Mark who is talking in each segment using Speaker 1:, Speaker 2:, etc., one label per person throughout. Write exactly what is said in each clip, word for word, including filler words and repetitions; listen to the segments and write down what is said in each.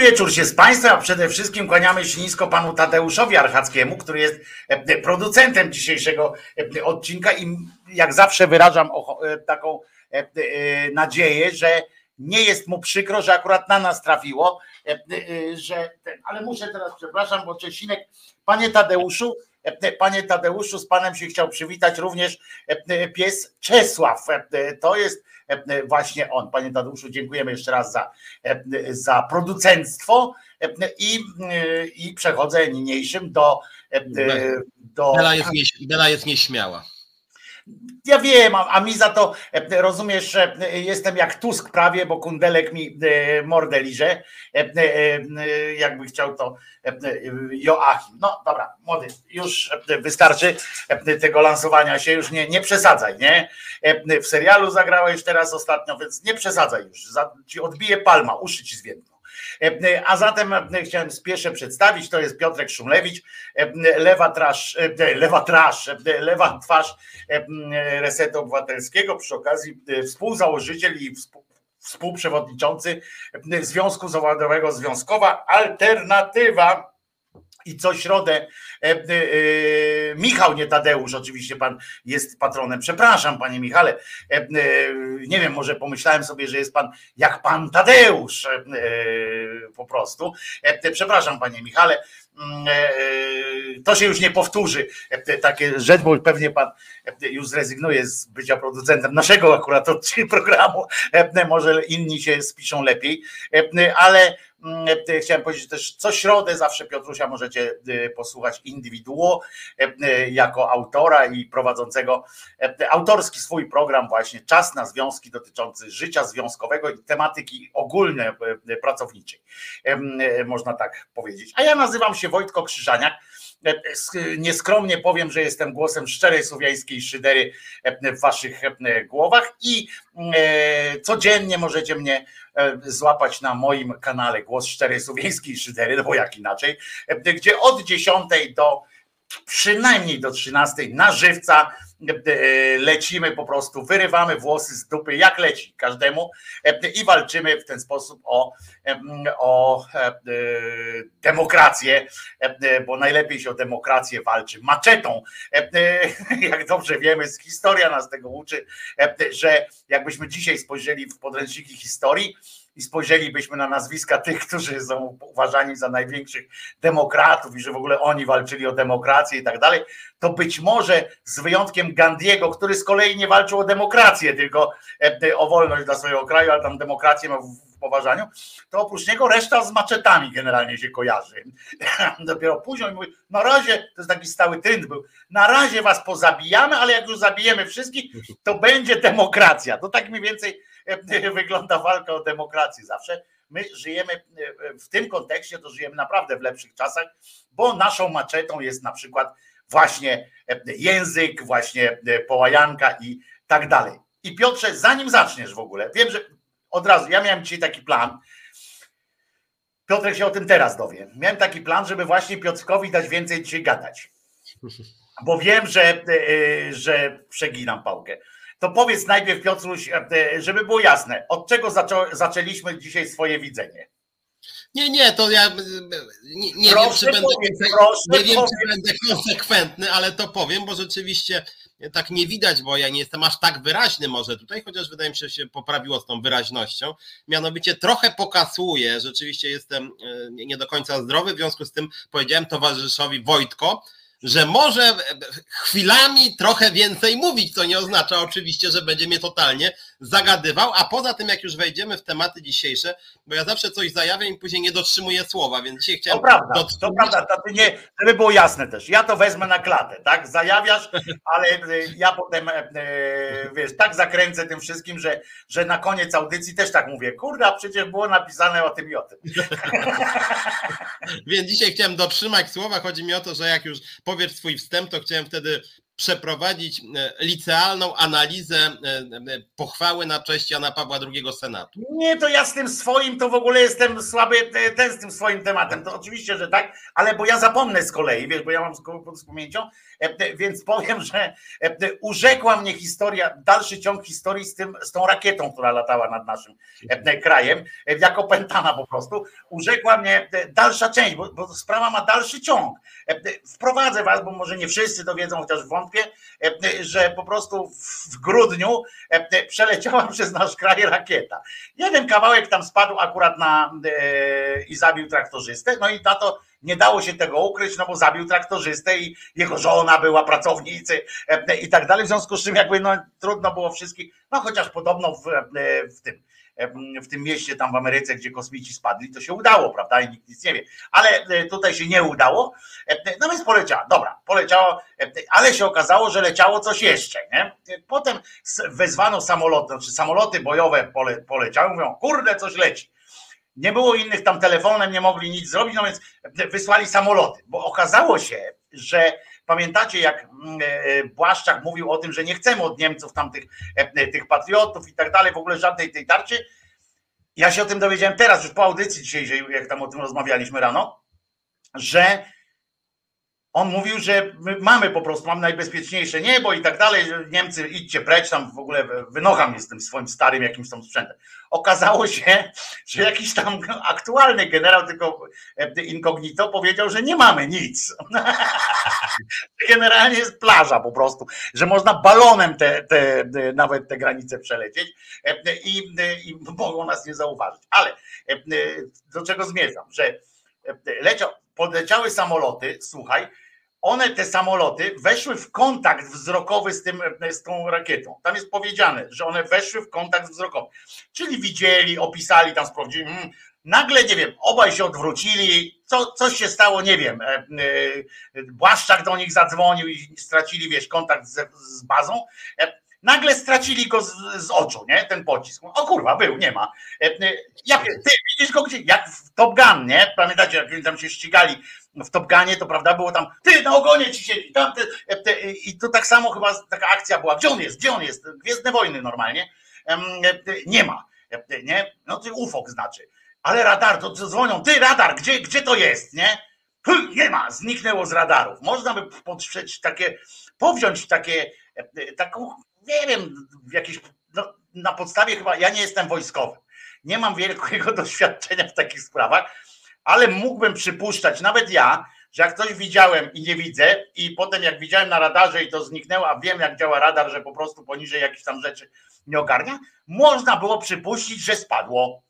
Speaker 1: wieczór się z Państwem, a przede wszystkim kłaniamy się nisko panu Tadeuszowi Archackiemu, który jest producentem dzisiejszego odcinka i jak zawsze wyrażam taką nadzieję, że nie jest mu przykro, że akurat na nas trafiło, że ale muszę teraz, przepraszam, bo Czesinek, panie Tadeuszu, Panie Tadeuszu, z panem się chciał przywitać również pies Czesław. To jest właśnie on. Panie Tadeuszu, dziękujemy jeszcze raz za, za producentstwo i, i przechodzę niniejszym do... do...
Speaker 2: Bela jest, nie, Bela jest nieśmiała.
Speaker 1: Ja wiem, a, a mi za to, rozumiesz, jestem jak Tusk prawie, bo kundelek mi mordę liże, jakby chciał to Joachim. No dobra, młody, już wystarczy tego lansowania się, już nie, nie przesadzaj, nie? W serialu zagrałeś teraz ostatnio, więc nie przesadzaj już, ci odbije palma, uszy ci zwiędną. A zatem chciałem spieszę przedstawić, to jest Piotrek Szumlewicz, lewa twarz, lewa twarz, lewa twarz Resetu Obywatelskiego, przy okazji współzałożyciel i współprzewodniczący Związku Zawodowego Związkowa Alternatywa. I co środę Michał, nie Tadeusz, oczywiście pan jest patronem. Przepraszam, panie Michale. Nie wiem, może pomyślałem sobie, że jest pan jak pan Tadeusz po prostu. Przepraszam, panie Michale. To się już nie powtórzy. Takie rzecz, bo pewnie pan już zrezygnuje z bycia producentem naszego akurat programu. Może inni się spiszą lepiej, ale chciałem powiedzieć też, co środę zawsze Piotrusia możecie posłuchać indywiduo jako autora i prowadzącego autorski swój program właśnie Czas na związki dotyczący życia związkowego i tematyki ogólnej pracowniczej, można tak powiedzieć. A ja nazywam się Wojtko Krzyżaniak. Nieskromnie powiem, że jestem głosem szczerej słowiańskiej szydery w waszych głowach i codziennie możecie mnie złapać na moim kanale Głos Szczerej Słowiańskiej Szydery, no bo jak inaczej, gdzie od dziesiątej do przynajmniej do trzynastej na żywca lecimy, po prostu wyrywamy włosy z dupy jak leci każdemu i walczymy w ten sposób o, o demokrację, bo najlepiej się o demokrację walczy maczetą. Jak dobrze wiemy, historia nas tego uczy, że jakbyśmy dzisiaj spojrzeli w podręczniki historii i spojrzelibyśmy na nazwiska tych, którzy są uważani za największych demokratów i że w ogóle oni walczyli o demokrację i tak dalej, to być może z wyjątkiem Gandiego, który z kolei nie walczył o demokrację, tylko o wolność dla swojego kraju, ale tam demokrację ma w poważaniu, to oprócz niego reszta z maczetami generalnie się kojarzy. Dopiero później mówi, na razie, to jest taki stały trend był, na razie was pozabijamy, ale jak już zabijemy wszystkich, to będzie demokracja. To tak mniej więcej wygląda walka o demokrację zawsze. My żyjemy w tym kontekście, to żyjemy naprawdę w lepszych czasach, bo naszą maczetą jest na przykład właśnie język, właśnie połajanka i tak dalej. I Piotrze, zanim zaczniesz w ogóle, wiem, że od razu, ja miałem dzisiaj taki plan, Piotrek się o tym teraz dowie, miałem taki plan, żeby właśnie Piotrkowi dać więcej dzisiaj gadać, bo wiem, że, że przeginam pałkę. To powiedz najpierw, Piotruś, żeby było jasne, od czego zaczą, zaczęliśmy dzisiaj swoje widzenie?
Speaker 2: Nie, nie, to ja nie, nie
Speaker 1: proszę
Speaker 2: wiem, czy będę,
Speaker 1: powiedz, proszę
Speaker 2: nie wiem,
Speaker 1: powiedz.
Speaker 2: czy będę konsekwentny, ale to powiem, bo rzeczywiście tak nie widać, bo ja nie jestem aż tak wyraźny może tutaj, chociaż wydaje mi się, że się poprawiło z tą wyraźnością. Mianowicie trochę pokasuję, rzeczywiście jestem nie do końca zdrowy, w związku z tym powiedziałem towarzyszowi Wojtko, że może chwilami trochę więcej mówić, co nie oznacza oczywiście, że będzie mnie totalnie zagadywał, a poza tym jak już wejdziemy w tematy dzisiejsze, bo ja zawsze coś zajawiam i później nie dotrzymuję słowa, więc dzisiaj chciałem...
Speaker 1: To prawda,
Speaker 2: dotrzymać...
Speaker 1: to prawda, to ty nie, żeby było jasne też, ja to wezmę na klatę, tak, zajawiasz, ale ja potem, wiesz, tak zakręcę tym wszystkim, że, że na koniec audycji też tak mówię, kurde, a przecież było napisane o tym i o tym.
Speaker 2: Więc dzisiaj chciałem dotrzymać słowa, chodzi mi o to, że jak już powiesz swój wstęp, to chciałem wtedy przeprowadzić licealną analizę pochwały na cześć Jana Pawła drugiego Senatu.
Speaker 1: Nie, to ja z tym swoim to w ogóle jestem słaby, ten z tym swoim tematem, to oczywiście, że tak, ale bo ja zapomnę z kolei, wiesz, bo ja mam z pamięcią, więc powiem, że urzekła mnie historia, dalszy ciąg historii z tym, z tą rakietą, która latała nad naszym krajem, jak opętana po prostu, urzekła mnie dalsza część, bo, bo sprawa ma dalszy ciąg. Wprowadzę was, bo może nie wszyscy to wiedzą, chociaż wątpię, że po prostu w grudniu przeleciała przez nasz kraj rakieta. Jeden kawałek tam spadł akurat na i zabił traktorzystę, no i na to nie dało się tego ukryć, no bo zabił traktorzystę i jego żona była, pracownicy i tak dalej, w związku z czym jakby no trudno było wszystkich, no chociaż podobno w, w tym w tym mieście tam w Ameryce, gdzie kosmici spadli, to się udało, prawda? I nikt nic nie wie. Ale tutaj się nie udało. No więc poleciało. Dobra, poleciało, ale się okazało, że leciało coś jeszcze, nie? Potem wezwano samoloty, znaczy samoloty bojowe pole, poleciały, mówią, kurde, coś leci. Nie było innych tam telefonem, nie mogli nic zrobić, no więc wysłali samoloty, bo okazało się, że pamiętacie, jak Błaszczak mówił o tym, że nie chcemy od Niemców tam tych, tych patriotów i tak dalej, w ogóle żadnej tej tarczy. Ja się o tym dowiedziałem teraz, już po audycji dzisiejszej, jak tam o tym rozmawialiśmy rano, że on mówił, że my mamy po prostu, mamy najbezpieczniejsze niebo i tak dalej, że Niemcy idźcie precz, tam w ogóle wynocham z tym swoim starym jakimś tam sprzętem. Okazało się, że jakiś tam aktualny generał, tylko incognito, powiedział, że nie mamy nic. Generalnie jest plaża po prostu, że można balonem te, te, nawet te granice przelecieć i, i mogą nas nie zauważyć. Ale do czego zmierzam, że leciał, podleciały samoloty, słuchaj, one, te samoloty, weszły w kontakt wzrokowy z, tym, z tą rakietą. Tam jest powiedziane, że one weszły w kontakt wzrokowy. Czyli widzieli, opisali, tam sprawdzili. Hmm. Nagle, nie wiem, obaj się odwrócili, co, coś się stało, nie wiem. Błaszczak do nich zadzwonił i stracili, wiesz, kontakt z, z bazą. Nagle stracili go z, z oczu, nie? Ten pocisk. O kurwa, był, nie ma. Jak, ty widzisz go gdzie? Jak w Top Gun, nie? Pamiętacie, jak oni tam się ścigali w Top Gunie, to prawda, było tam, ty na ogonie ci siedzi, tam, ty, ty, i tu tak samo chyba taka akcja była. Gdzie on jest? Gdzie on jest? Gwiezdne Wojny normalnie. Nie ma, nie? No to U F O znaczy. Ale radar, to dzwonią, ty radar, gdzie, gdzie to jest, nie? Nie ma, zniknęło z radarów. Można by podtrzeć takie, powziąć takie, taką, nie wiem, jakieś, no, na podstawie chyba, ja nie jestem wojskowym, nie mam wielkiego doświadczenia w takich sprawach, ale mógłbym przypuszczać, nawet ja, że jak coś widziałem i nie widzę i potem jak widziałem na radarze i to zniknęło, a wiem jak działa radar, że po prostu poniżej jakichś tam rzeczy nie ogarnia, można było przypuścić, że spadło.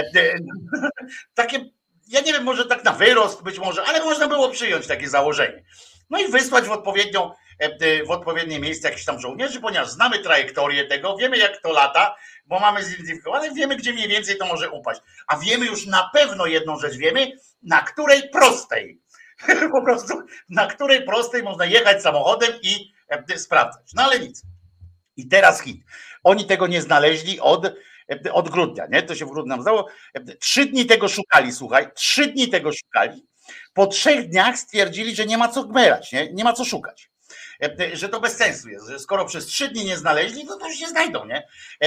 Speaker 1: Takie, ja nie wiem, może tak na wyrost być może, ale można było przyjąć takie założenie. No i wysłać w odpowiednią, w odpowiednie miejsce jakichś tam żołnierzy, ponieważ znamy trajektorię tego, wiemy jak to lata, bo mamy zidentyfikowane, wiemy gdzie mniej więcej to może upaść. A wiemy już na pewno jedną rzecz, wiemy na której prostej, po prostu na której prostej można jechać samochodem i sprawdzać. No ale nic. I teraz hit. Oni tego nie znaleźli od, od grudnia, nie? To się w grudniu nam zdało. Trzy dni tego szukali, słuchaj, trzy dni tego szukali. Po trzech dniach stwierdzili, że nie ma co gmerać, nie? Nie ma co szukać. Że to bez sensu jest, że skoro przez trzy dni nie znaleźli, no to już się znajdą, nie?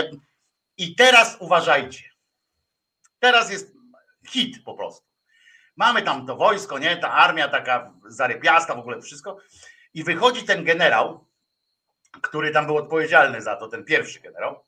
Speaker 1: I teraz uważajcie. Teraz jest hit po prostu. Mamy tam to wojsko, nie? Ta armia taka zarypiasta, w ogóle wszystko. I wychodzi ten generał, który tam był odpowiedzialny za to, ten pierwszy generał.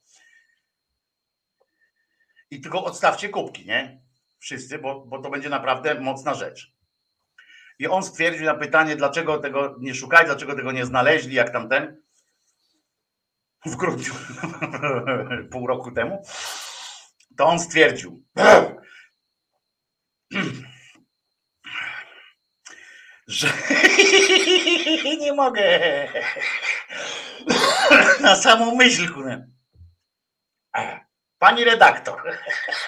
Speaker 1: I tylko odstawcie kubki, nie? Wszyscy, bo, bo to będzie naprawdę mocna rzecz. I on stwierdził na pytanie, dlaczego tego nie szukali, dlaczego tego nie znaleźli, jak tamten w grudniu, pół roku temu, to on stwierdził, że nie mogę na samą myśl, kurę. Pani redaktor,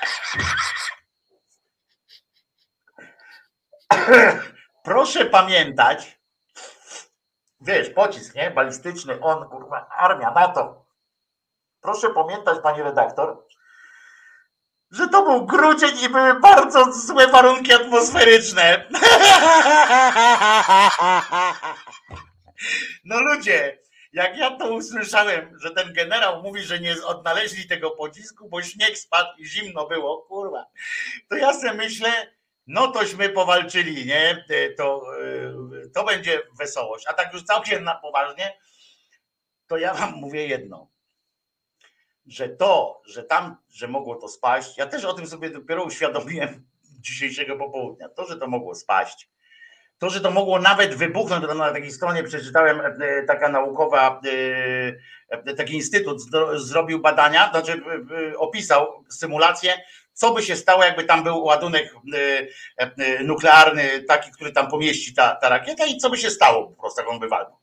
Speaker 1: proszę pamiętać, wiesz, pocisk, nie? Balistyczny, on, kurwa, armia, NATO. Proszę pamiętać, pani redaktor, że to był grudzień i były bardzo złe warunki atmosferyczne. No ludzie, jak ja to usłyszałem, że ten generał mówi, że nie odnaleźli tego pocisku, bo śnieg spadł i zimno było, kurwa, to ja sobie myślę, no tośmy powalczyli, nie? To, to będzie wesołość. A tak już całkiem na poważnie, to ja wam mówię jedno, że to, że tam, że mogło to spaść, ja też o tym sobie dopiero uświadomiłem dzisiejszego popołudnia, to, że to mogło spaść, to, że to mogło nawet wybuchnąć, bo na takiej stronie przeczytałem, taka naukowa, taki instytut zrobił badania, znaczy opisał symulację, co by się stało, jakby tam był ładunek nuklearny, taki, który tam pomieści ta, ta rakieta i co by się stało po prostu, jak on by walnął.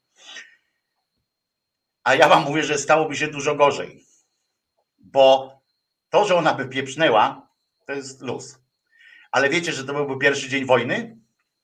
Speaker 1: A ja wam mówię, że stałoby się dużo gorzej, bo to, że ona by pieprznęła, to jest luz. Ale wiecie, że to byłby pierwszy dzień wojny?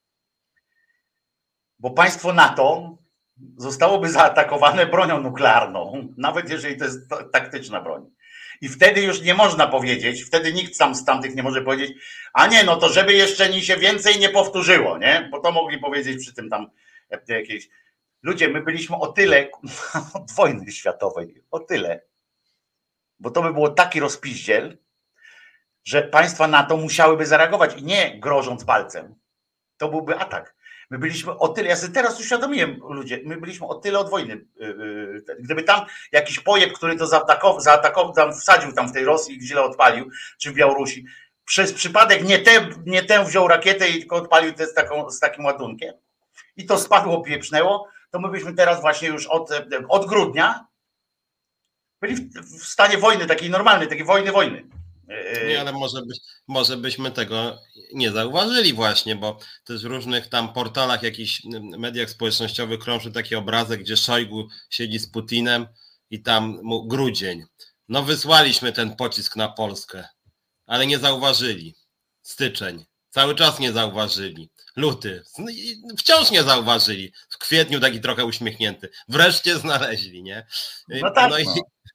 Speaker 1: Bo państwo NATO zostałoby zaatakowane bronią nuklearną, nawet jeżeli to jest taktyczna broń. I wtedy już nie można powiedzieć, wtedy nikt tam z tamtych nie może powiedzieć, a nie, no to żeby jeszcze ni się więcej nie powtórzyło, nie? Bo to mogli powiedzieć przy tym tam jakieś... Ludzie, my byliśmy o tyle od wojny światowej, o tyle. Bo to by było taki rozpiździel, że państwa NATO musiałyby zareagować i nie grożąc palcem. To byłby atak. My byliśmy o tyle, ja sobie teraz uświadomiłem, ludzie, my byliśmy o tyle od wojny. Gdyby tam jakiś pojeb, który to zaatakował, zaatakował tam wsadził tam w tej Rosji i źle odpalił, czy w Białorusi, przez przypadek nie tę nie tę wziął rakietę i tylko odpalił te z, taką, z takim ładunkiem i to spadło, pieprznęło, to my byśmy teraz właśnie już od, od grudnia byli w, w stanie wojny, takiej normalnej, takiej wojny, wojny.
Speaker 2: Nie, ale może, być, może byśmy tego nie zauważyli właśnie, bo też w różnych tam portalach, jakichś mediach społecznościowych krąży taki obrazek, gdzie Szojgu siedzi z Putinem i tam mu grudzień. No wysłaliśmy ten pocisk na Polskę, ale nie zauważyli. Styczeń. Cały czas nie zauważyli. Luty. Wciąż nie zauważyli. W kwietniu taki trochę uśmiechnięty. Wreszcie znaleźli, nie?
Speaker 1: No tak.
Speaker 2: No i,
Speaker 1: no.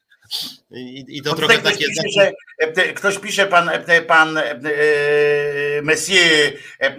Speaker 2: I, i to no trochę takie...
Speaker 1: Pisze, że, ktoś pisze, pan, pan Messier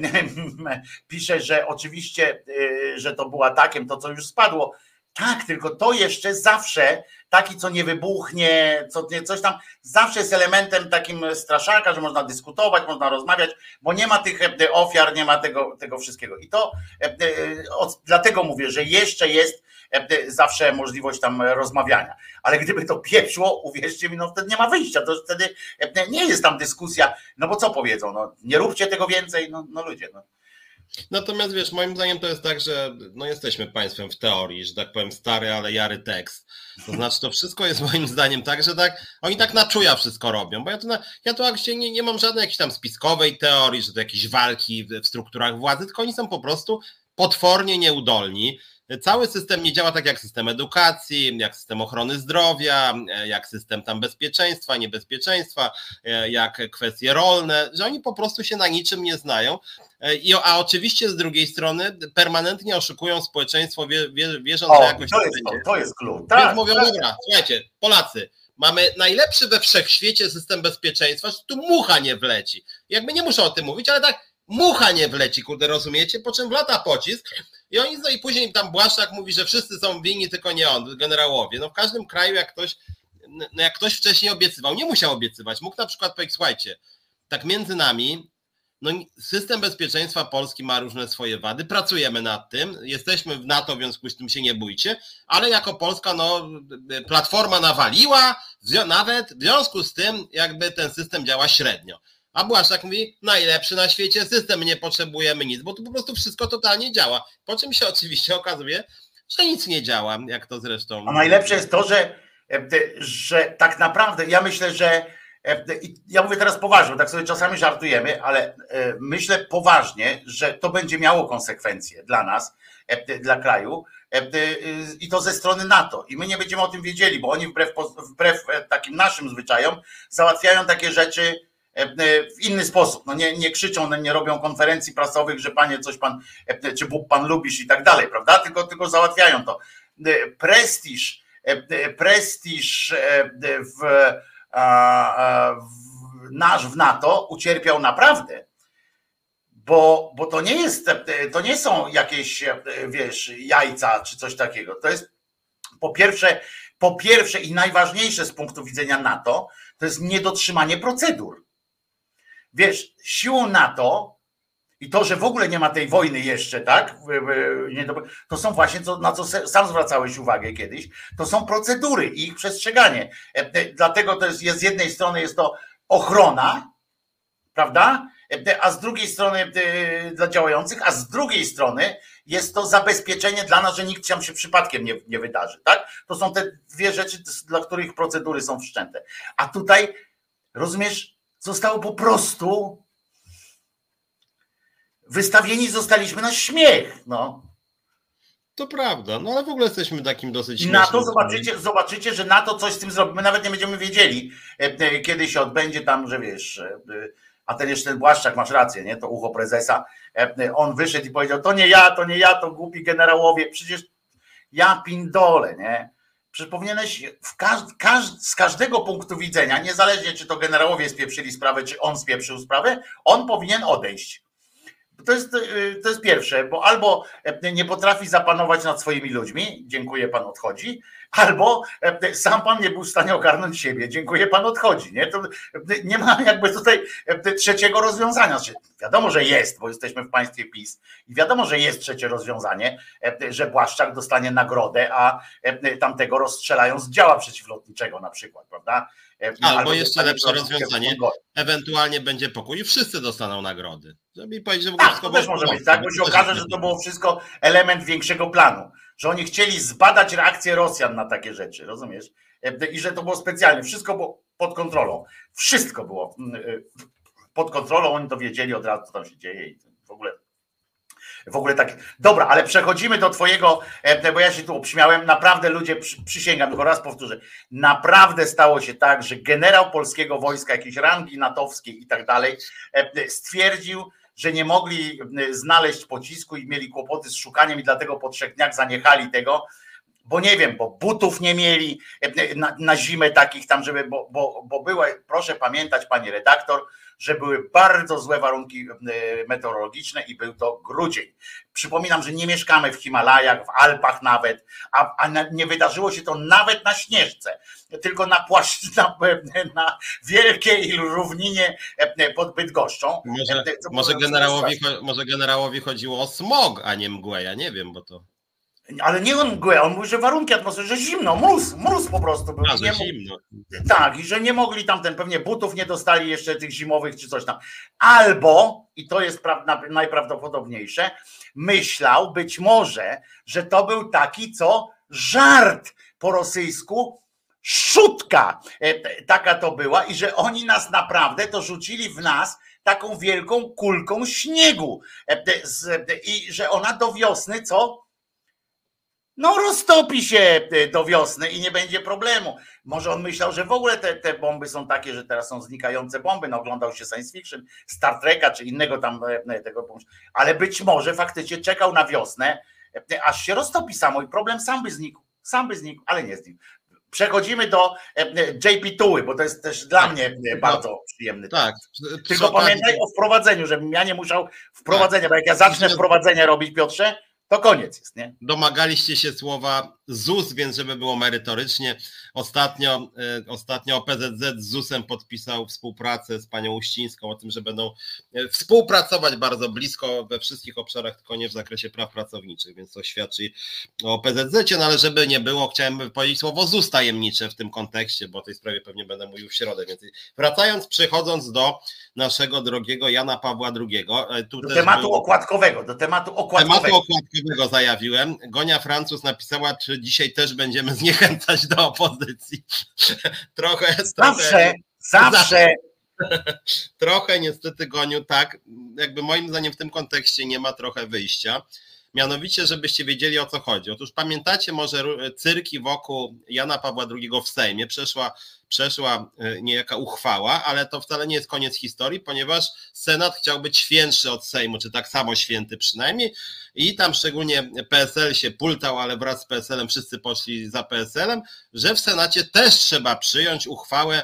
Speaker 1: pisze, że oczywiście, że to było atakiem, to co już spadło. Tak, tylko to jeszcze zawsze, taki co nie wybuchnie, co, coś tam, zawsze jest elementem takim straszaka, że można dyskutować, można rozmawiać, bo nie ma tych ofiar, nie ma tego, tego wszystkiego. I to od, dlatego mówię, że jeszcze jest zawsze możliwość tam rozmawiania. Ale gdyby to pieprzło, uwierzcie mi, no wtedy nie ma wyjścia, to wtedy nie jest tam dyskusja, no bo co powiedzą, no nie róbcie tego więcej, no, no ludzie, no.
Speaker 2: Natomiast wiesz, moim zdaniem to jest tak, że no jesteśmy państwem w teorii, że tak powiem stary, ale jary tekst. To znaczy to wszystko jest moim zdaniem tak, że tak, oni tak na czuja wszystko robią, bo ja tu, na, ja tu nie, nie mam żadnej jakiejś tam spiskowej teorii, że to jakieś walki w, w strukturach władzy, tylko oni są po prostu potwornie nieudolni. Cały system nie działa tak jak system edukacji, jak system ochrony zdrowia, jak system tam bezpieczeństwa, niebezpieczeństwa, jak kwestie rolne, że oni po prostu się na niczym nie znają. A oczywiście z drugiej strony permanentnie oszukują społeczeństwo, wierząc,
Speaker 1: o,
Speaker 2: że jakoś
Speaker 1: to
Speaker 2: to
Speaker 1: jest
Speaker 2: będzie.
Speaker 1: To, to jest klucz.
Speaker 2: Tak,
Speaker 1: Więc
Speaker 2: mówią,
Speaker 1: tak.
Speaker 2: Dobra, słuchajcie, Polacy, mamy najlepszy we wszechświecie system bezpieczeństwa, że tu mucha nie wleci. Jakby nie muszę o tym mówić, ale tak mucha nie wleci, kurde, rozumiecie? Po czym wlata pocisk i oni no i później tam Błaszczak mówi, że wszyscy są winni, tylko nie on, generałowie. No w każdym kraju jak ktoś, no jak ktoś wcześniej obiecywał, nie musiał obiecywać, mógł na przykład powiedzieć, słuchajcie, tak między nami, no system bezpieczeństwa Polski ma różne swoje wady, pracujemy nad tym, jesteśmy w NATO, w związku z tym się nie bójcie, ale jako Polska, no Platforma nawaliła, nawet w związku z tym jakby ten system działa średnio. A Błaszczak mówi, najlepszy na świecie system, nie potrzebujemy nic, bo tu po prostu wszystko totalnie działa. Po czym się oczywiście okazuje, że nic nie działa, jak to zresztą...
Speaker 1: A najlepsze jest to, że, że tak naprawdę, ja myślę, że ja mówię teraz poważnie, tak sobie czasami żartujemy, ale myślę poważnie, że to będzie miało konsekwencje dla nas, dla kraju i to ze strony NATO. I my nie będziemy o tym wiedzieli, bo oni wbrew, wbrew takim naszym zwyczajom załatwiają takie rzeczy w inny sposób. No nie, nie krzyczą, nie robią konferencji prasowych, że panie coś pan, czy Bóg pan lubisz i tak dalej, prawda? Tylko, tylko załatwiają to. Prestiż, prestiż w, w nasz w NATO ucierpiał naprawdę, bo, bo to nie jest, to nie są jakieś, wiesz, jajca czy coś takiego. To jest Po pierwsze, po pierwsze i najważniejsze z punktu widzenia NATO, to jest niedotrzymanie procedur. Wiesz, siłą NATO i to, że w ogóle nie ma tej wojny jeszcze, tak? To są właśnie, to, na co sam zwracałeś uwagę kiedyś, to są procedury i ich przestrzeganie. Dlatego to jest, jest z jednej strony jest to ochrona, prawda? A z drugiej strony dla działających, a z drugiej strony jest to zabezpieczenie dla nas, że nikt tam się przypadkiem nie, nie wydarzy, tak? To są te dwie rzeczy, dla których procedury są wszczęte. A tutaj, rozumiesz, zostało po prostu wystawieni zostaliśmy na śmiech, no.
Speaker 2: To prawda, no ale w ogóle jesteśmy takim dosyć
Speaker 1: śmiesznym. Na to zobaczycie, zobaczycie, że na to coś z tym zrobi. My nawet nie będziemy wiedzieli, kiedy się odbędzie tam, że wiesz, a ten jeszcze ten Błaszczak, masz rację, nie? To ucho prezesa, on wyszedł i powiedział, to nie ja, to nie ja, to głupi generałowie, przecież ja pindole, nie? Przecież powinieneś w każd, każd, z każdego punktu widzenia, niezależnie czy to generałowie spieprzyli sprawę, czy on spieprzył sprawę, on powinien odejść. To jest, to jest pierwsze, bo albo nie potrafi zapanować nad swoimi ludźmi, dziękuję, pan odchodzi, albo sam pan nie był w stanie ogarnąć siebie, dziękuję, pan odchodzi. Nie, to nie ma jakby tutaj trzeciego rozwiązania. Wiadomo, że jest, bo jesteśmy w państwie PiS i wiadomo, że jest trzecie rozwiązanie, że Błaszczak dostanie nagrodę, a tamtego rozstrzelają z działa przeciwlotniczego na przykład, prawda?
Speaker 2: Albo, Albo jeszcze lepsze rozwiązanie, ewentualnie będzie pokój i wszyscy dostaną nagrody. Żeby powiedzieć, że w ogóle
Speaker 1: tak, to też może być, tak? Bo się okaże, że to było wszystko element większego planu. Że oni chcieli zbadać reakcję Rosjan na takie rzeczy, rozumiesz? I że to było specjalnie, wszystko było pod kontrolą. Wszystko było pod kontrolą, oni to wiedzieli od razu, co tam się dzieje i w ogóle. W ogóle tak. Dobra, ale przechodzimy do twojego, bo ja się tu obśmiałem, naprawdę ludzie, przysięgam, tylko raz powtórzę, naprawdę stało się tak, że generał polskiego wojska, jakiejś rangi natowskiej i tak dalej, stwierdził, że nie mogli znaleźć pocisku i mieli kłopoty z szukaniem i dlatego po trzech dniach zaniechali tego, bo nie wiem, bo butów nie mieli na, na zimę takich tam, żeby, bo, bo, bo była, proszę pamiętać, pani redaktor, że były bardzo złe warunki meteorologiczne i był to grudzień. Przypominam, że nie mieszkamy w Himalajach, w Alpach nawet, a, a nie wydarzyło się to nawet na Śnieżce, tylko na, płaszcz, na, na wielkiej równinie pod Bydgoszczą.
Speaker 2: Może, może, generałowi, może generałowi chodziło o smog, a nie mgłę, ja nie wiem, bo to...
Speaker 1: Ale nie on mgłę, on mówi, że warunki atmosferyczne, że zimno, mróz, mróz po prostu był.
Speaker 2: A, że zimno.
Speaker 1: Tak, i że nie mogli tamten, pewnie butów nie dostali jeszcze tych zimowych czy coś tam. Albo, i to jest pra, najprawdopodobniejsze, myślał być może, że to był taki co żart po rosyjsku, szutka taka to była i że oni nas naprawdę to rzucili w nas taką wielką kulką śniegu i że ona do wiosny co? No roztopi się do wiosny i nie będzie problemu. Może on myślał, że w ogóle te, te bomby są takie, że teraz są znikające bomby, no oglądał się science fiction, Star Treka czy innego tam tego, ale być może faktycznie czekał na wiosnę, aż się roztopi samo i problem sam by znikł, sam by znikł, ale nie znikł. Przechodzimy do J P Tuły, bo to jest też dla mnie bardzo przyjemny.
Speaker 2: Tak.
Speaker 1: Tylko pamiętaj o wprowadzeniu, żebym ja nie musiał wprowadzenia, bo jak ja zacznę wprowadzenia robić, Piotrze, to koniec jest, nie?
Speaker 2: Domagaliście się słowa Z U S, więc żeby było merytorycznie. Ostatnio, e, ostatnio O P Z Z z Z U S-em podpisał współpracę z panią Uścińską o tym, że będą współpracować bardzo blisko we wszystkich obszarach, tylko nie w zakresie praw pracowniczych, więc to świadczy o O P Z Z-cie, no ale żeby nie było, chciałem powiedzieć słowo Z U S tajemnicze w tym kontekście, bo o tej sprawie pewnie będę mówił w środę. Więc wracając, przechodząc do naszego drogiego Jana Pawła drugiego. Tu
Speaker 1: do tematu było... okładkowego, do tematu okładkowego.
Speaker 2: Tematu okładkowego zajawiłem. Gonia Francuz napisała, czy dzisiaj też będziemy zniechęcać do opozycji. Trochę.
Speaker 1: Zawsze,
Speaker 2: trochę,
Speaker 1: zawsze.
Speaker 2: Trochę niestety, Goniu, tak. Jakby moim zdaniem w tym kontekście nie ma trochę wyjścia. Mianowicie, żebyście wiedzieli, o co chodzi. Otóż pamiętacie może cyrki wokół Jana Pawła drugiego w Sejmie. Przeszła, przeszła niejaka uchwała, ale to wcale nie jest koniec historii, ponieważ Senat chciał być świętszy od Sejmu, czy tak samo święty przynajmniej. I tam szczególnie P S L się pultał, ale wraz z P S L-em wszyscy poszli za P S L-em, że w Senacie też trzeba przyjąć uchwałę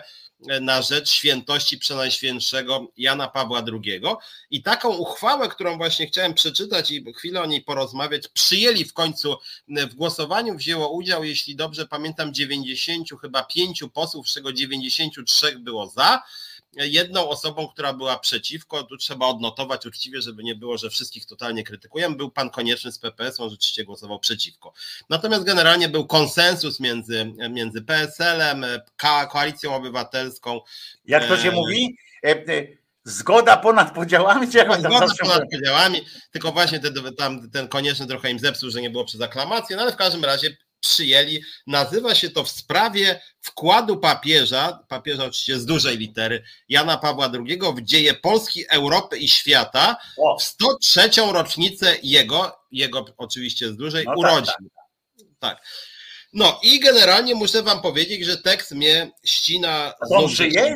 Speaker 2: na rzecz świętości Przenajświętszego Jana Pawła drugiego. I taką uchwałę, którą właśnie chciałem przeczytać i chwilę o niej porozmawiać, przyjęli w końcu w głosowaniu, wzięło udział, jeśli dobrze pamiętam, dziewięćdziesięciu chyba pięciu posłów, z czego dziewięćdziesięciu trzech było za. Jedną osobą, która była przeciwko, tu trzeba odnotować uczciwie, żeby nie było, że wszystkich totalnie krytykujemy, był pan Konieczny z P P S, on rzeczywiście głosował przeciwko. Natomiast generalnie był konsensus między, między P S L-em, Koalicją Obywatelską.
Speaker 1: Jak to się e... mówi? E, e, zgoda ponad podziałami? Czy jak
Speaker 2: zgoda ponad podziałami, tylko właśnie ten, tam, ten Konieczny trochę im zepsuł, że nie było przez aklamację, no ale w każdym razie przyjęli. Nazywa się to w sprawie wkładu papieża, papieża oczywiście z dużej litery, Jana Pawła drugiego w dzieje Polski, Europy i świata w sto trzecią rocznicę jego, jego oczywiście z dużej, no urodzin. Tak, tak. tak. No i generalnie muszę wam powiedzieć, że tekst mnie ścina.
Speaker 1: A on żyje?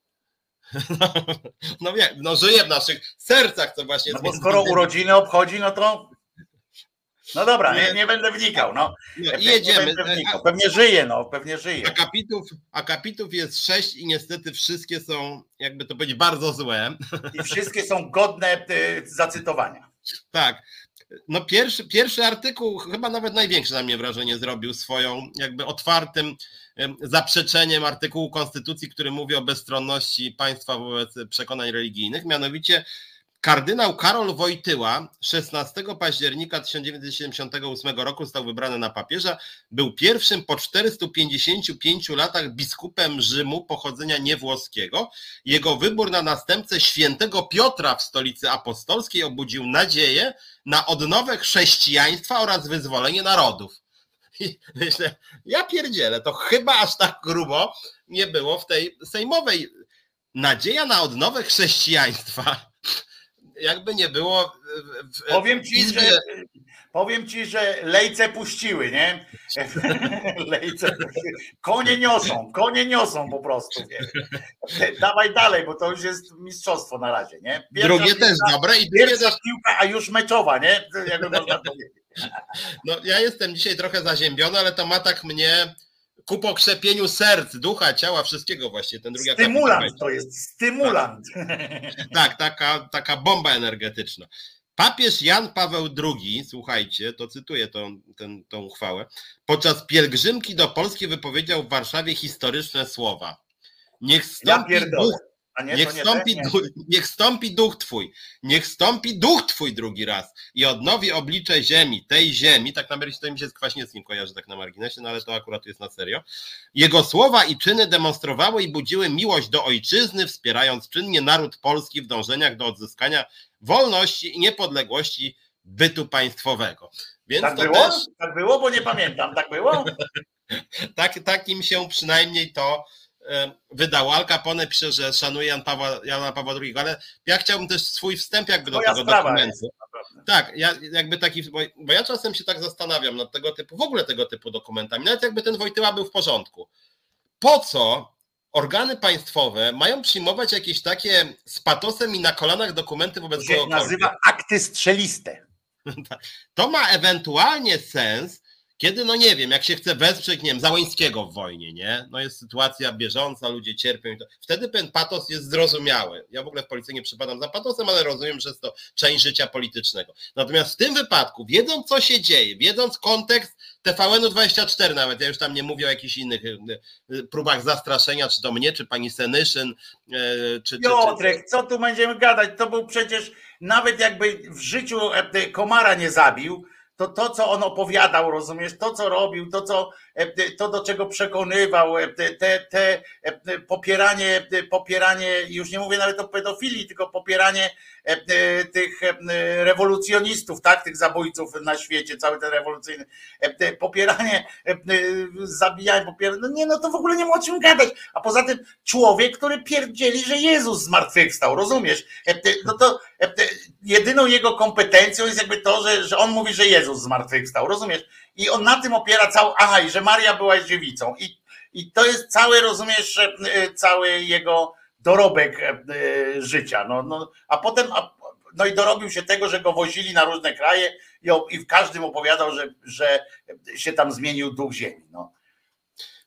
Speaker 2: No, no, no żyje w naszych sercach, to właśnie.
Speaker 1: No bo skoro urodziny obchodzi, no to no dobra, nie, nie będę wnikał, no.
Speaker 2: no jedziemy.
Speaker 1: Wnikał. Pewnie żyje, no, pewnie żyje.
Speaker 2: Akapitów, akapitów jest sześć i niestety wszystkie są, jakby to powiedzieć, bardzo złe.
Speaker 1: I wszystkie są godne zacytowania.
Speaker 2: Tak. No pierwszy, pierwszy artykuł, chyba nawet największe na mnie wrażenie zrobił swoją jakby otwartym zaprzeczeniem artykułu Konstytucji, który mówi o bezstronności państwa wobec przekonań religijnych, mianowicie kardynał Karol Wojtyła szesnastego października tysiąc dziewięćset siedemdziesiątego ósmego roku został wybrany na papieża. Był pierwszym po czterystu pięćdziesięciu pięciu latach biskupem Rzymu pochodzenia niewłoskiego. Jego wybór na następcę świętego Piotra w stolicy apostolskiej obudził nadzieję na odnowę chrześcijaństwa oraz wyzwolenie narodów. I myślę, ja pierdzielę, to chyba aż tak grubo nie było w tej sejmowej. Nadzieja na odnowę chrześcijaństwa. Jakby nie było. W, w,
Speaker 1: powiem ci, że powiem ci, że lejce puściły, nie? Lejce puściły. Konie niosą, konie niosą po prostu. Nie? Dawaj dalej, bo to już jest mistrzostwo na razie, nie?
Speaker 2: Pierwsza drugie piłka, też dobre i drugie też
Speaker 1: piłka, a już meczowa, nie? Jakby można powiedzieć.
Speaker 2: No ja jestem dzisiaj trochę zaziębiony, ale to ma tak mnie ku pokrzepieniu serc, ducha, ciała, wszystkiego właśnie. Ten drugi
Speaker 1: stymulant to jest, stymulant.
Speaker 2: Tak, taka, taka bomba energetyczna. Papież Jan Paweł drugi, słuchajcie, to cytuję tą, ten, tą uchwałę, podczas pielgrzymki do Polski wypowiedział w Warszawie historyczne słowa. Niech stąpi
Speaker 1: ja
Speaker 2: duch,
Speaker 1: nie,
Speaker 2: niech,
Speaker 1: nie
Speaker 2: stąpi duch, niech stąpi duch Twój, niech stąpi duch Twój drugi raz i odnowi oblicze ziemi, tej ziemi, tak na to mi się z Kwaśniewskim kojarzy tak na marginesie, no ale to akurat jest na serio. Jego słowa i czyny demonstrowały i budziły miłość do ojczyzny, wspierając czynnie naród polski w dążeniach do odzyskania wolności i niepodległości bytu państwowego. Więc
Speaker 1: tak
Speaker 2: to
Speaker 1: było?
Speaker 2: Też...
Speaker 1: Tak było, bo nie pamiętam, tak było?
Speaker 2: tak, takim się przynajmniej to wydało. Al Capone pisze, że szanuje Jan Pawła, Jana Pawła drugiego, ale ja chciałbym też swój wstęp jakby do tego dokumentu. Tak, ja jakby taki, bo, bo ja czasem się tak zastanawiam nad tego typu, w ogóle tego typu dokumentami, nawet jakby ten Wojtyła był w porządku. Po co organy państwowe mają przyjmować jakieś takie z patosem i na kolanach dokumenty wobec
Speaker 1: kogokolwiek? To się nazywa akty strzeliste.
Speaker 2: To ma ewentualnie sens, kiedy, no nie wiem, jak się chce wesprzeć, nie wiem, Załońskiego w wojnie, nie? No jest sytuacja bieżąca, ludzie cierpią i to. Wtedy ten patos jest zrozumiały. Ja w ogóle w policji nie przypadam za patosem, ale rozumiem, że jest to część życia politycznego. Natomiast w tym wypadku, wiedząc co się dzieje, wiedząc kontekst T V N dwadzieścia cztery nawet, ja już tam nie mówię o jakichś innych próbach zastraszenia, czy to mnie, czy pani Senyszyn, czy...
Speaker 1: Piotrek, co tu będziemy gadać? To był przecież, nawet jakby w życiu komara nie zabił, to to, co on opowiadał, rozumiesz, to, co robił, to, co, to do czego przekonywał, te, te popieranie, popieranie, już nie mówię nawet o pedofilii, tylko popieranie tych rewolucjonistów, tak, tych zabójców na świecie, cały ten rewolucyjny, popieranie, zabijanie, popieranie, no nie, no to w ogóle nie ma o czym gadać, a poza tym człowiek, który pierdzieli, że Jezus zmartwychwstał, rozumiesz, no to jedyną jego kompetencją jest jakby to, że, że on mówi, że Jezus zmartwychwstał, rozumiesz, i on na tym opiera cały, aha, i że Maria była dziewicą, i, i to jest cały, rozumiesz, cały jego dorobek życia, no, no, a potem, a, no i dorobił się tego, że go wozili na różne kraje i, i w każdym opowiadał, że, że się tam zmienił duch ziemi, no.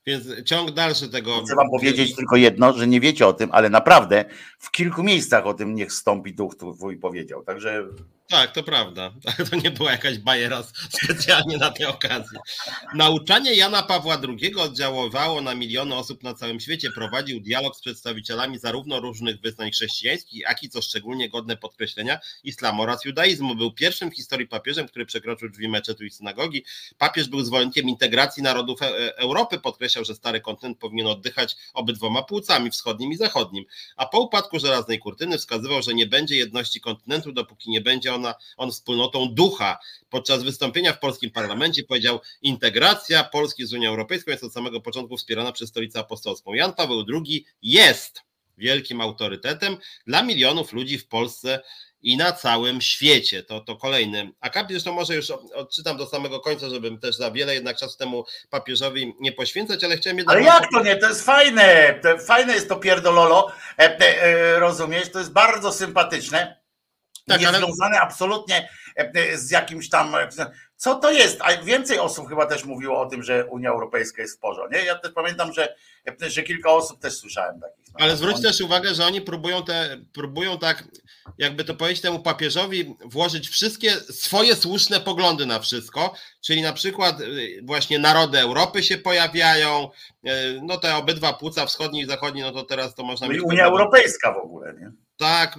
Speaker 2: Więc ciąg dalszy tego...
Speaker 1: Chcę wam powiedzieć tylko jedno, że nie wiecie o tym, ale naprawdę w kilku miejscach o tym niech stąpi duch twój powiedział, także...
Speaker 2: Tak, to prawda. To nie była jakaś bajera specjalnie na tę okazję. Nauczanie Jana Pawła drugiego oddziaływało na miliony osób na całym świecie. Prowadził dialog z przedstawicielami zarówno różnych wyznań chrześcijańskich, jak i, co szczególnie godne podkreślenia, islamu oraz judaizmu. Był pierwszym w historii papieżem, który przekroczył drzwi meczetu i synagogi. Papież był zwolennikiem integracji narodów Europy. Podkreślał, że stary kontynent powinien oddychać obydwoma płucami, wschodnim i zachodnim. A po upadku żelaznej kurtyny wskazywał, że nie będzie jedności kontynentu, dopóki nie będzie on on wspólnotą ducha. Podczas wystąpienia w polskim parlamencie powiedział: integracja Polski z Unią Europejską jest od samego początku wspierana przez Stolicę Apostolską. Jan Paweł drugi jest wielkim autorytetem dla milionów ludzi w Polsce i na całym świecie. To, to kolejny akapit. Zresztą może już odczytam do samego końca, żebym też za wiele jednak czasu temu papieżowi nie poświęcać, ale chciałem jednak...
Speaker 1: Ale jak to nie? To jest fajne. To fajne jest to pierdololo. E, e, e, rozumiesz? To jest bardzo sympatyczne. Tak, nie ale... związane absolutnie z jakimś tam... Co to jest? A więcej osób chyba też mówiło o tym, że Unia Europejska jest w porządku. Nie? Ja też pamiętam, że, że kilka osób też słyszałem takich. No.
Speaker 2: Ale zwróć też uwagę, że oni próbują, te, próbują tak, jakby to powiedzieć, temu papieżowi włożyć wszystkie swoje słuszne poglądy na wszystko, czyli na przykład właśnie narody Europy się pojawiają, no te obydwa płuca, wschodni i zachodni, no to teraz to można...
Speaker 1: No i Unia Europejska w ogóle, nie?
Speaker 2: Tak,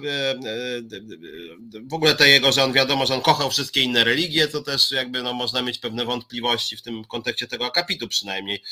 Speaker 2: w ogóle to jego, że on wiadomo, że on kochał wszystkie inne religie, to też jakby no, można mieć pewne wątpliwości w tym kontekście tego akapitu przynajmniej.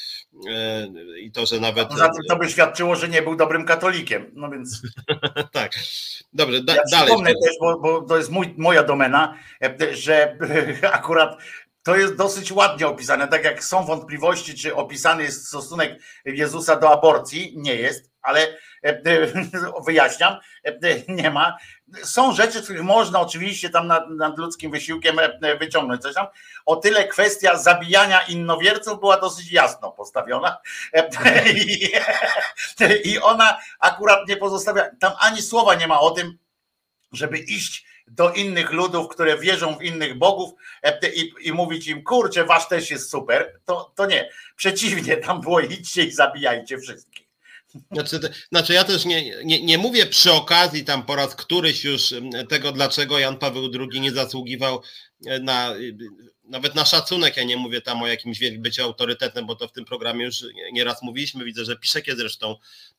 Speaker 2: I to, że nawet...
Speaker 1: Poza tym to by świadczyło, że nie był dobrym katolikiem, no więc...
Speaker 2: Tak, dobrze, da,
Speaker 1: ja
Speaker 2: dalej.
Speaker 1: Przypomnę też, bo, bo to jest mój, moja domena, że akurat to jest dosyć ładnie opisane, tak jak są wątpliwości, czy opisany jest stosunek Jezusa do aborcji, nie jest, ale wyjaśniam, nie ma. Są rzeczy, których można oczywiście tam nad, nad ludzkim wysiłkiem wyciągnąć coś tam. O tyle kwestia zabijania innowierców była dosyć jasno postawiona i, i ona akurat nie pozostawia, tam ani słowa nie ma o tym, żeby iść do innych ludów, które wierzą w innych bogów i, i mówić im, kurczę, wasz też jest super, to, to nie. Przeciwnie, tam było idźcie i zabijajcie wszystkich.
Speaker 2: Znaczy, znaczy ja też nie, nie, nie mówię przy okazji tam po raz któryś już tego, dlaczego Jan Paweł drugi nie zasługiwał na, nawet na szacunek. Ja nie mówię tam o jakimś byciu autorytetem, bo to w tym programie już nieraz mówiliśmy. Widzę, że Piszek jest zresztą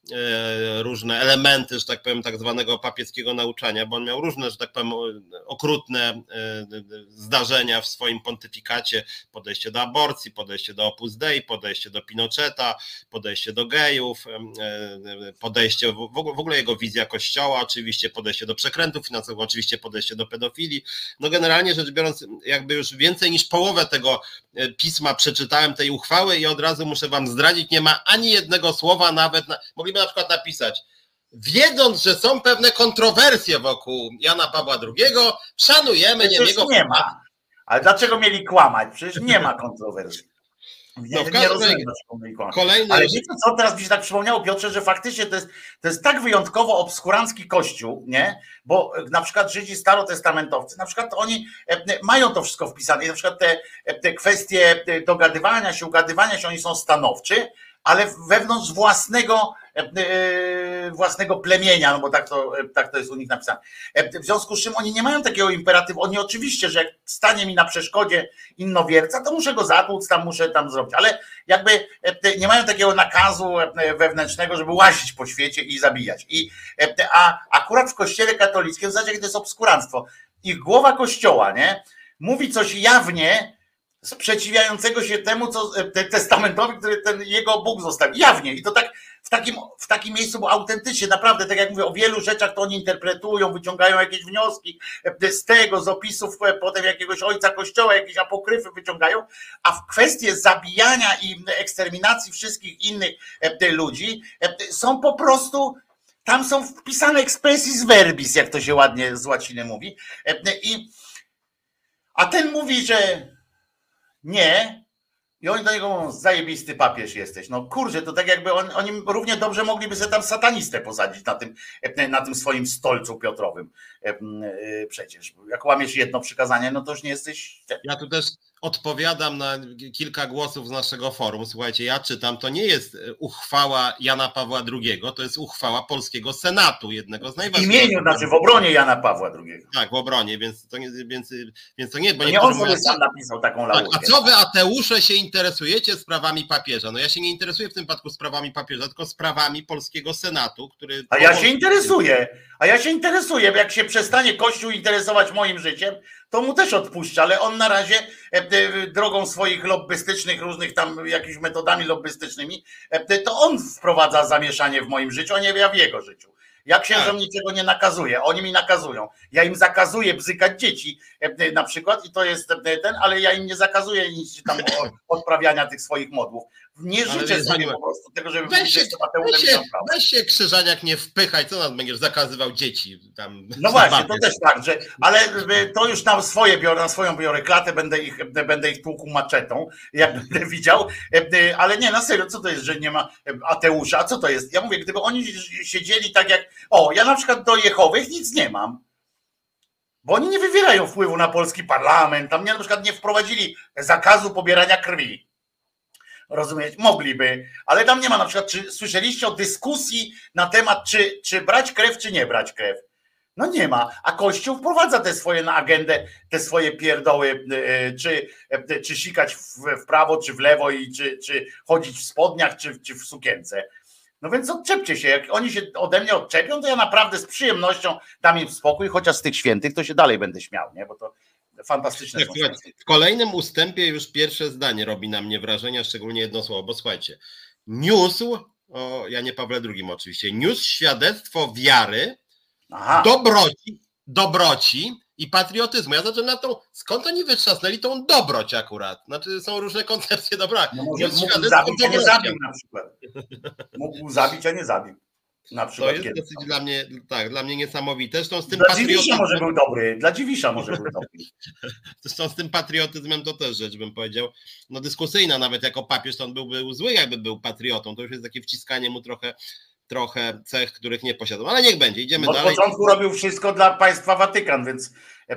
Speaker 2: różne elementy, że tak powiem, tak zwanego papieskiego nauczania, bo on miał różne, że tak powiem, okrutne zdarzenia w swoim pontyfikacie. Podejście do aborcji, podejście do Opus Dei, podejście do Pinocheta, podejście do gejów, podejście, w ogóle jego wizja kościoła, oczywiście podejście do przekrętów finansowych, oczywiście podejście do pedofilii. No generalnie rzecz biorąc, jakby już więcej niż połowę tego pisma przeczytałem, tej uchwały, i od razu muszę wam zdradzić, nie ma ani jednego słowa nawet, na, mogliby na przykład napisać: wiedząc, że są pewne kontrowersje wokół Jana Pawła drugiego, szanujemy niemiego...
Speaker 1: nie ma. Ale dlaczego mieli kłamać? Przecież nie ma kontrowersji. Nie, no, nie rozumiem, dlaczego mieli kłamać.
Speaker 2: Kolejny...
Speaker 1: Ale wiecie co, teraz mi się tak przypomniało, Piotrze, że faktycznie to jest, to jest tak wyjątkowo obskurancki kościół, nie? Bo na przykład Żydzi starotestamentowcy, na przykład oni mają to wszystko wpisane i na przykład te, te kwestie dogadywania się, ugadywania się, oni są stanowczy, ale wewnątrz własnego, własnego plemienia, no bo tak to, tak to jest u nich napisane. W związku z czym oni nie mają takiego imperatywu. Oni oczywiście, że jak stanie mi na przeszkodzie innowierca, to muszę go zatłuc, tam muszę tam zrobić, ale jakby nie mają takiego nakazu wewnętrznego, żeby łazić po świecie i zabijać. I, a akurat w kościele katolickim, w zasadzie to jest obskuranstwo. Ich głowa kościoła, nie, mówi coś jawnie sprzeciwiającego się temu, co testamentowi, który ten jego Bóg zostawił. Jawnie. I to tak w takim, w takim miejscu, bo autentycznie, naprawdę, tak jak mówię, o wielu rzeczach to oni interpretują, wyciągają jakieś wnioski z tego, z opisów potem jakiegoś ojca kościoła, jakieś apokryfy wyciągają, a w kwestii zabijania i eksterminacji wszystkich innych ludzi są po prostu, tam są wpisane expressis verbis, jak to się ładnie z łaciny mówi. I, a ten mówi, że nie. I oni do niego mówią: zajebisty papież jesteś. No kurczę, to tak jakby on, oni równie dobrze mogliby sobie tam satanistę posadzić na tym, na tym swoim stolcu Piotrowym. Przecież jak łamiesz jedno przykazanie, no to już nie jesteś...
Speaker 2: Ja tu też odpowiadam na kilka głosów z naszego forum. Słuchajcie, ja czytam, to nie jest uchwała Jana Pawła drugiego, to jest uchwała polskiego Senatu, jednego z najważniejszych.
Speaker 1: W imieniu, znaczy w obronie Jana Pawła drugiego.
Speaker 2: Tak, w obronie, więc to nie, więc, więc to nie, bo
Speaker 1: to nie on sobie sam napisał taką laurkę.
Speaker 2: Tak, a co wy, ateusze, się interesujecie sprawami papieża? No ja się nie interesuję w tym przypadku sprawami papieża, tylko sprawami polskiego Senatu, który...
Speaker 1: A ja się interesuję, a ja się interesuję, bo jak się przestanie Kościół interesować moim życiem, to mu też odpuszczę, ale on na razie drogą swoich lobbystycznych, różnych tam jakimiś metodami lobbystycznymi, to on wprowadza zamieszanie w moim życiu, a nie ja w jego życiu. Ja księżom niczego nie nakazuję, oni mi nakazują. Ja im zakazuję bzykać dzieci na przykład i to jest ten, ale ja im nie zakazuję nic tam odprawiania tych swoich modłów. Nie życzę sobie po prostu tego, żeby
Speaker 2: weź się, weź, się, weź się Krzyżaniak nie wpychaj, co nas będziesz zakazywał dzieci tam.
Speaker 1: No właśnie, to też tak, że, ale to już na swoje biorę, na swoją biorę klatę, będę ich, będę ich tłukł maczetą, jak będę widział, ale nie, na serio, co to jest, że nie ma ateusza, a co to jest? Ja mówię, gdyby oni siedzieli tak jak, o, ja na przykład do Jehowych nic nie mam, bo oni nie wywierają wpływu na polski parlament, tam nie, na przykład nie wprowadzili zakazu pobierania krwi. Rozumieć, mogliby, ale tam nie ma na przykład, czy słyszeliście o dyskusji na temat, czy, czy brać krew, czy nie brać krew? No nie ma, a Kościół wprowadza te swoje na agendę, te swoje pierdoły, czy, czy sikać w, w prawo, czy w lewo, i czy, czy chodzić w spodniach, czy, czy w sukience. No więc odczepcie się, jak oni się ode mnie odczepią, to ja naprawdę z przyjemnością dam im spokój, chociaż z tych świętych to się dalej będę śmiał, nie? Bo to fantastyczne.
Speaker 2: Tak, w kolejnym ustępie już pierwsze zdanie robi na mnie wrażenie, szczególnie jedno słowo, bo słuchajcie, niósł, o Janie Pawle drugim oczywiście, niósł świadectwo wiary, Aha. dobroci, dobroci i patriotyzmu. Ja zacząłem na tą, skąd oni wytrzasnęli tą dobroć akurat? Znaczy są różne koncepcje dobra.
Speaker 1: No może mógł zabić, a nie zabił na przykład. Mógł zabić, a nie zabił. Na przykład,
Speaker 2: to jest dosyć tam. dla mnie, tak, dla mnie niesamowite. Zresztą z tym
Speaker 1: dla patriotyzmem... Dziwisza może był dobry, dla Dziwisza może był dobry.
Speaker 2: Zresztą z tym patriotyzmem to też rzecz, bym powiedział, no dyskusyjna, nawet jako papież to on byłby zły, jakby był patriotą. To już jest takie wciskanie mu trochę, trochę cech, których nie posiadał. Ale niech będzie, idziemy
Speaker 1: Od
Speaker 2: dalej.
Speaker 1: Od początku robił wszystko dla państwa Watykan, więc...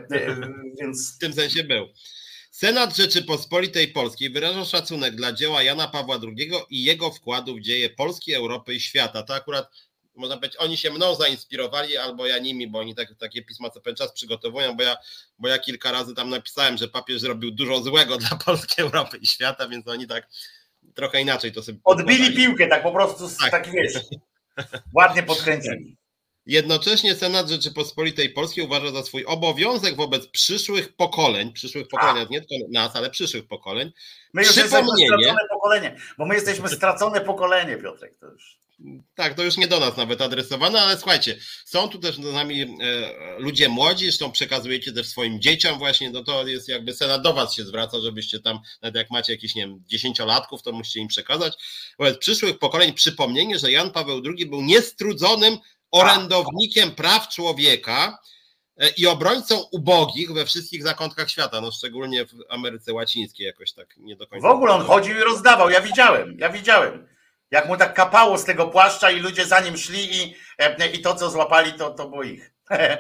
Speaker 1: więc...
Speaker 2: W tym sensie był. Senat Rzeczypospolitej Polskiej wyraża szacunek dla dzieła Jana Pawła drugiego i jego wkładu w dzieje Polski, Europy i świata. To akurat można powiedzieć, oni się mną zainspirowali, albo ja nimi, bo oni tak, takie pisma co pewien czas przygotowują, bo ja, bo ja kilka razy tam napisałem, że papież zrobił dużo złego dla Polski, Europy i świata, więc oni tak trochę inaczej to sobie...
Speaker 1: Odbili podali. Piłkę, tak po prostu, tak, tak wiesz, ładnie podkręcili.
Speaker 2: Jednocześnie Senat Rzeczypospolitej Polskiej uważa za swój obowiązek wobec przyszłych pokoleń, przyszłych pokoleń, nie tylko nas, ale przyszłych pokoleń.
Speaker 1: My już jesteśmy stracone pokolenie, bo my jesteśmy stracone pokolenie, Piotrek, to już...
Speaker 2: Tak, to już nie do nas nawet adresowane, ale słuchajcie, są tu też z nami e, ludzie młodzi, zresztą przekazujecie też swoim dzieciom właśnie, no to jest jakby Senat do was się zwraca, żebyście tam, nawet jak macie jakieś, nie wiem, dziesięciolatków, to musicie im przekazać. Wobec przyszłych pokoleń przypomnienie, że Jan Paweł drugi był niestrudzonym orędownikiem praw człowieka i obrońcą ubogich we wszystkich zakątkach świata, no szczególnie w Ameryce Łacińskiej jakoś tak nie do końca.
Speaker 1: W ogóle on chodził i rozdawał, ja widziałem, ja widziałem. Jak mu tak kapało z tego płaszcza i ludzie za nim szli i, i to, co złapali, to, to było ich.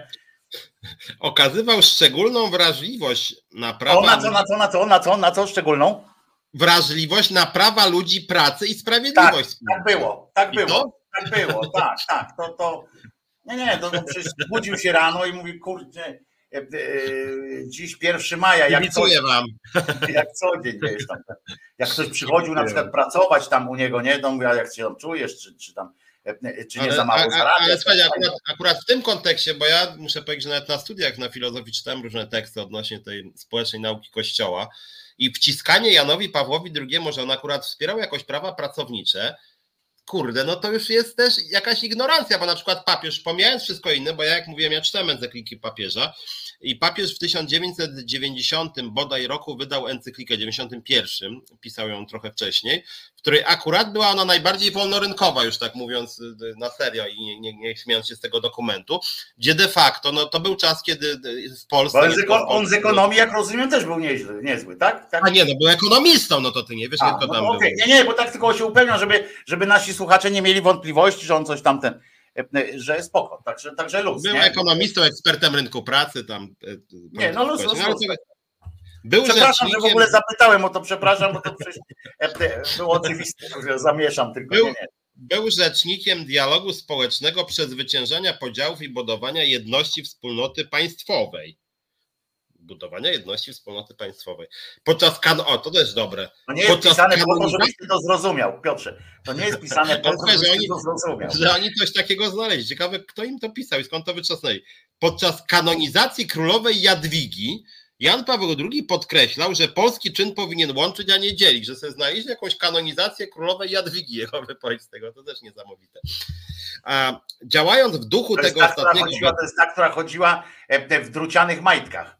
Speaker 2: Okazywał szczególną wrażliwość na prawa...
Speaker 1: O, na co, na co, na co, na co, na co szczególną?
Speaker 2: Wrażliwość na prawa ludzi pracy i sprawiedliwość.
Speaker 1: Tak, tak było, tak było, to? tak było, tak, tak, to, to... Nie, nie, to, to przecież budził się rano i mówi, kurczę, dziś pierwszego maja, jak co,
Speaker 2: wam.
Speaker 1: jak co dzień, wiesz, tam, jak ktoś przychodził na przykład pracować tam u niego, nie, to mówię, a jak się tam czujesz, czy, czy tam, czy nie ale, za mało zarabiasz.
Speaker 2: Ale słuchajcie, akurat, akurat w tym kontekście, bo ja muszę powiedzieć, że nawet na studiach na filozofii czytałem różne teksty odnośnie tej społecznej nauki Kościoła i wciskanie Janowi Pawłowi drugiemu, że on akurat wspierał jakoś prawa pracownicze, kurde, no to już jest też jakaś ignorancja, bo na przykład papież, pomijając wszystko inne, bo ja jak mówiłem, ja czytałem encykliki papieża i papież w tysiąc dziewięćset dziewięćdziesiątym bodaj roku wydał encyklikę, dziewięćdziesiątym pierwszym, pisał ją trochę wcześniej, w której akurat była ona najbardziej wolnorynkowa, już tak mówiąc na serio i nie, nie, nie śmiejąc się z tego dokumentu, gdzie de facto, no to był czas, kiedy w Polsce...
Speaker 1: On z, eko- on z ekonomii, jak rozumiem, też był nieźle, niezły, tak? tak?
Speaker 2: A nie, no był ekonomistą, no to ty nie wiesz,
Speaker 1: A,
Speaker 2: jak to
Speaker 1: no
Speaker 2: tam
Speaker 1: to okay.
Speaker 2: było.
Speaker 1: Nie, nie, bo tak tylko się upewniam, żeby, żeby nasi słuchacze nie mieli wątpliwości, że on coś tamten, że spoko, także, także luz.
Speaker 2: Był
Speaker 1: nie?
Speaker 2: ekonomistą, ekspertem rynku pracy tam.
Speaker 1: Nie, no luz, luz, luz. Był przepraszam, rzecznikiem... że w ogóle zapytałem o to, przepraszam, bo to przecież było oczywiste, że zamieszam tylko.
Speaker 2: Był,
Speaker 1: nie, nie.
Speaker 2: był rzecznikiem dialogu społecznego, przezwyciężania podziałów i budowania jedności wspólnoty państwowej. Budowania jedności wspólnoty państwowej. Podczas kan... O, to też dobre.
Speaker 1: To nie jest Podczas pisane kanonizacji... po to, żebyś ty to zrozumiał, Piotrze. To nie jest pisane po to, żebyś ty to zrozumiał.
Speaker 2: Że oni coś takiego znaleźli. Ciekawe, kto im to pisał i skąd to wyczasnęli. Podczas kanonizacji królowej Jadwigi Jan Paweł drugi podkreślał, że polski czyn powinien łączyć, a nie dzielić, że sobie znaleźli jakąś kanonizację królowej Jadwigi, jego wypowiedź z tego, to też niesamowite. A działając w duchu tego
Speaker 1: ta,
Speaker 2: ostatniego...
Speaker 1: Chodziła, to jest ta, która chodziła w drucianych majtkach.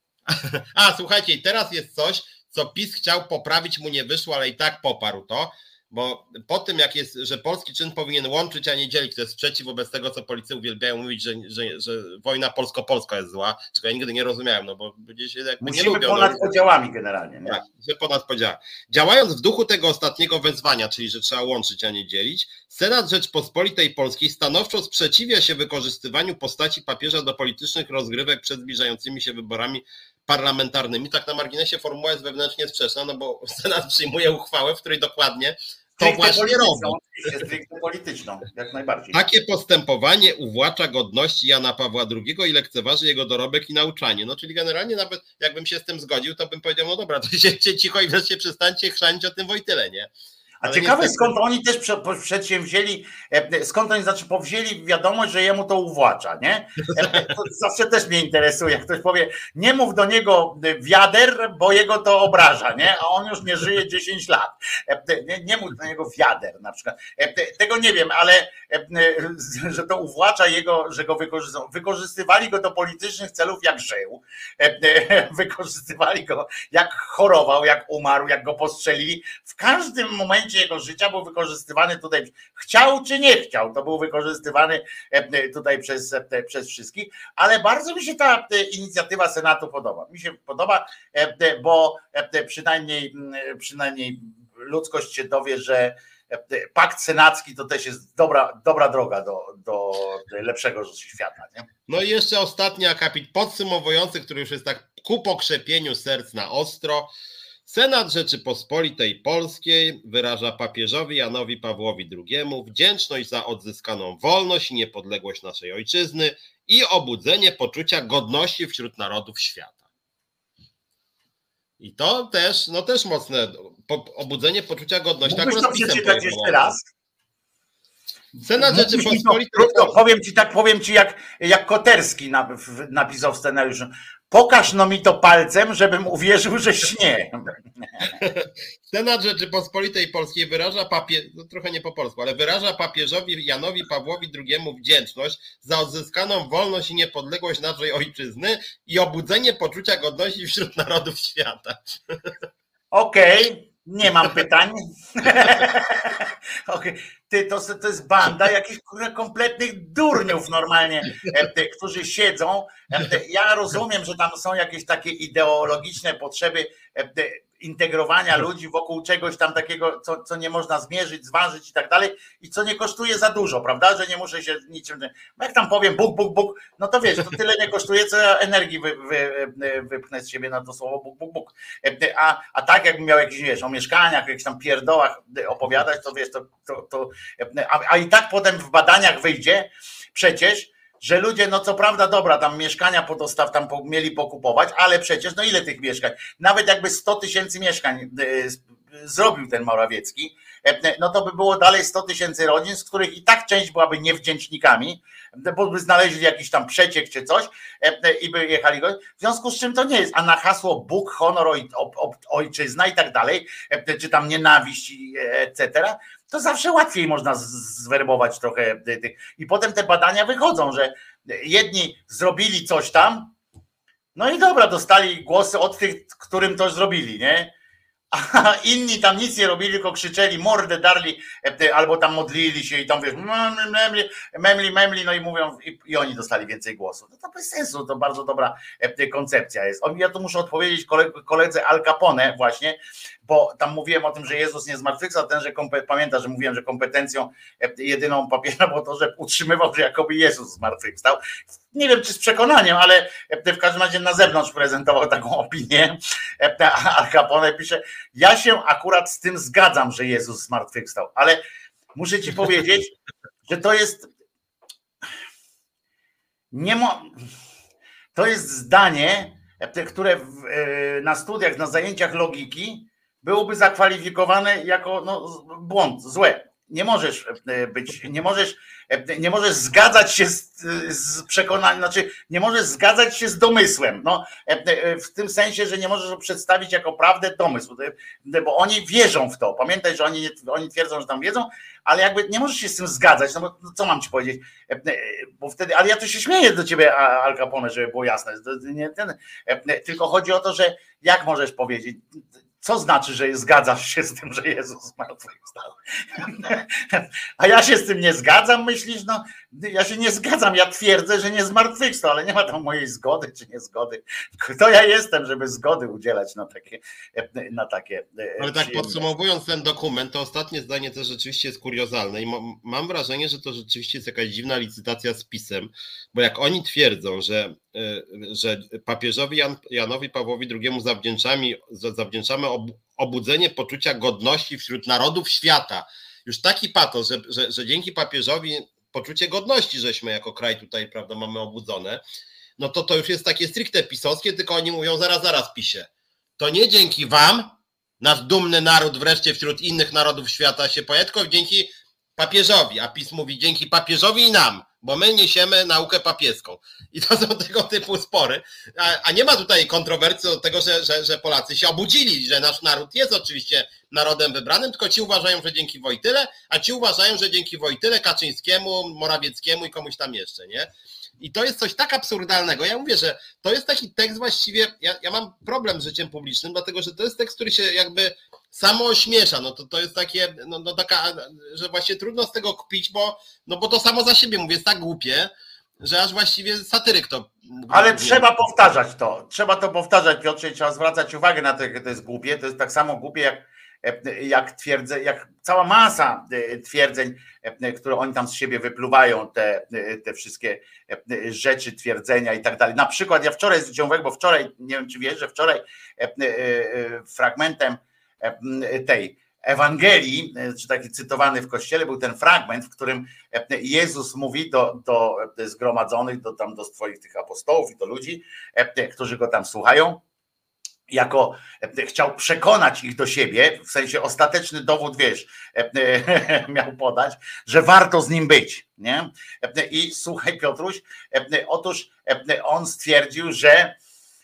Speaker 2: A, słuchajcie, teraz jest coś, co PiS chciał poprawić, mu nie wyszło, ale i tak poparł to, bo po tym, jak jest, że polski czyn powinien łączyć, a nie dzielić, to jest sprzeciw wobec tego, co policy uwielbiają mówić, że, że, że wojna polsko-polska jest zła, czego ja nigdy nie rozumiałem, no bo ludzie się jakby
Speaker 1: Musimy
Speaker 2: nie lubią.
Speaker 1: ponad
Speaker 2: no,
Speaker 1: podziałami generalnie. Nie?
Speaker 2: Tak, że ponad podziałami. Działając w duchu tego ostatniego wezwania, czyli że trzeba łączyć, a nie dzielić, Senat Rzeczpospolitej Polskiej stanowczo sprzeciwia się wykorzystywaniu postaci papieża do politycznych rozgrywek przed zbliżającymi się wyborami parlamentarnymi. Tak na marginesie formuła jest wewnętrznie sprzeczna, no bo Senat przyjmuje uchwałę, w której dokładnie to
Speaker 1: stricte
Speaker 2: właśnie robi.
Speaker 1: Oczywiście, stricte polityczną, jak najbardziej.
Speaker 2: Takie postępowanie uwłacza godności Jana Pawła drugiego i lekceważy jego dorobek i nauczanie. No czyli generalnie nawet jakbym się z tym zgodził, to bym powiedział, no dobra, to siedźcie cicho i wreszcie przestańcie chrzanić o tym Wojtyle, nie?
Speaker 1: A ale ciekawe niestety... skąd oni też przedsięwzięli, skąd oni znaczy powzięli wiadomość, że jemu to uwłacza, nie? To zawsze też mnie interesuje, jak ktoś powie, nie mów do niego wiader, bo jego to obraża, nie? A on już nie żyje dziesięć lat. Nie, nie mów do niego wiader na przykład. Tego nie wiem, ale że to uwłacza jego, że go wykorzystują. Wykorzystywali go do politycznych celów, jak żył. Wykorzystywali go, jak chorował, jak umarł, jak go postrzelili. W każdym momencie jego życia był wykorzystywany tutaj, chciał czy nie chciał, to był wykorzystywany tutaj przez, przez wszystkich, ale bardzo mi się ta inicjatywa Senatu podoba. Mi się podoba, bo przynajmniej, przynajmniej ludzkość się dowie, że pakt senacki to też jest dobra, dobra droga do, do lepszego świata. Nie?
Speaker 2: No i jeszcze ostatni akapit podsumowujący, który już jest tak ku pokrzepieniu serc na ostro. Senat Rzeczypospolitej Polskiej wyraża papieżowi Janowi Pawłowi drugiemu wdzięczność za odzyskaną wolność i niepodległość naszej ojczyzny i obudzenie poczucia godności wśród narodów świata. I to też, no też mocne obudzenie poczucia godności.
Speaker 1: Mógłbyś to przeczytać jeszcze raz?
Speaker 2: Senat Rzeczypospolitej
Speaker 1: Polskiej. Powiem ci tak, powiem ci jak, jak Koterski napisał w scenariuszu. Pokaż no mi to palcem, żebym uwierzył, że śnie.
Speaker 2: Senat Rzeczypospolitej Polskiej wyraża papie... no trochę nie po polsku, ale wyraża papieżowi Janowi Pawłowi drugiemu wdzięczność za odzyskaną wolność i niepodległość naszej ojczyzny i obudzenie poczucia godności wśród narodów świata.
Speaker 1: Okej. Okay. Nie mam pytań. Okay. Ty, to, to jest banda jakichś kompletnych durniów normalnie, którzy siedzą. Ja rozumiem, że tam są jakieś takie ideologiczne potrzeby integrowania ludzi wokół czegoś tam takiego, co, co nie można zmierzyć, zważyć i tak dalej i co nie kosztuje za dużo, prawda, że nie muszę się niczym, jak tam powiem Bóg, Bóg, Bóg, no to wiesz, to tyle nie kosztuje, co ja energii wy, wy, wypchnę z siebie na to słowo Bóg, Bóg, Bóg. A, a tak jakbym miał jakieś, wiesz, o mieszkaniach, o jakichś tam pierdołach opowiadać, to wiesz, to, to, to a, a i tak potem w badaniach wyjdzie przecież, że ludzie, no co prawda, dobra, tam mieszkania podostaw tam mieli pokupować, ale przecież, no ile tych mieszkań? Nawet jakby sto tysięcy mieszkań zrobił ten Morawiecki, no to by było dalej sto tysięcy rodzin, z których i tak część byłaby niewdzięcznikami, bo by znaleźli jakiś tam przeciek czy coś i by jechali go. W związku z czym to nie jest, a na hasło Bóg, honor, oj, oj, ojczyzna i tak dalej, czy tam nienawiść, et cetera, to zawsze łatwiej można zwerbować trochę tych. I potem te badania wychodzą, że jedni zrobili coś tam, no i dobra, dostali głosy od tych, którym to zrobili, nie? A inni tam nic nie robili, tylko krzyczeli, mordę darli, albo tam modlili się i tam wiesz, memli, memli, memli, no i mówią, i, i oni dostali więcej głosów. No to bez sensu, to bardzo dobra koncepcja jest. Ja tu muszę odpowiedzieć koledze Al Capone właśnie, bo tam mówiłem o tym, że Jezus nie zmartwychwstał, ten, że pamięta, że mówiłem, że kompetencją jedyną papieża było to, że utrzymywał, że jakoby Jezus zmartwychwstał. Nie wiem, czy z przekonaniem, ale w każdym razie na zewnątrz prezentował taką opinię. Al Capone pisze, ja się akurat z tym zgadzam, że Jezus zmartwychwstał, ale muszę ci powiedzieć, że to jest nie mo... to jest zdanie, które na studiach, na zajęciach logiki byłoby zakwalifikowane jako no, błąd, złe. Nie możesz być, nie możesz, nie możesz zgadzać się z, z przekonaniem, znaczy nie możesz zgadzać się z domysłem. No, w tym sensie, że nie możesz przedstawić jako prawdę domysł, bo oni wierzą w to. Pamiętaj, że oni, oni twierdzą, że tam wiedzą, ale jakby nie możesz się z tym zgadzać. No bo co mam ci powiedzieć? Bo wtedy, ale ja tu się śmieję do ciebie, Al Capone, żeby było jasne. Nie, ten, tylko chodzi o to, że jak możesz powiedzieć. Co znaczy, że zgadzasz się z tym, że Jezus zmartwychwstał? A ja się z tym nie zgadzam, myślisz? No, ja się nie zgadzam, ja twierdzę, że nie zmartwychwstał, ale nie ma tam mojej zgody czy niezgody. Kto ja jestem, żeby zgody udzielać na takie. Na takie
Speaker 2: ale tak podsumowując ten dokument, to ostatnie zdanie też rzeczywiście jest kuriozalne i mam wrażenie, że to rzeczywiście jest jakaś dziwna licytacja z PiS-em, bo jak oni twierdzą, że że papieżowi Jan, Janowi Pawłowi drugiemu zawdzięczamy, zawdzięczamy obudzenie poczucia godności wśród narodów świata. Już taki patos, że, że, że dzięki papieżowi poczucie godności, żeśmy jako kraj tutaj, prawda, mamy obudzone, no to to już jest takie stricte pisowskie, tylko oni mówią zaraz, zaraz PiSie. To nie dzięki wam nasz dumny naród wreszcie wśród innych narodów świata się pojawił, tylko dzięki papieżowi, a PiS mówi dzięki papieżowi i nam, bo my niesiemy naukę papieską. I to są tego typu spory. A, a nie ma tutaj kontrowersji do tego, że, że, że Polacy się obudzili, że nasz naród jest oczywiście narodem wybranym, tylko ci uważają, że dzięki Wojtyle, a ci uważają, że dzięki Wojtyle, Kaczyńskiemu, Morawieckiemu i komuś tam jeszcze, nie? I to jest coś tak absurdalnego. Ja mówię, że to jest taki tekst właściwie, ja, ja mam problem z życiem publicznym, dlatego że to jest tekst, który się jakby samo ośmiesza. No to, to jest takie, no, no taka, że właśnie trudno z tego kpić, bo, no bo to samo za siebie mówię, jest tak głupie, że aż właściwie satyryk to...
Speaker 1: Ale nie trzeba powtarzać to. Trzeba to powtarzać, Piotrze, i trzeba zwracać uwagę na to, jak to jest głupie. To jest tak samo głupie, jak jak twierdzę, jak cała masa twierdzeń, które oni tam z siebie wypluwają, te, te wszystkie rzeczy, twierdzenia i tak dalej. Na przykład ja wczoraj zwróciłem uwagę, bo wczoraj, nie wiem czy wiesz, że wczoraj fragmentem tej Ewangelii, czy taki cytowany w kościele, był ten fragment, w którym Jezus mówi do, do zgromadzonych, do, tam, do swoich tych apostołów i do ludzi, którzy go tam słuchają, jako chciał przekonać ich do siebie, w sensie ostateczny dowód, wiesz, miał podać, że warto z nim być, nie? I słuchaj, Piotruś, otóż on stwierdził, że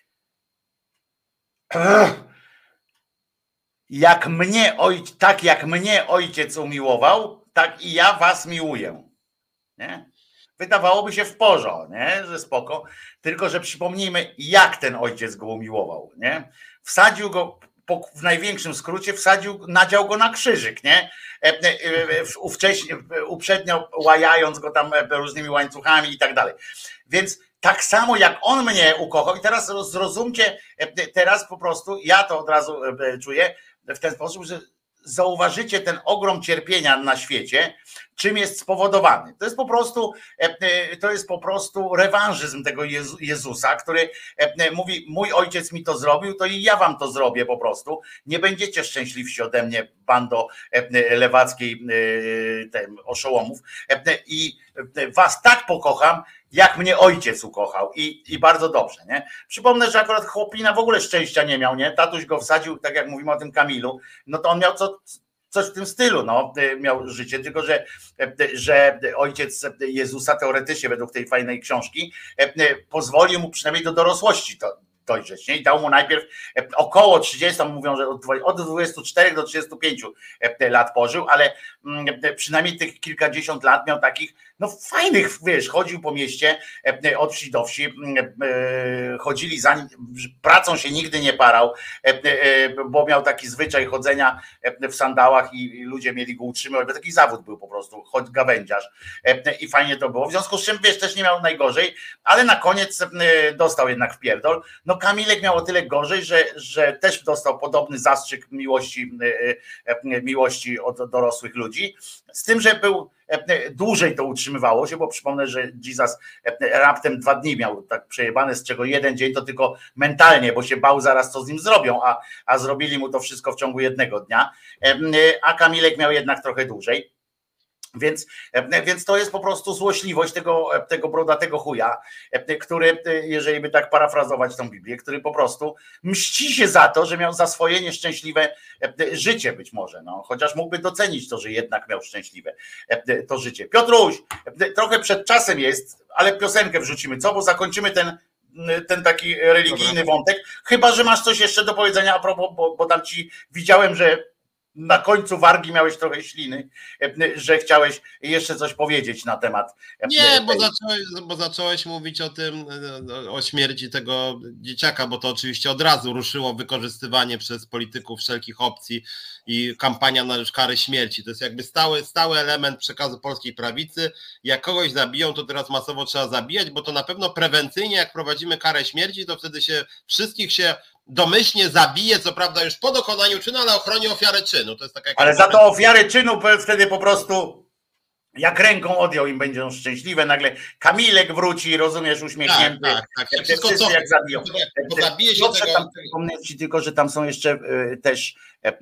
Speaker 1: jak mnie ojciec, tak jak mnie ojciec umiłował, tak i ja was miłuję, nie? Wydawałoby się w porządku, nie? Że spoko, tylko że przypomnijmy, jak ten ojciec go umiłował, nie? Wsadził go, w największym skrócie wsadził, nadział go na krzyżyk, nie? Wcześniej, uprzednio łajając go tam różnymi łańcuchami i tak dalej. Więc tak samo jak on mnie ukochał, i teraz zrozumcie, teraz po prostu, ja to od razu czuję w ten sposób, że zauważycie ten ogrom cierpienia na świecie, czym jest spowodowany. To jest po prostu, to jest po prostu rewanżyzm tego Jezu, Jezusa, który mówi, mój ojciec mi to zrobił, to i ja wam to zrobię po prostu. Nie będziecie szczęśliwsi ode mnie, bando lewackiej tem, oszołomów. I was tak pokocham, jak mnie ojciec ukochał i, i bardzo dobrze, nie? Przypomnę, że akurat chłopina w ogóle szczęścia nie miał, nie? Tatuś go wsadził, tak jak mówimy o tym Kamilu, no to on miał co, coś w tym stylu, no, miał życie, tylko że, że ojciec Jezusa teoretycznie według tej fajnej książki pozwolił mu przynajmniej do dorosłości to dojrzeć, nie? I dał mu najpierw około trzydziestu, tam mówią, że od dwudziestu czterech do trzydziestu pięciu lat pożył, ale przynajmniej tych kilkadziesiąt lat miał takich, no fajnych, wiesz, chodził po mieście od wsi do wsi, chodzili za nim, pracą się nigdy nie parał, bo miał taki zwyczaj chodzenia w sandałach i ludzie mieli go utrzymywać, bo taki zawód był po prostu, choć gawędziarz i fajnie to było, w związku z czym, wiesz, też nie miał najgorzej, ale na koniec dostał jednak w pierdol, no Kamilek miał o tyle gorzej, że, że też dostał podobny zastrzyk miłości, miłości od dorosłych ludzi, z tym, że był dłużej to utrzymywało się, bo przypomnę, że Jesus raptem dwa dni miał tak przejebane, z czego jeden dzień to tylko mentalnie, bo się bał zaraz co z nim zrobią, a, a zrobili mu to wszystko w ciągu jednego dnia, a Kamilek miał jednak trochę dłużej. Więc, więc to jest po prostu złośliwość tego, tego brodatego chuja, który, jeżeli by tak parafrazować tą Biblię, który po prostu mści się za to, że miał za swoje nieszczęśliwe życie być może, no, chociaż mógłby docenić to, że jednak miał szczęśliwe to życie. Piotruś, trochę przed czasem jest, ale piosenkę wrzucimy, co? Bo zakończymy ten, ten taki religijny Dobra. wątek, chyba że masz coś jeszcze do powiedzenia a propos, bo, bo tam ci widziałem, że na końcu wargi miałeś trochę śliny, że chciałeś jeszcze coś powiedzieć na temat.
Speaker 2: Nie, bo zacząłeś, bo zacząłeś mówić o tym, o śmierci tego dzieciaka, bo to oczywiście od razu ruszyło wykorzystywanie przez polityków wszelkich opcji i kampania na rzecz kary śmierci. To jest jakby stały, stały element przekazu polskiej prawicy. Jak kogoś zabiją, to teraz masowo trzeba zabijać, bo to na pewno prewencyjnie, jak prowadzimy karę śmierci, to wtedy się wszystkich się domyślnie zabije, co prawda już po dokonaniu czynu, ale ochroni ofiarę czynu. To jest taka
Speaker 1: ale za to ofiary czynu wtedy po prostu jak ręką odjął im będą szczęśliwe, nagle Kamilek wróci, rozumiesz, uśmiechnięty.
Speaker 2: Tak, tak, tak.
Speaker 1: Wszystko co, jak zabiją.
Speaker 2: Bo zabije się tego...
Speaker 1: tam, Przypomnę ci tylko, że tam są jeszcze też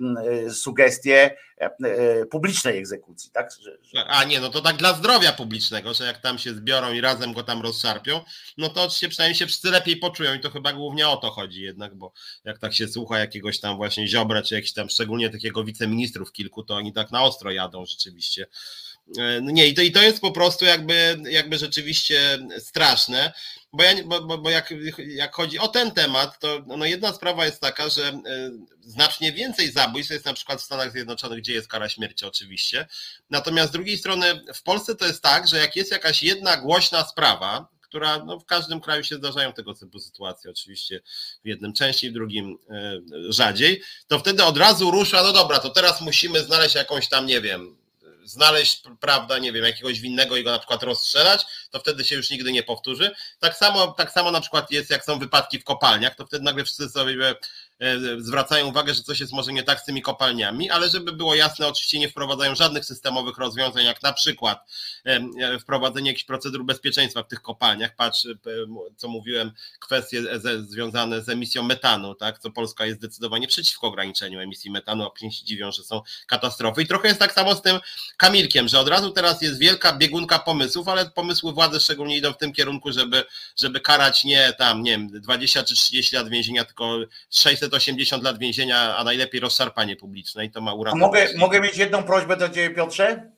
Speaker 1: sugestie publicznej egzekucji, tak? Że, że...
Speaker 2: A nie, no to tak dla zdrowia publicznego, że jak tam się zbiorą i razem go tam rozszarpią, no to oczywiście przynajmniej się wszyscy lepiej poczują i to chyba głównie o to chodzi jednak, bo jak tak się słucha jakiegoś tam właśnie Ziobra, czy jakiś tam szczególnie takiego wiceministrów kilku, to oni tak na ostro jadą rzeczywiście. No nie, i to, i to jest po prostu jakby, jakby rzeczywiście straszne, bo, ja, bo, bo jak, jak chodzi o ten temat, to no jedna sprawa jest taka, że znacznie więcej zabójstw jest na przykład w Stanach Zjednoczonych, gdzie jest kara śmierci oczywiście, natomiast z drugiej strony w Polsce to jest tak, że jak jest jakaś jedna głośna sprawa, która no, w każdym kraju się zdarzają tego typu sytuacje, oczywiście w jednym częściej, w drugim rzadziej, to wtedy od razu rusza, no dobra, to teraz musimy znaleźć jakąś tam, nie wiem, znaleźć, prawda, nie wiem, jakiegoś winnego i go na przykład rozstrzelać, to wtedy się już nigdy nie powtórzy. Tak samo, tak samo na przykład jest, jak są wypadki w kopalniach, to wtedy nagle wszyscy sobie zwracają uwagę, że coś jest może nie tak z tymi kopalniami, ale żeby było jasne, oczywiście nie wprowadzają żadnych systemowych rozwiązań, jak na przykład wprowadzenie jakichś procedur bezpieczeństwa w tych kopalniach. Patrz, co mówiłem, kwestie związane z emisją metanu, tak, co Polska jest zdecydowanie przeciwko ograniczeniu emisji metanu, a później się dziwią, że są katastrofy. I trochę jest tak samo z tym Kamilkiem, że od razu teraz jest wielka biegunka pomysłów, ale pomysły władzy szczególnie idą w tym kierunku, żeby, żeby karać nie tam, nie wiem, dwadzieścia czy trzydzieści lat więzienia, tylko sześćset osiemdziesiąt lat więzienia, a najlepiej rozszarpanie publiczne i to ma uratować.
Speaker 1: Mogę, mogę mieć jedną prośbę do ciebie, Piotrze?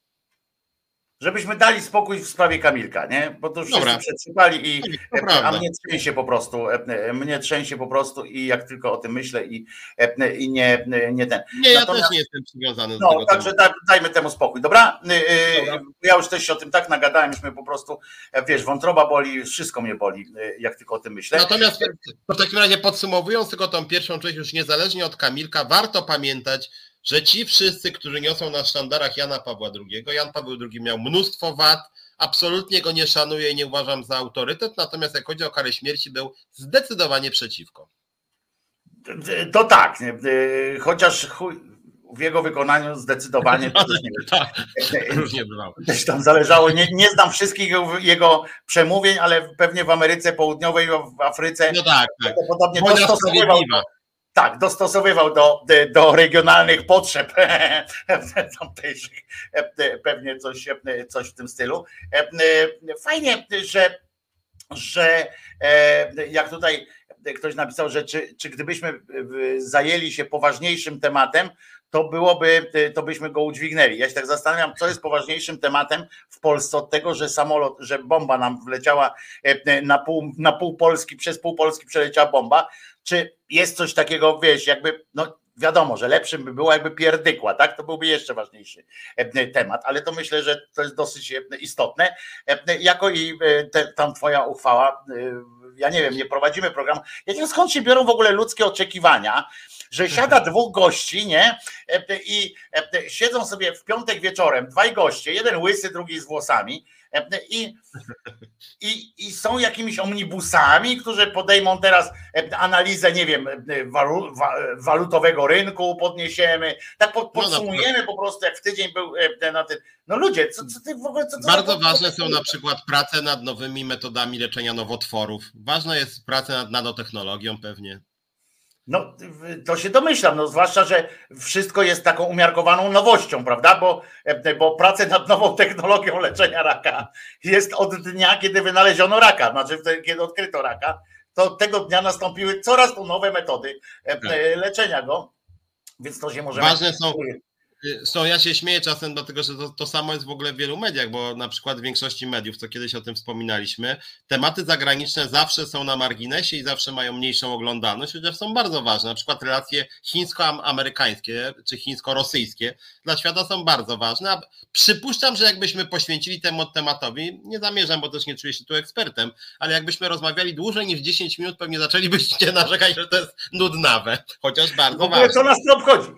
Speaker 1: Żebyśmy dali spokój w sprawie Kamilka, nie? Bo to już wszyscy przetrzypali i a mnie trzęsie po prostu, mnie trzęsie po prostu i jak tylko o tym myślę i, i nie, nie ten.
Speaker 2: Nie, ja Natomiast, też nie jestem przywiązany do
Speaker 1: no,
Speaker 2: tego.
Speaker 1: Także da, dajmy temu spokój, dobra? dobra? Ja już też się o tym tak nagadałem, już mnie po prostu, wiesz, wątroba boli, wszystko mnie boli, jak tylko o tym myślę.
Speaker 2: Natomiast w takim razie podsumowując tylko tą pierwszą część, już niezależnie od Kamilka, warto pamiętać, że ci wszyscy, którzy niosą na sztandarach Jana Pawła drugiego, Jan Paweł drugi miał mnóstwo wad, absolutnie go nie szanuję i nie uważam za autorytet, natomiast jak chodzi o karę śmierci, był zdecydowanie przeciwko.
Speaker 1: To tak, chociaż w jego wykonaniu zdecydowanie to też nie
Speaker 2: tak, różnie bywało.
Speaker 1: Też tam zależało, nie, nie znam wszystkich jego przemówień, ale pewnie w Ameryce Południowej, w Afryce
Speaker 2: no tak, tak.
Speaker 1: podobnie dostosowywał Tak, dostosowywał do, do regionalnych potrzeb tamtejszych, pewnie coś, coś w tym stylu. Fajnie, że, że jak tutaj ktoś napisał, że czy, czy gdybyśmy zajęli się poważniejszym tematem, to byłoby, to byśmy go udźwignęli. Ja się tak zastanawiam, co jest poważniejszym tematem w Polsce od tego, że samolot, że bomba nam wleciała na pół, na pół Polski, przez pół Polski przeleciała bomba. Czy jest coś takiego, wiesz, jakby, no wiadomo, że lepszym by było, jakby pierdykła, tak? To byłby jeszcze ważniejszy temat, ale to myślę, że to jest dosyć istotne. Jako i te, tam twoja uchwała, ja nie wiem, nie prowadzimy programu. Ja nie wiem, skąd się biorą w ogóle ludzkie oczekiwania, że siada dwóch gości, nie? I siedzą sobie w piątek wieczorem, dwaj goście, jeden łysy, drugi z włosami, I, i, i są jakimiś omnibusami, którzy podejmą teraz analizę, nie wiem, walu, walutowego rynku podniesiemy, tak podsumujemy po prostu, jak w tydzień był na ten. No ludzie, co, co ty w ogóle... Co, co
Speaker 2: Bardzo
Speaker 1: co,
Speaker 2: ważne
Speaker 1: co,
Speaker 2: są na przykład prace nad nowymi metodami leczenia nowotworów. Ważna jest praca nad nanotechnologią pewnie.
Speaker 1: No to się domyślam, no zwłaszcza, że wszystko jest taką umiarkowaną nowością, prawda, bo, bo prace nad nową technologią leczenia raka jest od dnia, kiedy wynaleziono raka, znaczy kiedy odkryto raka, to tego dnia nastąpiły coraz to nowe metody tak. leczenia go, więc to się może...
Speaker 2: Ważne są... So, ja się śmieję czasem, dlatego że to, to samo jest w ogóle w wielu mediach, bo na przykład w większości mediów, co kiedyś o tym wspominaliśmy, tematy zagraniczne zawsze są na marginesie i zawsze mają mniejszą oglądalność, chociaż są bardzo ważne. Na przykład relacje chińsko-amerykańskie czy chińsko-rosyjskie dla świata są bardzo ważne. A przypuszczam, że jakbyśmy poświęcili temu tematowi, nie zamierzam, bo też nie czuję się tu ekspertem, ale jakbyśmy rozmawiali dłużej niż dziesięć minut, pewnie zaczęlibyście narzekać, że to jest nudnawe, chociaż bardzo ważne. W ogóle
Speaker 1: co nas to obchodzi?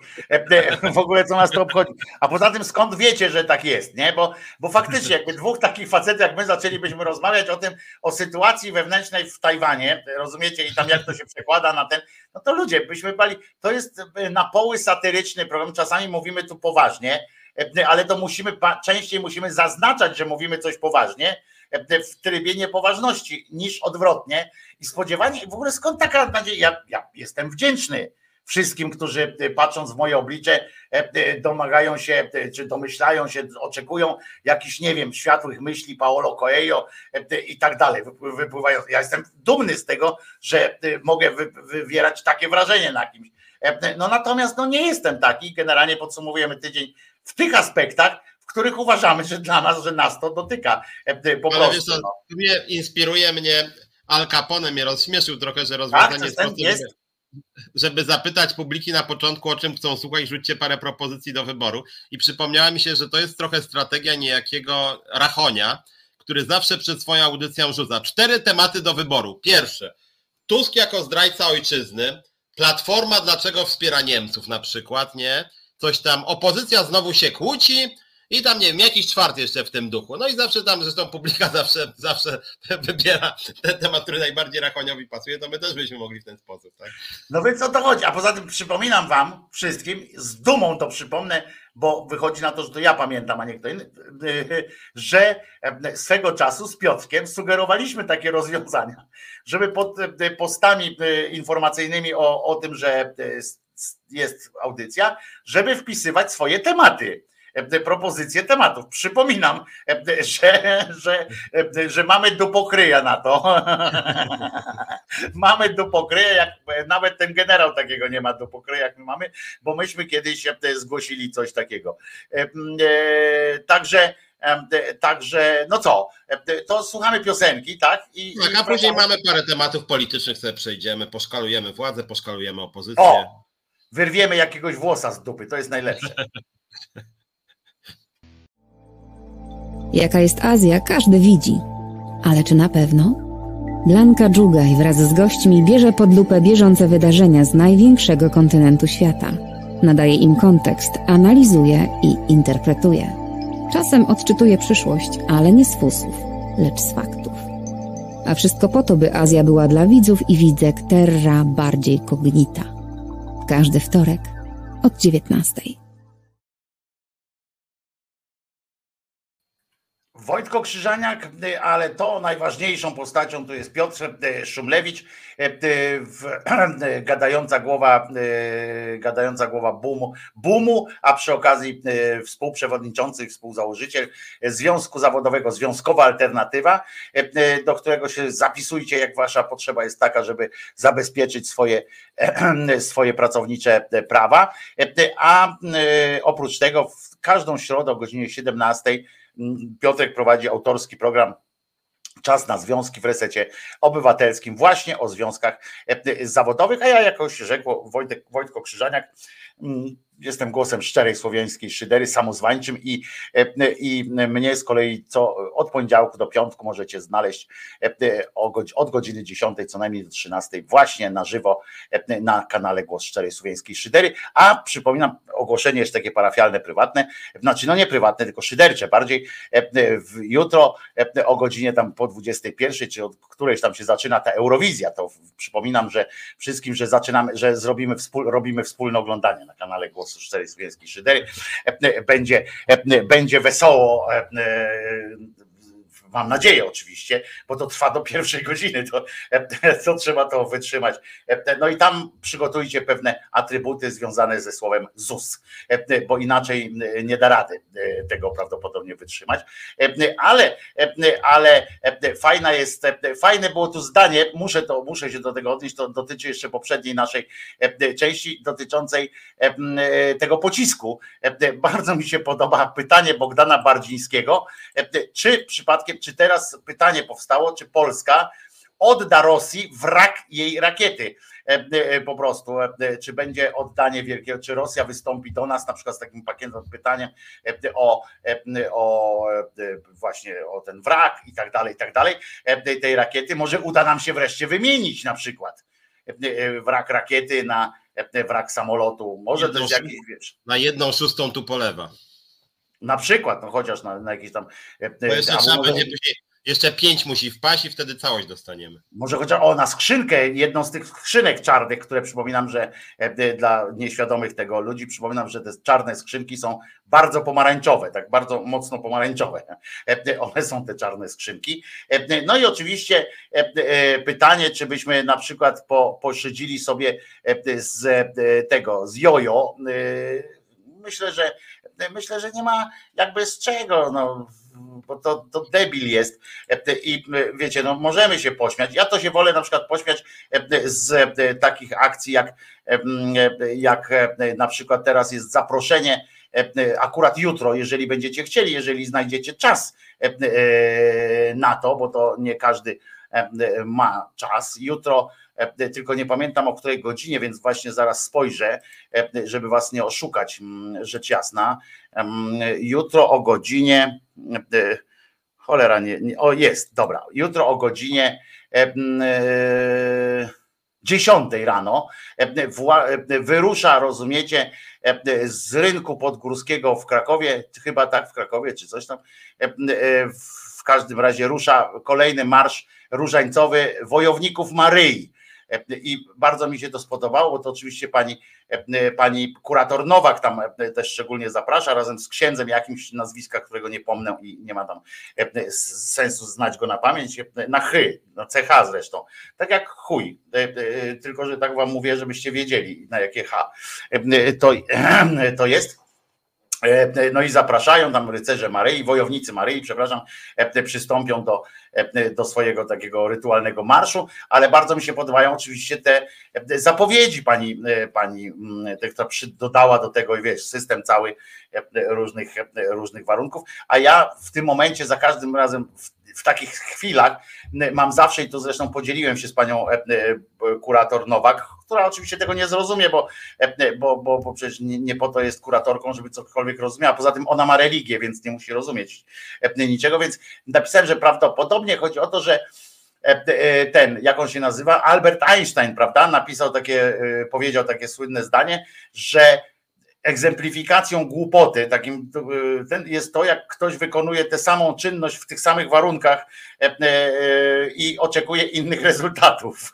Speaker 1: W ogóle co nas to obchodzi. A poza tym skąd wiecie, że tak jest, nie? Bo, bo faktycznie jakby dwóch takich facetów jak my zaczęlibyśmy rozmawiać o tym, o sytuacji wewnętrznej w Tajwanie, rozumiecie, i tam jak to się przekłada na ten, no to ludzie, byśmy bali, to jest na poły satyryczny program, czasami mówimy tu poważnie, ale to musimy, częściej musimy zaznaczać, że mówimy coś poważnie, w trybie niepoważności, niż odwrotnie i spodziewanie, w ogóle skąd taka nadzieja, ja, ja jestem wdzięczny wszystkim, którzy patrząc w moje oblicze domagają się, czy domyślają się, oczekują jakichś, nie wiem, światłych myśli Paulo Coelho i tak dalej, wypływają. Ja jestem dumny z tego, że mogę wywierać takie wrażenie na kimś. No natomiast no nie jestem taki, generalnie podsumowujemy tydzień w tych aspektach, w których uważamy, że dla nas, że nas to dotyka po
Speaker 2: Ale
Speaker 1: prostu.
Speaker 2: Wiesz, no. Mnie inspiruje mnie, Al Capone mnie rozśmieszył trochę, że rozwiązanie
Speaker 1: tak,
Speaker 2: jest proste,
Speaker 1: jest.
Speaker 2: Żeby, żeby zapytać publiki na początku, o czym chcą słuchać, rzućcie parę propozycji do wyboru. I przypomniała mi się, że to jest trochę strategia niejakiego Rachonia, który zawsze przed swoją audycją rzuca cztery tematy do wyboru. Pierwszy, Tusk jako zdrajca ojczyzny, Platforma dlaczego wspiera Niemców na przykład, nie? Coś tam, opozycja znowu się kłóci i tam, nie wiem, jakiś czwarty jeszcze w tym duchu. No i zawsze tam, zresztą publika zawsze, zawsze wybiera ten temat, który najbardziej Rachoniowi pasuje, to my też byśmy mogli w ten sposób, tak?
Speaker 1: No więc o to chodzi, a poza tym przypominam wam wszystkim, z dumą to przypomnę, bo wychodzi na to, że to ja pamiętam, a nie kto inny, że swego czasu z Piotrkiem sugerowaliśmy takie rozwiązania, żeby pod postami informacyjnymi o, o tym, że jest audycja, żeby wpisywać swoje tematy, propozycje tematów. Przypominam, że, że, że mamy do pokryja na to. Mamy do pokryja, jak nawet ten generał takiego nie ma do pokryja, jak my mamy, bo myśmy kiedyś zgłosili coś takiego. Także Także, no co, to słuchamy piosenki, tak?
Speaker 2: I, tak, a później mamy parę tematów politycznych, sobie przejdziemy, poszkalujemy władzę, poszkalujemy opozycję.
Speaker 1: O, wyrwiemy jakiegoś włosa z dupy, to jest najlepsze.
Speaker 3: Jaka jest Azja, każdy widzi. Ale czy na pewno? Blanka Dżugaj wraz z gośćmi bierze pod lupę bieżące wydarzenia z największego kontynentu świata. Nadaje im kontekst, analizuje i interpretuje. Czasem odczytuje przyszłość, ale nie z fusów, lecz z faktów. A wszystko po to, by Azja była dla widzów i widzek terra bardziej cognita. Każdy wtorek od dziewiętnastej.
Speaker 1: Wojtko Krzyżaniak, ale to najważniejszą postacią to jest Piotr Szumlewicz, gadająca głowa, gadająca głowa boomu, boomu, a przy okazji współprzewodniczący, współzałożyciel Związku Zawodowego Związkowa Alternatywa, do którego się zapisujcie, jak wasza potrzeba jest taka, żeby zabezpieczyć swoje, swoje pracownicze prawa. A oprócz tego w każdą środę o godzinie siedemnastej Piotrek prowadzi autorski program Czas na Związki w Resecie Obywatelskim, właśnie o związkach zawodowych, a ja jakoś rzekło Wojtek, Wojtko Krzyżaniak jestem głosem szczerej słowiańskiej szydery, samozwańczym i, i mnie z kolei co od poniedziałku do piątku możecie znaleźć od godziny dziesiątej co najmniej do trzynastej właśnie na żywo na kanale Głos Szczerej Słowiańskiej Szydery, a przypominam ogłoszenie jeszcze takie parafialne, prywatne, znaczy no nie prywatne, tylko szydercze bardziej, jutro o godzinie tam po dwudziestej pierwszej, czy od którejś tam się zaczyna ta Eurowizja, to przypominam, że wszystkim, że zaczynamy, że zrobimy wspól, robimy wspólne oglądanie na kanale Głosu Szczerej Słowiańskiej Szydery. Będzie, będzie wesoło, mam nadzieję oczywiście, bo to trwa do pierwszej godziny, to, to trzeba to wytrzymać. No i tam przygotujcie pewne atrybuty związane ze słowem Z U S, bo inaczej nie da rady tego prawdopodobnie wytrzymać. Ale, ale fajna jest, fajne było tu zdanie, muszę, to, muszę się do tego odnieść, to dotyczy jeszcze poprzedniej naszej części dotyczącej tego pocisku. Bardzo mi się podoba pytanie Bogdana Bardzińskiego, czy przypadkiem czy teraz pytanie powstało, czy Polska odda Rosji wrak jej rakiety, po prostu, czy będzie oddanie wielkiego, czy Rosja wystąpi do nas na przykład z takim pakietem pytaniem o, o właśnie o ten wrak i tak dalej, i tak dalej, tej rakiety, może uda nam się wreszcie wymienić na przykład wrak rakiety na wrak samolotu, może to jest jakiś, wiesz.
Speaker 2: Na jedną szóstą tu polewa.
Speaker 1: Na przykład, no chociaż na, na jakieś tam.
Speaker 2: Bo jeszcze trzeba może, będzie później, jeszcze pięć musi wpaść i wtedy całość dostaniemy.
Speaker 1: Może chociaż o na skrzynkę, jedną z tych skrzynek czarnych, które przypominam, że dla nieświadomych tego ludzi, przypominam, że te czarne skrzynki są bardzo pomarańczowe, tak bardzo mocno pomarańczowe. One są te czarne skrzynki. No i oczywiście pytanie, czy byśmy na przykład po, poszydzili sobie z tego, z jojo. Myślę, że myślę, że nie ma jakby z czego, no, bo to, to debil jest i wiecie, no możemy się pośmiać. Ja to się wolę na przykład pośmiać z takich akcji, jak, jak na przykład teraz jest zaproszenie, akurat jutro, jeżeli będziecie chcieli, jeżeli znajdziecie czas na to, bo to nie każdy ma czas. Jutro, tylko nie pamiętam o której godzinie, więc właśnie zaraz spojrzę, żeby was nie oszukać, rzecz jasna. Jutro o godzinie, cholera, nie, nie o jest, dobra, jutro o godzinie dziesiątej rano wyrusza, rozumiecie, z rynku podgórskiego w Krakowie, chyba tak w Krakowie, czy coś tam, w każdym razie rusza kolejny marsz różańcowy wojowników Maryi. I bardzo mi się to spodobało, bo to oczywiście pani, pani kurator Nowak tam też szczególnie zaprasza, razem z księdzem jakimś nazwiska, którego nie pomnę i nie ma tam sensu znać go na pamięć, na chy, na C H zresztą, tak jak chuj, tylko że tak wam mówię, żebyście wiedzieli na jakie H to, to jest. No i zapraszają tam rycerze Maryi, wojownicy Maryi, przepraszam, przystąpią do, do swojego takiego rytualnego marszu, ale bardzo mi się podobają oczywiście te zapowiedzi pani, pani która dodała do tego, wiesz, system cały różnych, różnych warunków, a ja w tym momencie za każdym razem w, w takich chwilach mam zawsze, i to zresztą podzieliłem się z panią kurator Nowak, która oczywiście tego nie zrozumie, bo, bo, bo, bo przecież nie, nie po to jest kuratorką, żeby cokolwiek rozumiała. Poza tym ona ma religię, więc nie musi rozumieć niczego, więc napisałem, że prawdopodobnie chodzi o to, że ten, jak on się nazywa, Albert Einstein, prawda, napisał takie, powiedział takie słynne zdanie, że egzemplifikacją głupoty takim jest to, jak ktoś wykonuje tę samą czynność w tych samych warunkach i oczekuje innych rezultatów,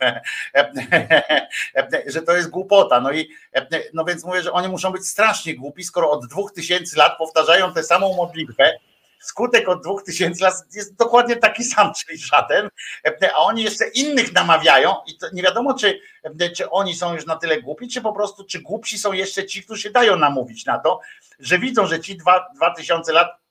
Speaker 1: że to jest głupota. No i no więc mówię, że oni muszą być strasznie głupi, skoro od dwóch tysięcy lat powtarzają tę samą modlitwę. Skutek od dwóch tysięcy lat jest dokładnie taki sam, czyli żaden, a oni jeszcze innych namawiają i to nie wiadomo, czy, czy oni są już na tyle głupi, czy po prostu, czy głupsi są jeszcze ci, którzy się dają namówić na to, że widzą, że ci dwa, dwa tysiące lat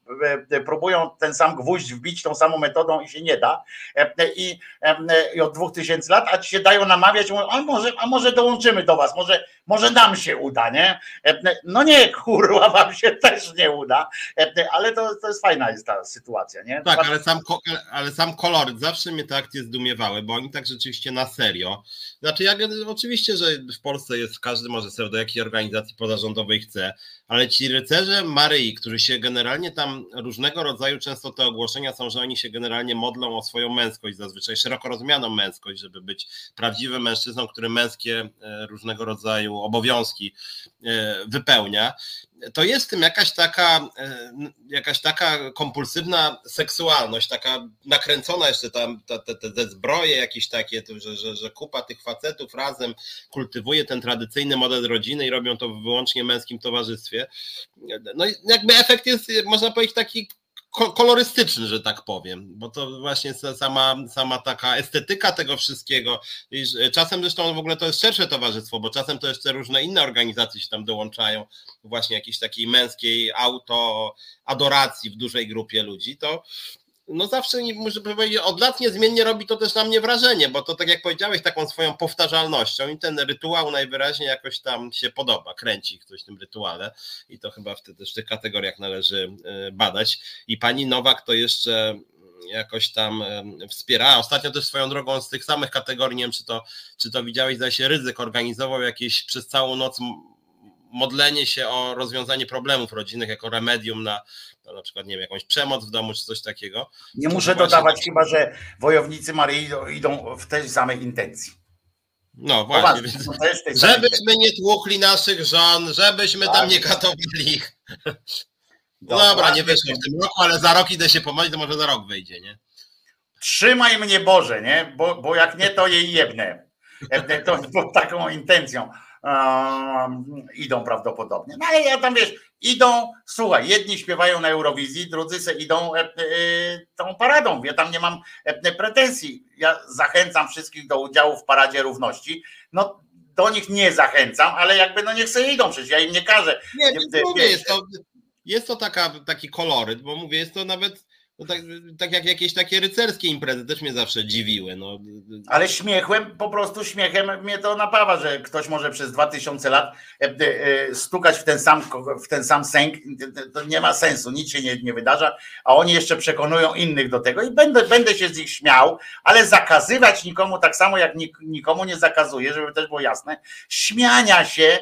Speaker 1: próbują ten sam gwóźdź wbić tą samą metodą i się nie da i, i od dwóch tysięcy lat, a ci się dają namawiać, mówią, a może, a może dołączymy do was, może, może nam się uda, nie? No nie, kurwa, wam się też nie uda, ale to, to jest fajna jest ta sytuacja, nie?
Speaker 2: Tak, ale sam, ale sam koloryt zawsze mnie te akcje zdumiewały, bo oni tak rzeczywiście na serio, znaczy ja oczywiście, że w Polsce jest, każdy może sobie do jakiej organizacji pozarządowej chce, ale ci rycerze Maryi, którzy się generalnie tam różnego rodzaju, często te ogłoszenia są, że oni się generalnie modlą o swoją męskość, zazwyczaj szeroko rozumianą męskość, żeby być prawdziwym mężczyzną, który męskie różnego rodzaju obowiązki wypełnia. To jest w tym jakaś taka, jakaś taka kompulsywna seksualność, taka nakręcona jeszcze tam te, te, te zbroje jakieś takie, że, że, że kupa tych facetów razem kultywuje ten tradycyjny model rodziny i robią to w wyłącznie męskim towarzystwie. No i jakby efekt jest, można powiedzieć, taki kolorystyczny, że tak powiem, bo to właśnie sama, sama taka estetyka tego wszystkiego. Czasem zresztą w ogóle to jest szersze towarzystwo, bo czasem to jeszcze różne inne organizacje się tam dołączają, właśnie jakiejś takiej męskiej autoadoracji w dużej grupie ludzi, to no zawsze, muszę powiedzieć, od lat niezmiennie robi to też na mnie wrażenie, bo to tak jak powiedziałeś, taką swoją powtarzalnością i ten rytuał najwyraźniej jakoś tam się podoba, kręci ktoś w tym rytuale i to chyba wtedy też w tych kategoriach należy badać. I pani Nowak to jeszcze jakoś tam wspiera. Ostatnio też swoją drogą z tych samych kategorii, nie wiem czy to, czy to widziałeś, zdaje się Rydzyk organizował jakieś przez całą noc modlenie się o rozwiązanie problemów rodzinnych jako remedium na, no na przykład, nie wiem, jakąś przemoc w domu czy coś takiego.
Speaker 1: Nie muszę dodawać tak... chyba, że wojownicy Maryi idą w tej samej intencji.
Speaker 2: No właśnie, więc, żebyśmy nie tłukli naszych żon, żebyśmy tak. tam nie katowali ich. No dobra, nie wyszło w tym roku, ale za rok idę się pomodlić, to może za rok wyjdzie, nie?
Speaker 1: Trzymaj mnie Boże, nie? Bo, bo jak nie, to jej jebnę. To pod taką intencją. Um, idą prawdopodobnie. No ale ja tam wiesz, idą, słuchaj, jedni śpiewają na Eurowizji, drudzy se idą e, e, tą paradą. Ja tam nie mam e, pretensji. Ja zachęcam wszystkich do udziału w Paradzie Równości. No do nich nie zachęcam, ale jakby no niech sobie idą, przecież ja im nie każę.
Speaker 2: Nie, nie mówię, jest to, jest to taka, taki koloryt, bo mówię, jest to nawet no tak, tak jak jakieś takie rycerskie imprezy też mnie zawsze dziwiły. No.
Speaker 1: Ale śmiechłem, po prostu śmiechem mnie to napawa, że ktoś może przez dwa tysiące lat stukać w ten sam, w ten sam sęk, to nie ma sensu, nic się nie, nie wydarza, a oni jeszcze przekonują innych do tego i będę, będę się z nich śmiał, ale zakazywać nikomu tak samo jak nikomu nie zakazuję, żeby też było jasne, śmiania się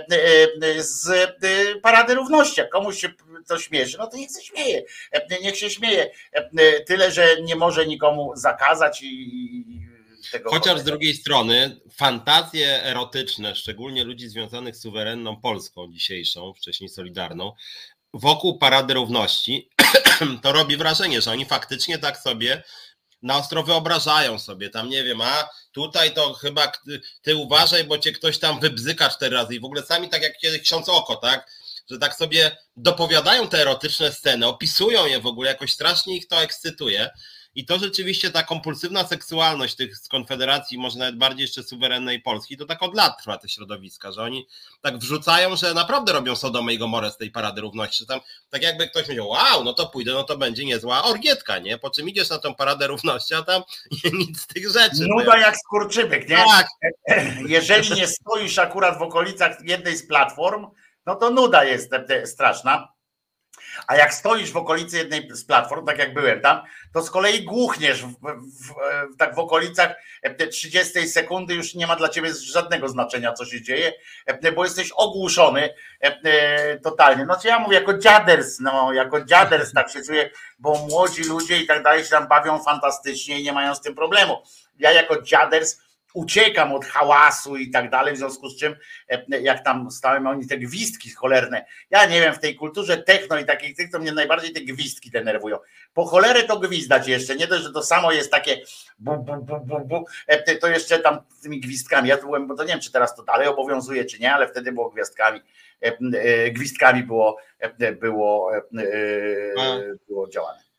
Speaker 1: z Parady Równości. Jak komuś się to śmieszy, no to niech się śmieje, niech się śmieje. Tyle, że nie może nikomu zakazać i tego.
Speaker 2: Chociaż z drugiej strony fantazje erotyczne, szczególnie ludzi związanych z suwerenną Polską dzisiejszą, wcześniej Solidarną, wokół Parady Równości, to robi wrażenie, że oni faktycznie tak sobie na ostro wyobrażają sobie, tam nie wiem, a tutaj to chyba ty, ty uważaj, bo cię ktoś tam wybzyka cztery razy i w ogóle sami tak jak kiedyś ksiądz Oko, tak? Że tak sobie dopowiadają te erotyczne sceny, opisują je w ogóle, jakoś strasznie ich to ekscytuje. I to rzeczywiście ta kompulsywna seksualność tych z Konfederacji, może nawet bardziej jeszcze suwerennej Polski, to tak od lat trwa te środowiska, że oni tak wrzucają, że naprawdę robią Sodomę i Gomorę z tej Parady Równości. Że tam, tak jakby ktoś powiedział, wow, no to pójdę, no to będzie niezła orgietka, nie? Po czym idziesz na tą Paradę Równości, a tam nic z tych rzeczy.
Speaker 1: Nuda jak skurczybyk, nie? Tak. Jeżeli nie stoisz akurat w okolicach jednej z platform, no to nuda jest straszna. A jak stoisz w okolicy jednej z platform, tak jak byłem tam, to z kolei głuchniesz w, w, w, tak w okolicach trzydziestej sekundy, już nie ma dla ciebie żadnego znaczenia, co się dzieje, bo jesteś ogłuszony totalnie. No co ja mówię, jako dziaders, no jako dziaders tak się czuję, bo młodzi ludzie i tak dalej się tam bawią fantastycznie i nie mają z tym problemu. Ja jako dziaders uciekam od hałasu i tak dalej, w związku z czym jak tam stałem, oni te gwizdki cholerne, ja nie wiem, w tej kulturze techno i takich tych, to mnie najbardziej te gwizdki denerwują. Po cholerę to gwizdać jeszcze, nie dość, że to samo jest takie bu, bu, bu, bu, bu, to jeszcze tam tymi gwizdkami, ja tu byłem, bo to nie wiem, czy teraz to dalej obowiązuje, czy nie, ale wtedy było gwiazdkami, gwizdkami było, było, było działane.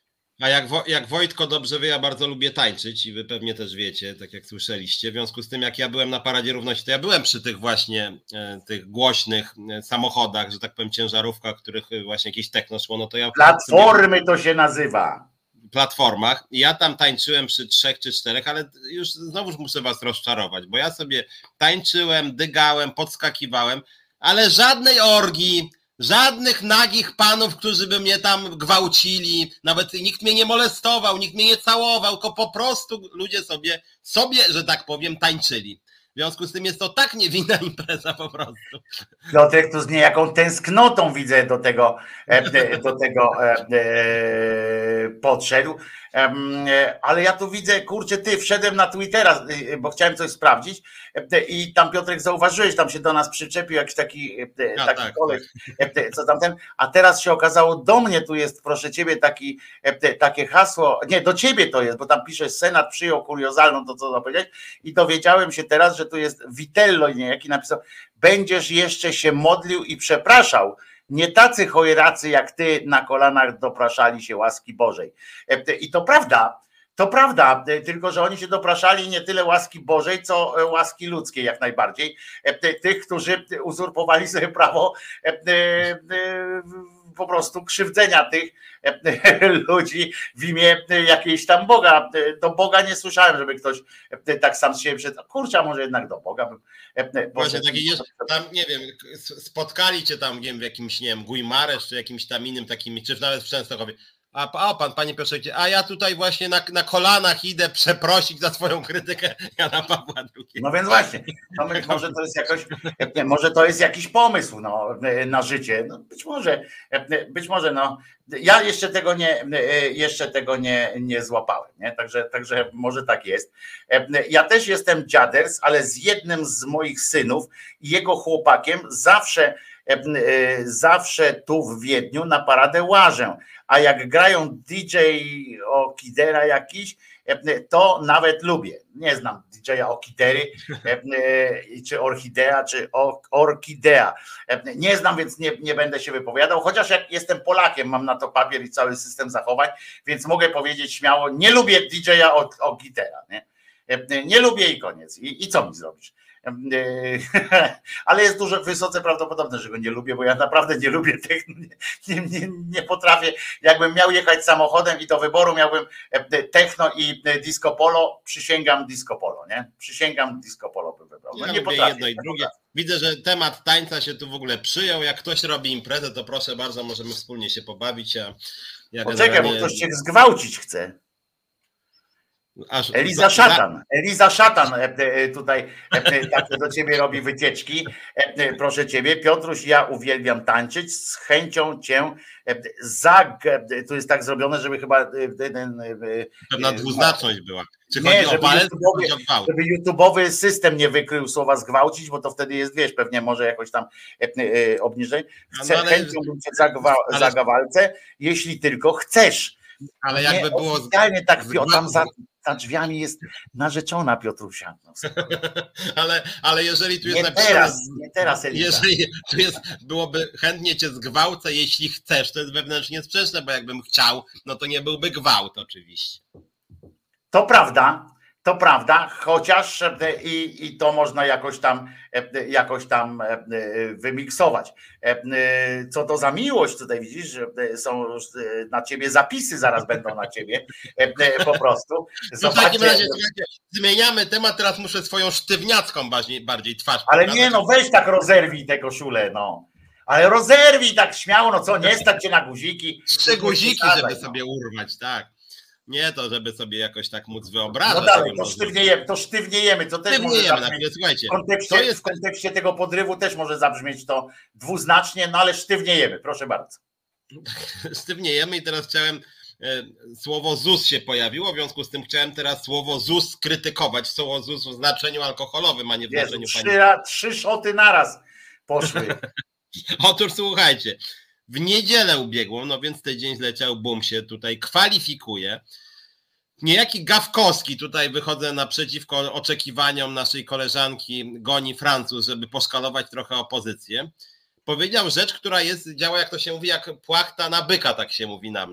Speaker 2: A jak, Wo, jak Wojtko dobrze wie, ja bardzo lubię tańczyć i wy pewnie też wiecie, tak jak słyszeliście. W związku z tym, jak ja byłem na Paradzie Równości, to ja byłem przy tych właśnie e, tych głośnych e, samochodach, że tak powiem ciężarówkach, których właśnie jakieś techno szło, no to ja...
Speaker 1: Platformy sobie, to się nazywa.
Speaker 2: Platformach. Ja tam tańczyłem przy trzech czy czterech, ale już znowuż muszę was rozczarować, bo ja sobie tańczyłem, dygałem, podskakiwałem, ale żadnej orgii, żadnych nagich panów, którzy by mnie tam gwałcili, nawet nikt mnie nie molestował, nikt mnie nie całował, tylko po prostu ludzie sobie, sobie, że tak powiem, tańczyli. W związku z tym jest to tak niewinna impreza po prostu.
Speaker 1: Piotrek tu z niejaką tęsknotą widzę do tego, do tego podszedł. Ale ja tu widzę, kurczę, ty wszedłem na Twittera, bo chciałem coś sprawdzić i tam Piotrek zauważyłeś, tam się do nas przyczepił jakiś taki,
Speaker 2: ja,
Speaker 1: taki
Speaker 2: tak,
Speaker 1: koleś,
Speaker 2: tak.
Speaker 1: co tamten, a teraz się okazało, do mnie tu jest, proszę ciebie, taki, takie hasło, nie, do ciebie to jest, bo tam piszesz, Senat przyjął kuriozalną, to co powiedzieć, i dowiedziałem się teraz, że tu jest Vitello, nie, jaki napisał, będziesz jeszcze się modlił i przepraszał, nie tacy chojracy jak ty na kolanach dopraszali się łaski Bożej. I to prawda, to prawda, tylko że oni się dopraszali nie tyle łaski Bożej, co łaski ludzkiej jak najbardziej. Tych, którzy uzurpowali sobie prawo po prostu krzywdzenia tych ludzi w imię jakiejś tam Boga. Do Boga nie słyszałem, żeby ktoś tak sam z siebie przed... Kurczę, a może jednak do Boga bym...
Speaker 2: Właśnie taki jest, tam nie wiem, spotkali cię tam, nie wiem, w jakimś, nie wiem, Guimarães czy jakimś tam innym takim, czy nawet w Częstochowie. A, a pan, panie Piotrze, a ja tutaj właśnie na, na kolanach idę przeprosić za swoją krytykę Jana Pawła drugiego.
Speaker 1: No więc właśnie, no może to jest jakoś, może to jest jakiś pomysł no, na życie. No być może, być może, no. Ja jeszcze tego nie, jeszcze tego nie, nie złapałem, nie? Także, także może tak jest. Ja też jestem dziaders, ale z jednym z moich synów i jego chłopakiem zawsze, zawsze tu w Wiedniu na paradę łażę. A jak grają D J Okidera jakiś, to nawet lubię. Nie znam D J Okidery, czy Orchidea, czy Orkidea. Nie znam, więc nie, nie będę się wypowiadał, chociaż jak jestem Polakiem, mam na to papier i cały system zachowań, więc mogę powiedzieć śmiało, nie lubię D J Okidera. Nie? nie lubię i koniec. I, i co mi zrobisz? Ale jest dużo wysoce prawdopodobne, że go nie lubię, bo ja naprawdę nie lubię tych, nie, nie, nie potrafię, jakbym miał jechać samochodem i do wyboru miałbym techno i disco polo, przysięgam disco polo, nie? Przysięgam disco polo bym wybrał. No
Speaker 2: ja
Speaker 1: nie
Speaker 2: lubię
Speaker 1: potrafię.
Speaker 2: Jedno i drugie. Widzę, że temat tańca się tu w ogóle przyjął, jak ktoś robi imprezę, to proszę bardzo, możemy wspólnie się pobawić. Ja, ja
Speaker 1: Poczekaj,
Speaker 2: generalnie...
Speaker 1: bo ktoś cię zgwałcić chce.
Speaker 2: Aż,
Speaker 1: Eliza Szatan, Eliza Szatan tutaj tak do ciebie robi wycieczki. Proszę ciebie, Piotruś, ja uwielbiam tańczyć, z chęcią cię zag... Tu jest tak zrobione, żeby chyba...
Speaker 2: Pewna dwuznaczność była. Czy
Speaker 1: nie,
Speaker 2: chodzi
Speaker 1: żeby,
Speaker 2: o balet,
Speaker 1: YouTube'owy,
Speaker 2: chodzi o gwałt?
Speaker 1: żeby YouTube'owy system nie wykrył słowa zgwałcić, bo to wtedy jest, wiesz, pewnie może jakoś tam obniżeń. Chcę, no, ale... Chęcią bym cię zagwa... ale... zagawalce, jeśli tylko chcesz.
Speaker 2: Ale jakby
Speaker 1: nie,
Speaker 2: było...
Speaker 1: Oficjalnie tak, tam za... Za drzwiami jest narzeczona Piotrusia. No.
Speaker 2: ale, ale jeżeli tu jest
Speaker 1: nie
Speaker 2: napisane,
Speaker 1: teraz, nie teraz, Eliza.
Speaker 2: Jeżeli tu jest, byłoby chętnie cię zgwałcę, jeśli chcesz, to jest wewnętrznie sprzeczne, bo jakbym chciał, no to nie byłby gwałt oczywiście.
Speaker 1: To prawda, to prawda, chociaż i, i to można jakoś tam, jakoś tam wymiksować. Co to za miłość tutaj widzisz, że są na ciebie zapisy, zaraz będą na ciebie po prostu.
Speaker 2: No w takim razie zmieniamy temat, teraz muszę swoją sztywniacką bardziej, bardziej twarz.
Speaker 1: Ale nie, no weź tak rozerwij tę koszulę, no. Ale rozerwij tak śmiało, no co, nie stać cię na guziki.
Speaker 2: Trzy guziki, żeby sobie urwać, tak. Nie to, żeby sobie jakoś tak móc wyobrażać.
Speaker 1: No dalej, to sztywniejemy, to sztywniejemy, to też
Speaker 2: sztywniejemy,
Speaker 1: może zabrzmieć,
Speaker 2: słuchajcie,
Speaker 1: w, kontekście,
Speaker 2: to jest...
Speaker 1: w kontekście tego podrywu też może zabrzmieć to dwuznacznie, no ale sztywniejemy, proszę bardzo.
Speaker 2: Sztywniejemy i teraz chciałem, e, słowo Z U S się pojawiło, w związku z tym chciałem teraz słowo Z U S krytykować, słowo Z U S w znaczeniu alkoholowym, a nie w
Speaker 1: Jezu,
Speaker 2: znaczeniu
Speaker 1: trzy,
Speaker 2: pani.
Speaker 1: Trzy szoty naraz poszły.
Speaker 2: Otóż słuchajcie, w niedzielę ubiegłą, no więc tydzień zleciał, bum się tutaj kwalifikuje. Niejaki Gawkowski, tutaj wychodzę naprzeciwko oczekiwaniom naszej koleżanki Goni Francuz, żeby poszkalować trochę opozycję. Powiedział rzecz, która jest, działa jak to się mówi, jak płachta na byka, tak się mówi na mnie,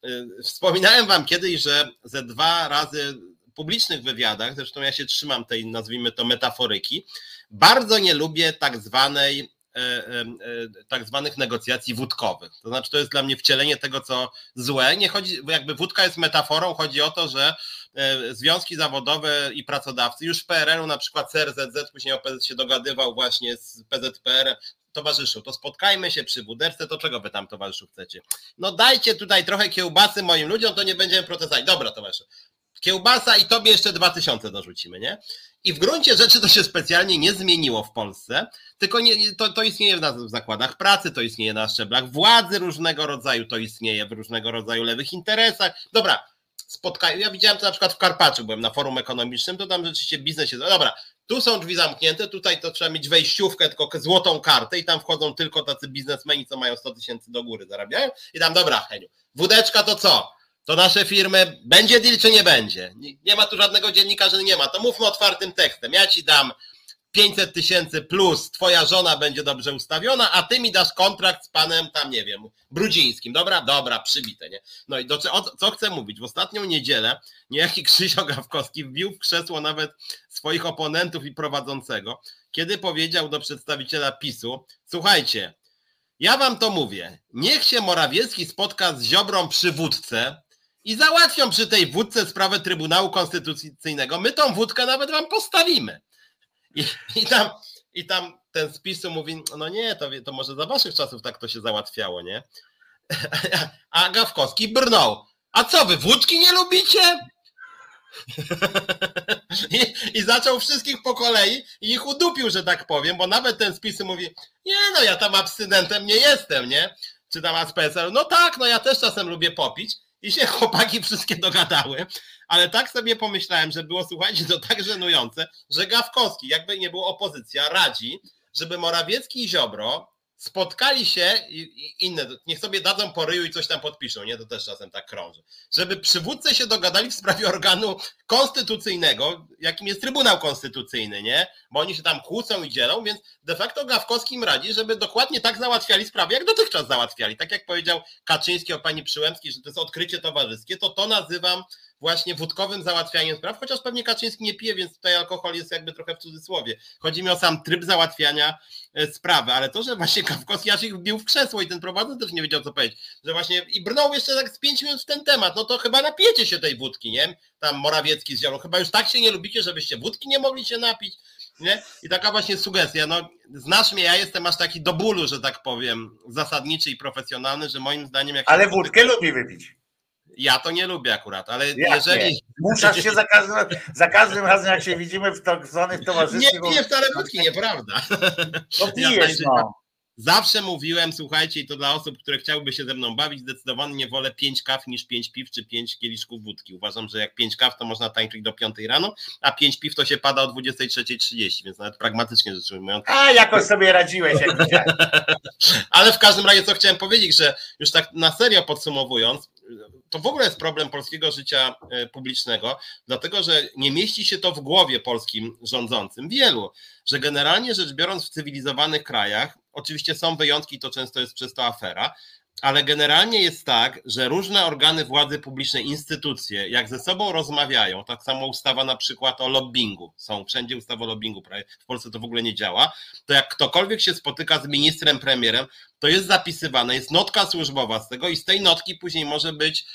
Speaker 2: wspominałem wam kiedyś, że ze dwa razy w publicznych wywiadach, zresztą ja się trzymam tej, nazwijmy to, metaforyki, bardzo nie lubię tak zwanej tak zwanych negocjacji wódkowych. To znaczy to jest dla mnie wcielenie tego, co złe. Nie chodzi, jakby wódka jest metaforą, chodzi o to, że związki zawodowe i pracodawcy już w P R L u, na przykład C R Z Z, później O P Z się dogadywał właśnie z P Z P R, towarzyszu, to spotkajmy się przy wóderce, to czego wy tam, towarzyszu, chcecie? No dajcie tutaj trochę kiełbasy moim ludziom, to nie będziemy protestować. Dobra, towarzyszu, kiełbasa i tobie jeszcze dwa tysiące dorzucimy, nie? I w gruncie rzeczy to się specjalnie nie zmieniło w Polsce, tylko nie, to, to istnieje w zakładach pracy, to istnieje na szczeblach władzy różnego rodzaju, to istnieje w różnego rodzaju lewych interesach. Dobra, spotkaj, ja widziałem to na przykład w Karpaczu, byłem na forum ekonomicznym, to tam rzeczywiście biznes jest, dobra, tu są drzwi zamknięte, tutaj to trzeba mieć wejściówkę, tylko złotą kartę i tam wchodzą tylko tacy biznesmeni, co mają sto tysięcy do góry zarabiają i tam, dobra, Heniu, wódeczka to co? To nasze firmy, będzie deal czy nie będzie? Nie, nie ma tu żadnego dziennikarza, nie ma, to mówmy otwartym tekstem, ja ci dam pięćset tysięcy plus, twoja żona będzie dobrze ustawiona, a ty mi dasz kontrakt z panem tam, nie wiem, Brudzińskim, dobra? Dobra, przybite, nie? No i do, o, co chcę mówić? W ostatnią niedzielę niejaki Krzysio Gawkowski wbił w krzesło nawet swoich oponentów i prowadzącego, kiedy powiedział do przedstawiciela PiSu, słuchajcie, ja wam to mówię, niech się Morawiecki spotka z Ziobrą przy wódce i załatwią przy tej wódce sprawę Trybunału Konstytucyjnego, my tą wódkę nawet wam postawimy. I, i, tam, I tam ten z PiSu mówi, no nie, to, to może za waszych czasów tak to się załatwiało, nie? A Gawkowski brnął. A co, wy wódki nie lubicie? I, I zaczął wszystkich po kolei i ich udupił, że tak powiem, bo nawet ten z PiSu mówi, nie no, ja tam abstynentem nie jestem, nie? Czy tam z P S L, no tak, no ja też czasem lubię popić. I się chłopaki wszystkie dogadały, ale tak sobie pomyślałem, że było, słuchajcie, to tak żenujące, że Gawkowski, jakby nie było opozycja, radzi, żeby Morawiecki i Ziobro spotkali się i, i inne, niech sobie dadzą po ryju i coś tam podpiszą, nie? To też czasem tak krąży. Żeby przywódcy się dogadali w sprawie organu konstytucyjnego, jakim jest Trybunał Konstytucyjny, nie? Bo oni się tam kłócą i dzielą, więc de facto Gawkowski im radzi, żeby dokładnie tak załatwiali sprawy, jak dotychczas załatwiali. Tak jak powiedział Kaczyński o pani Przyłębskiej, że to jest odkrycie towarzyskie, to to nazywam właśnie wódkowym załatwianiem spraw, chociaż pewnie Kaczyński nie pije, więc tutaj alkohol jest jakby trochę w cudzysłowie. Chodzi mi o sam tryb załatwiania sprawy, ale to, że właśnie Gawkowski aż ich wbił w krzesło i ten prowadzący też nie wiedział, co powiedzieć, że właśnie i brnął jeszcze tak z pięć minut w ten temat, no to chyba napijecie się tej wódki, nie? Tam Morawiecki z Ziobro, chyba już tak się nie lubicie, żebyście wódki nie mogli się napić, nie? I taka właśnie sugestia, no znasz mnie, ja jestem aż taki do bólu, że tak powiem, zasadniczy i profesjonalny, że moim zdaniem... jak
Speaker 1: Ale wódkę spotyka... lubi wypić.
Speaker 2: Ja to nie lubię akurat, ale
Speaker 1: jak
Speaker 2: jeżeli...
Speaker 1: Nie? Muszasz się za każdym, za każdym razem, jak się widzimy w tak zwanych towarzystwach...
Speaker 2: Nie piję wcale wódki, nieprawda.
Speaker 1: To pijesz, ja no.
Speaker 2: Zawsze mówiłem, słuchajcie, i to dla osób, które chciałyby się ze mną bawić, zdecydowanie nie wolę pięć kaw niż pięć piw czy pięć kieliszków wódki. Uważam, że jak pięć kaw to można tańczyć do piątej rano, a pięć piw to się pada o dwudziestej trzeciej trzydzieści, więc nawet pragmatycznie rzecz ujmując.
Speaker 1: A jakoś sobie radziłeś, jak widziałem.
Speaker 2: Ale w każdym razie co chciałem powiedzieć, że już tak na serio podsumowując, to w ogóle jest problem polskiego życia publicznego, dlatego że nie mieści się to w głowie polskim rządzącym, wielu, że generalnie rzecz biorąc w cywilizowanych krajach, oczywiście są wyjątki, to często jest przez to afera, ale generalnie jest tak, że różne organy władzy publicznej, instytucje, jak ze sobą rozmawiają, tak samo ustawa na przykład o lobbingu, są wszędzie ustawy o lobbingu, w Polsce to w ogóle nie działa, to jak ktokolwiek się spotyka z ministrem, premierem, to jest zapisywane, jest notka służbowa z tego i z tej notki później może być,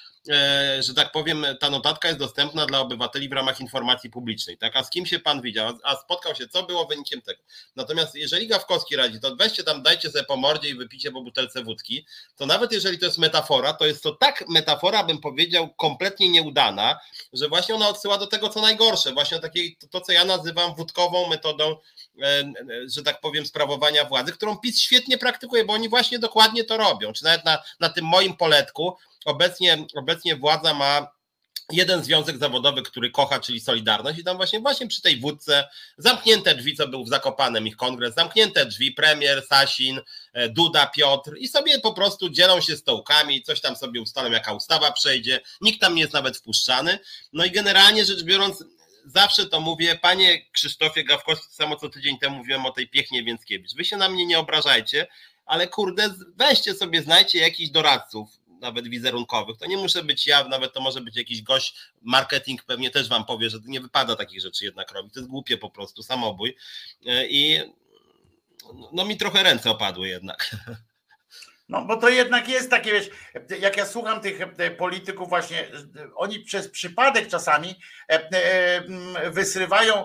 Speaker 2: że tak powiem, ta notatka jest dostępna dla obywateli w ramach informacji publicznej, tak? A z kim się pan widział, a spotkał się, co było wynikiem tego. Natomiast jeżeli Gawkowski radzi, to weźcie tam, dajcie sobie po mordzie i wypicie po butelce wódki, to nawet jeżeli to jest metafora, to jest to tak metafora, bym powiedział, kompletnie nieudana, że właśnie ona odsyła do tego, co najgorsze, właśnie takiej, to, to co ja nazywam wódkową metodą, że tak powiem, sprawowania władzy, którą PiS świetnie praktykuje, bo oni właśnie dokładnie to robią, czy nawet na, na tym moim poletku. Obecnie, obecnie władza ma jeden związek zawodowy, który kocha, czyli Solidarność i tam właśnie właśnie przy tej wódce zamknięte drzwi, co był w Zakopanem ich kongres, zamknięte drzwi, premier, Sasin, Duda, Piotr i sobie po prostu dzielą się stołkami, coś tam sobie ustalą, jaka ustawa przejdzie, nikt tam nie jest nawet wpuszczany. No i generalnie rzecz biorąc, zawsze to mówię, panie Krzysztofie Gawkowski, samo co tydzień temu mówiłem o tej Piechnie Więckiewicz, wy się na mnie nie obrażajcie, ale kurde, weźcie sobie, znajdźcie jakichś doradców. nawet wizerunkowych, to nie muszę być ja, nawet to może być jakiś gość, marketing pewnie też wam powie, że nie wypada takich rzeczy jednak robić, to jest głupie po prostu, samobój i no mi trochę ręce opadły jednak.
Speaker 1: No bo to jednak jest takie, wiesz, jak ja słucham tych polityków właśnie, oni przez przypadek czasami wysrywają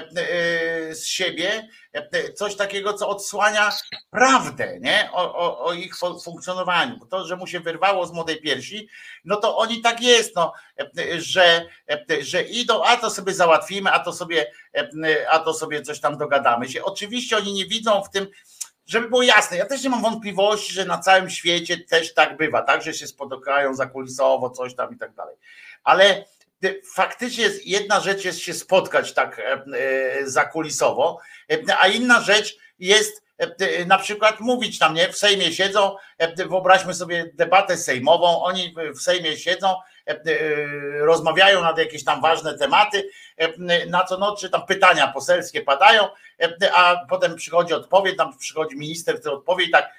Speaker 1: z siebie coś takiego, co odsłania prawdę, nie? O, o, o ich funkcjonowaniu. Bo to, że mu się wyrwało z młodej piersi, no to oni tak jest, no, że, że idą, a to sobie załatwimy, a to sobie, a to sobie coś tam dogadamy się. Oczywiście oni nie widzą w tym, żeby było jasne, ja też nie mam wątpliwości, że na całym świecie też tak bywa, tak, że się spotykają zakulisowo, coś tam i tak dalej. Ale faktycznie jedna rzecz jest się spotkać tak zakulisowo, a inna rzecz jest na przykład mówić tam, nie, w Sejmie siedzą, wyobraźmy sobie debatę sejmową, oni w Sejmie siedzą, rozmawiają na jakieś tam ważne tematy, na co noc, czy tam pytania poselskie padają, a potem przychodzi odpowiedź, tam przychodzi minister, który odpowie i tak,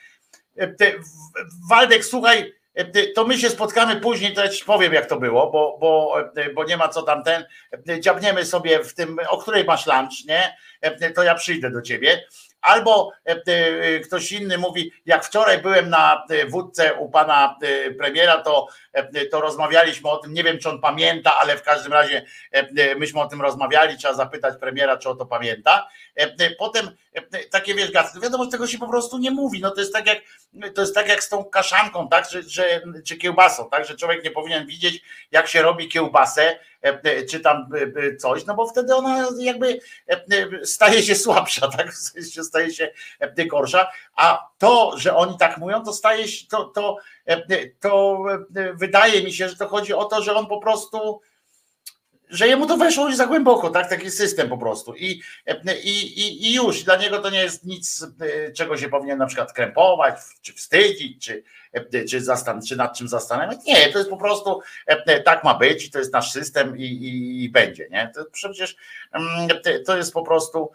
Speaker 1: Waldek, słuchaj, to my się spotkamy później, to ja ci powiem, jak to było, bo, bo, bo nie ma co tam ten, dziabniemy sobie w tym, o której masz lunch, nie, to ja przyjdę do ciebie. Albo ktoś inny mówi, jak wczoraj byłem na wódce u pana premiera, to, to rozmawialiśmy o tym, nie wiem, czy on pamięta, ale w każdym razie myśmy o tym rozmawiali, trzeba zapytać premiera, czy o to pamięta. Potem takie, wiesz, Gacy, wiadomo, że tego się po prostu nie mówi, no to jest tak jak, to jest tak jak z tą kaszanką, tak, że, że, czy kiełbasą, tak, że człowiek nie powinien widzieć, jak się robi kiełbasę, czy tam coś, no bo wtedy ona jakby staje się słabsza, tak, staje się gorsza, a to, że oni tak mówią, to staje się, to, to, to wydaje mi się, że to chodzi o to, że on po prostu, że jemu to weszło już za głęboko, tak, taki system po prostu i, i, i już dla niego to nie jest nic, czego się powinien na przykład krępować, czy wstydzić, czy, czy, zastan- czy nad czym zastanawiać, nie, to jest po prostu, tak ma być i to jest nasz system i, i, i będzie, nie, to przecież to jest po prostu,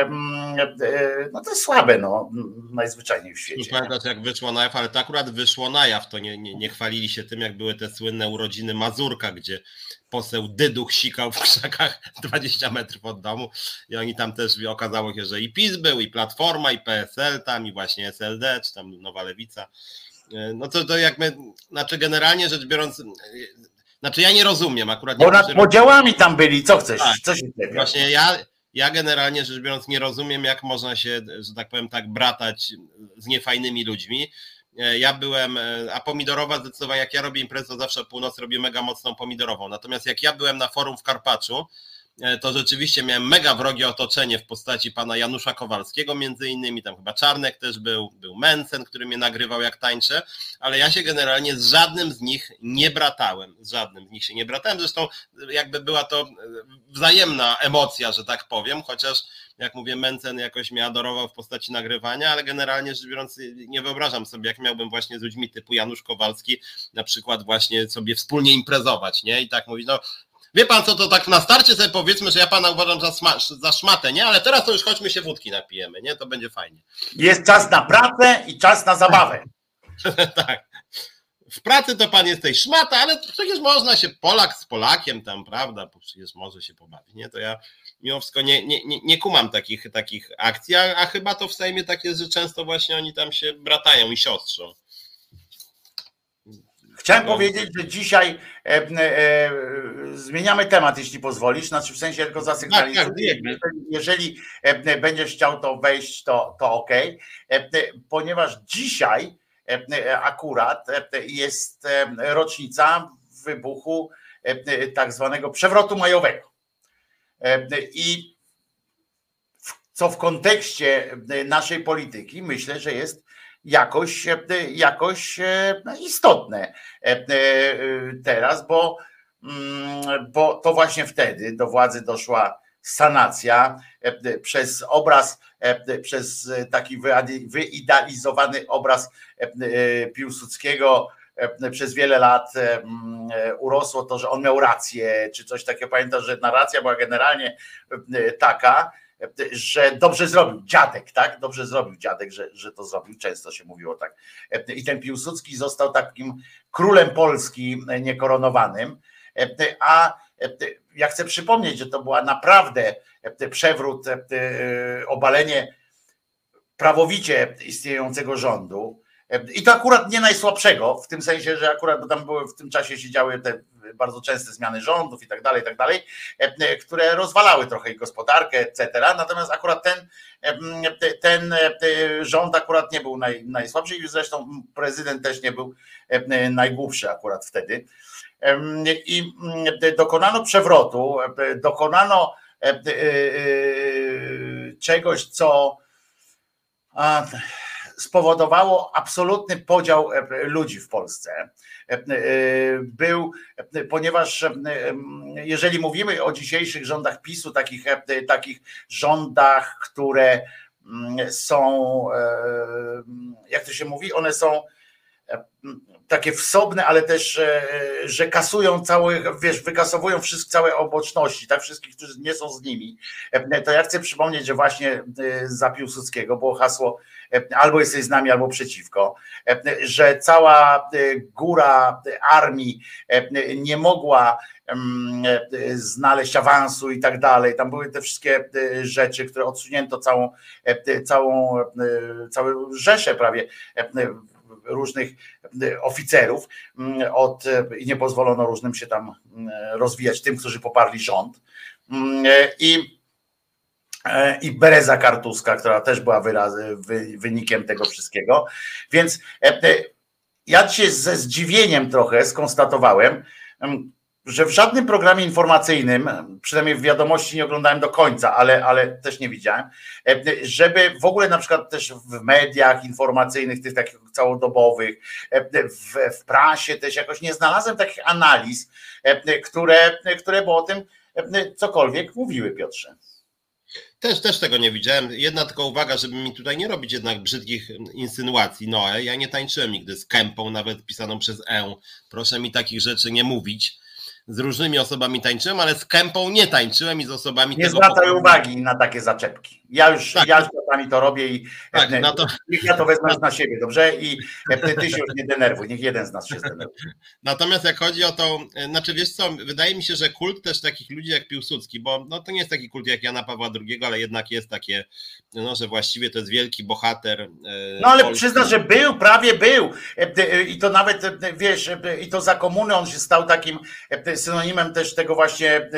Speaker 1: no to jest słabe, no, najzwyczajniej w świecie.
Speaker 2: Pamiętasz, jak wyszło na jaw, ale to akurat wyszło na jaw, to nie, nie, nie chwalili się tym, jak były te słynne urodziny Mazurka, gdzie poseł Dyduch sikał w krzakach dwadzieścia metrów od domu i oni tam też, okazało się, że i PiS był, i Platforma, i P S L tam, i właśnie S L D, czy tam Nowa Lewica. No to, to jak my, znaczy generalnie rzecz biorąc, znaczy ja nie rozumiem akurat.
Speaker 1: Bo nad podziałami tam byli, co chcesz?
Speaker 2: Tak,
Speaker 1: co się
Speaker 2: właśnie ja, ja generalnie rzecz biorąc nie rozumiem, jak można się, że tak powiem tak, bratać z niefajnymi ludźmi. Ja byłem, a pomidorowa zdecydowanie, jak ja robię imprezę, to zawsze o północy robię mega mocną pomidorową. Natomiast jak ja byłem na forum w Karpaczu, to rzeczywiście miałem mega wrogie otoczenie w postaci pana Janusza Kowalskiego między innymi, tam chyba Czarnek też był, był Mencen, który mnie nagrywał jak tańczę, ale ja się generalnie z żadnym z nich nie bratałem, z żadnym z nich się nie bratałem, zresztą jakby była to wzajemna emocja, że tak powiem, chociaż jak mówię, Mencen jakoś mnie adorował w postaci nagrywania, ale generalnie rzecz biorąc nie wyobrażam sobie, jak miałbym właśnie z ludźmi typu Janusz Kowalski na przykład właśnie sobie wspólnie imprezować, nie? I tak mówić, no wie pan co, to tak na starcie sobie powiedzmy, że ja pana uważam za, sma- za szmatę, nie? Ale teraz to już chodźmy się wódki napijemy, nie? To będzie fajnie.
Speaker 1: Jest czas na pracę i czas na zabawę.
Speaker 2: Tak. W pracy to pan jesteś szmata, ale przecież można się Polak z Polakiem tam, prawda? Bo przecież może się pobawić, nie? To ja mimo wszystko nie, nie, nie, nie kumam takich, takich akcji, a, a chyba to w Sejmie tak jest, że często właśnie oni tam się bratają i siostrzą.
Speaker 1: Chciałem no. powiedzieć, że dzisiaj e, e, zmieniamy temat, jeśli pozwolisz, znaczy w sensie tylko zasygnalizuję. Tak, tak, jeżeli, jeżeli e, będziesz chciał to wejść, to, to okej, okay. e, ponieważ dzisiaj e, akurat e, jest e, rocznica wybuchu e, tak zwanego przewrotu majowego. E, I w, co w kontekście naszej polityki myślę, że jest jakoś, jakoś istotne teraz, bo, bo to właśnie wtedy do władzy doszła sanacja przez obraz, przez taki wyidealizowany obraz Piłsudskiego. Przez wiele lat urosło to, że on miał rację, czy coś takiego. Pamiętam, że narracja była generalnie taka, że dobrze zrobił dziadek, tak? Dobrze zrobił dziadek, że, że to zrobił. Często się mówiło tak. I ten Piłsudski został takim królem Polski niekoronowanym, a ja chcę przypomnieć, że to była naprawdę przewrót, obalenie prawowicie istniejącego rządu. I to akurat nie najsłabszego, w tym sensie, że akurat, bo tam były w tym czasie się działy te bardzo częste zmiany rządów i tak dalej, i tak dalej, które rozwalały trochę i gospodarkę, et cetera. Natomiast akurat ten, ten rząd akurat nie był naj, najsłabszy i zresztą prezydent też nie był najgłupszy akurat wtedy. I dokonano przewrotu, dokonano czegoś, co spowodowało absolutny podział ludzi w Polsce. Był, ponieważ jeżeli mówimy o dzisiejszych rządach PiSu, takich, takich rządach, które są, jak to się mówi, one są takie wsobne, ale też, że kasują całe, wiesz, wykasowują wszystkie, całe oboczności, tak, wszystkich, którzy nie są z nimi. To ja chcę przypomnieć, że właśnie za Piłsudskiego było hasło albo jesteś z nami, albo przeciwko, że cała góra armii nie mogła znaleźć awansu i tak dalej. Tam były te wszystkie rzeczy, które odsunięto całą, całą, całą rzeszę prawie różnych oficerów od, i nie pozwolono różnym się tam rozwijać, tym, którzy poparli rząd. I, i Bereza Kartuska, która też była wyraz, wy, wynikiem tego wszystkiego. Więc ja dzisiaj ze zdziwieniem trochę skonstatowałem, że w żadnym programie informacyjnym, przynajmniej w Wiadomości nie oglądałem do końca, ale, ale też nie widziałem, żeby w ogóle na przykład też w mediach informacyjnych, tych takich całodobowych, w, w prasie też jakoś nie znalazłem takich analiz, które, które by o tym cokolwiek mówiły, Piotrze.
Speaker 2: Też, też tego nie widziałem. Jedna tylko uwaga, żeby mi tutaj nie robić jednak brzydkich insynuacji. Noe, ja nie tańczyłem nigdy z kępą, nawet pisaną przez E. Proszę mi takich rzeczy nie mówić. Z różnymi osobami tańczyłem, ale z kępą nie tańczyłem i z osobami
Speaker 1: nie
Speaker 2: tego...
Speaker 1: Nie zwracaj uwagi na takie zaczepki. Ja już tak. ja czasami to robię i
Speaker 2: tak, no to...
Speaker 1: ja to wezmę na siebie, dobrze? I ty się już nie denerwuj, niech jeden z nas się zdenerwuje.
Speaker 2: Natomiast jak chodzi o to, znaczy wiesz co, wydaje mi się, że kult też takich ludzi jak Piłsudski, bo no to nie jest taki kult jak Jana Pawła drugiego, ale jednak jest takie, no, że właściwie to jest wielki bohater.
Speaker 1: No ale Polski. Przyzna, że był, prawie był i to nawet, wiesz, i to za komuny on się stał takim synonimem też tego właśnie